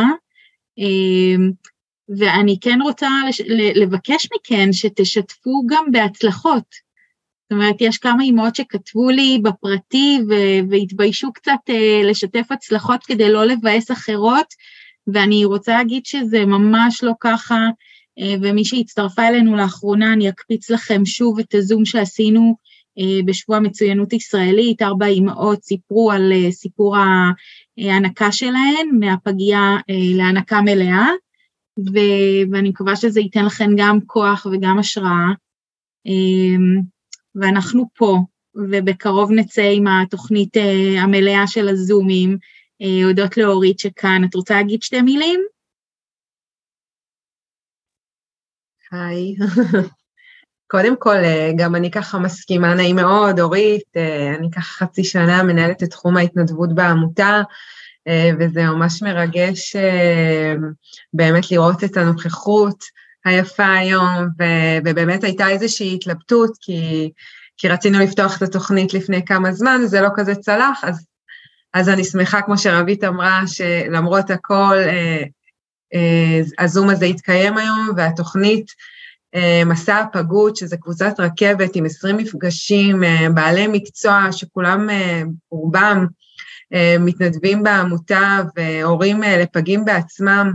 אה, ואני כן רוצה לש, לבקש מכן שתשתפו גם בהצלחות. זאת אומרת, יש כמה אימהות שכתבו לי בפרטי ו- והתביישו קצת uh, לשתף הצלחות כדי לא לבאס אחרות, ואני רוצה להגיד שזה ממש לא ככה, uh, ומי שהצטרפה אלינו לאחרונה, אני אקפיץ לכם שוב את הזום שעשינו uh, בשבוע מצוינות ישראלית, ארבע אימהות סיפרו על uh, סיפור ההנקה שלהן, מהפגייה uh, להנקה מלאה, ו- ואני מקווה שזה ייתן לכם גם כוח וגם השראה, uh, ואנחנו פה, ובקרוב נצא עם התוכנית uh, המלאה של הזומים, uh, הודות לאורית שכאן. את רוצה להגיד שתי מילים? היי. קודם כל, גם אני ככה מסכימה, נעים מאוד, אורית, אני ככה חצי שנה מנהלת את תחום ההתנדבות בעמותה, וזה ממש מרגש באמת לראות את הנוכחות, היפה היום, ובאמת הייתה איזושהי התלבטות, כי, כי רצינו לפתוח את התוכנית לפני כמה זמן, זה לא כזה צלח, אז, אז אני שמחה, כמו שרבית אמרה, שלמרות הכל, הזום הזה יתקיים היום, והתוכנית מסע הפגות, שזה קבוצת רכבת עם עשרים מפגשים, בעלי מקצוע שכולם רובם מתנדבים בעמותה, והורים לפגים בעצמם,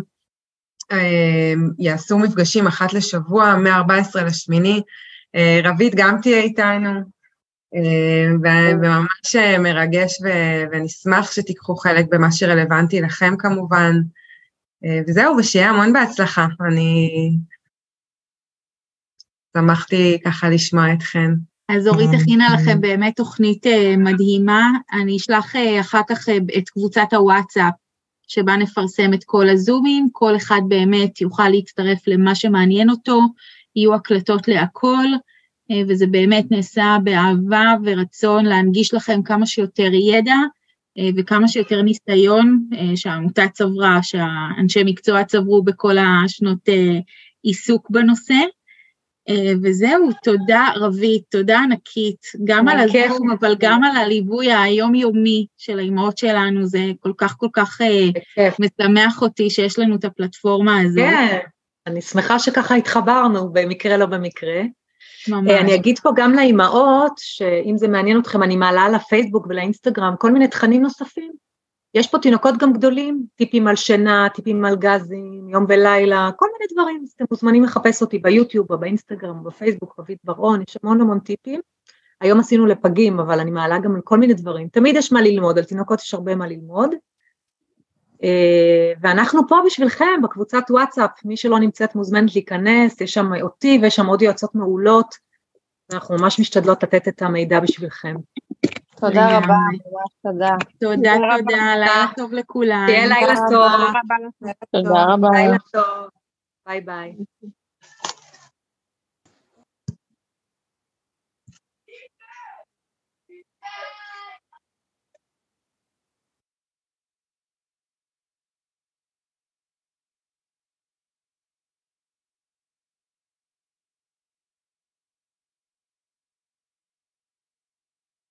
יעשו מפגשים אחת לשבוע, מה-ארבעה עשר לשמיני, רבית גם תהיה איתנו, וממש מרגש, ונשמח שתיקחו חלק במה שרלוונטי לכם כמובן, וזהו, ושיהיה המון בהצלחה, אני שמחתי ככה לשמוע אתכן. אז אורית הכינה לכם באמת תוכנית מדהימה, אני אשלח אחר כך את קבוצת הוואטסאפ, שבה נפרסם את כל הזומים, כל אחד באמת יוכל להצטרף למה שמעניין אותו, יהיו הקלטות להכל, וזה באמת נעשה באהבה ורצון להנגיש לכם כמה שיותר ידע, וכמה שיותר ניסיון שהעמותה צברה, שהאנשי מקצוע צברו בכל השנות עיסוק בנושא, וזהו, תודה רבית, תודה ענקית, גם על הזום, אבל גם על הליווי היומיומי של האימהות שלנו, זה כל כך כל כך משמח אותי שיש לנו את הפלטפורמה הזאת. כן, אני שמחה שככה התחברנו, במקרה לא במקרה. ממש. אני אגיד פה גם לאימהות, שאם זה מעניין אתכם, אני מעלה על הפייסבוק ולאינסטגרם, כל מיני תכנים נוספים. יש פה תינוקות גם גדולים, טיפים על שינה, טיפים על גזים, יום ולילה, כל מיני דברים. אתם מוזמנים לחפש אותי ביוטיוב, או באינסטגרם, או בפייסבוק, רבית בר-און, יש המון המון טיפים. היום עשינו לפגים, אבל אני מעלה גם על כל מיני דברים. תמיד יש מה ללמוד, על תינוקות יש הרבה מה ללמוד. ואנחנו פה בשבילכם, בקבוצת וואטסאפ, מי שלא נמצאת מוזמנת להיכנס, יש שם אותי ויש שם עוד יועצות מעולות, אנחנו ממש משתדלות לתת את המידע בשבילכם. תודה רבה, תודה. תודה, תודה, לילה טוב לכולם. תהיה לילה טוב. תודה רבה. לילה טוב. ביי ביי.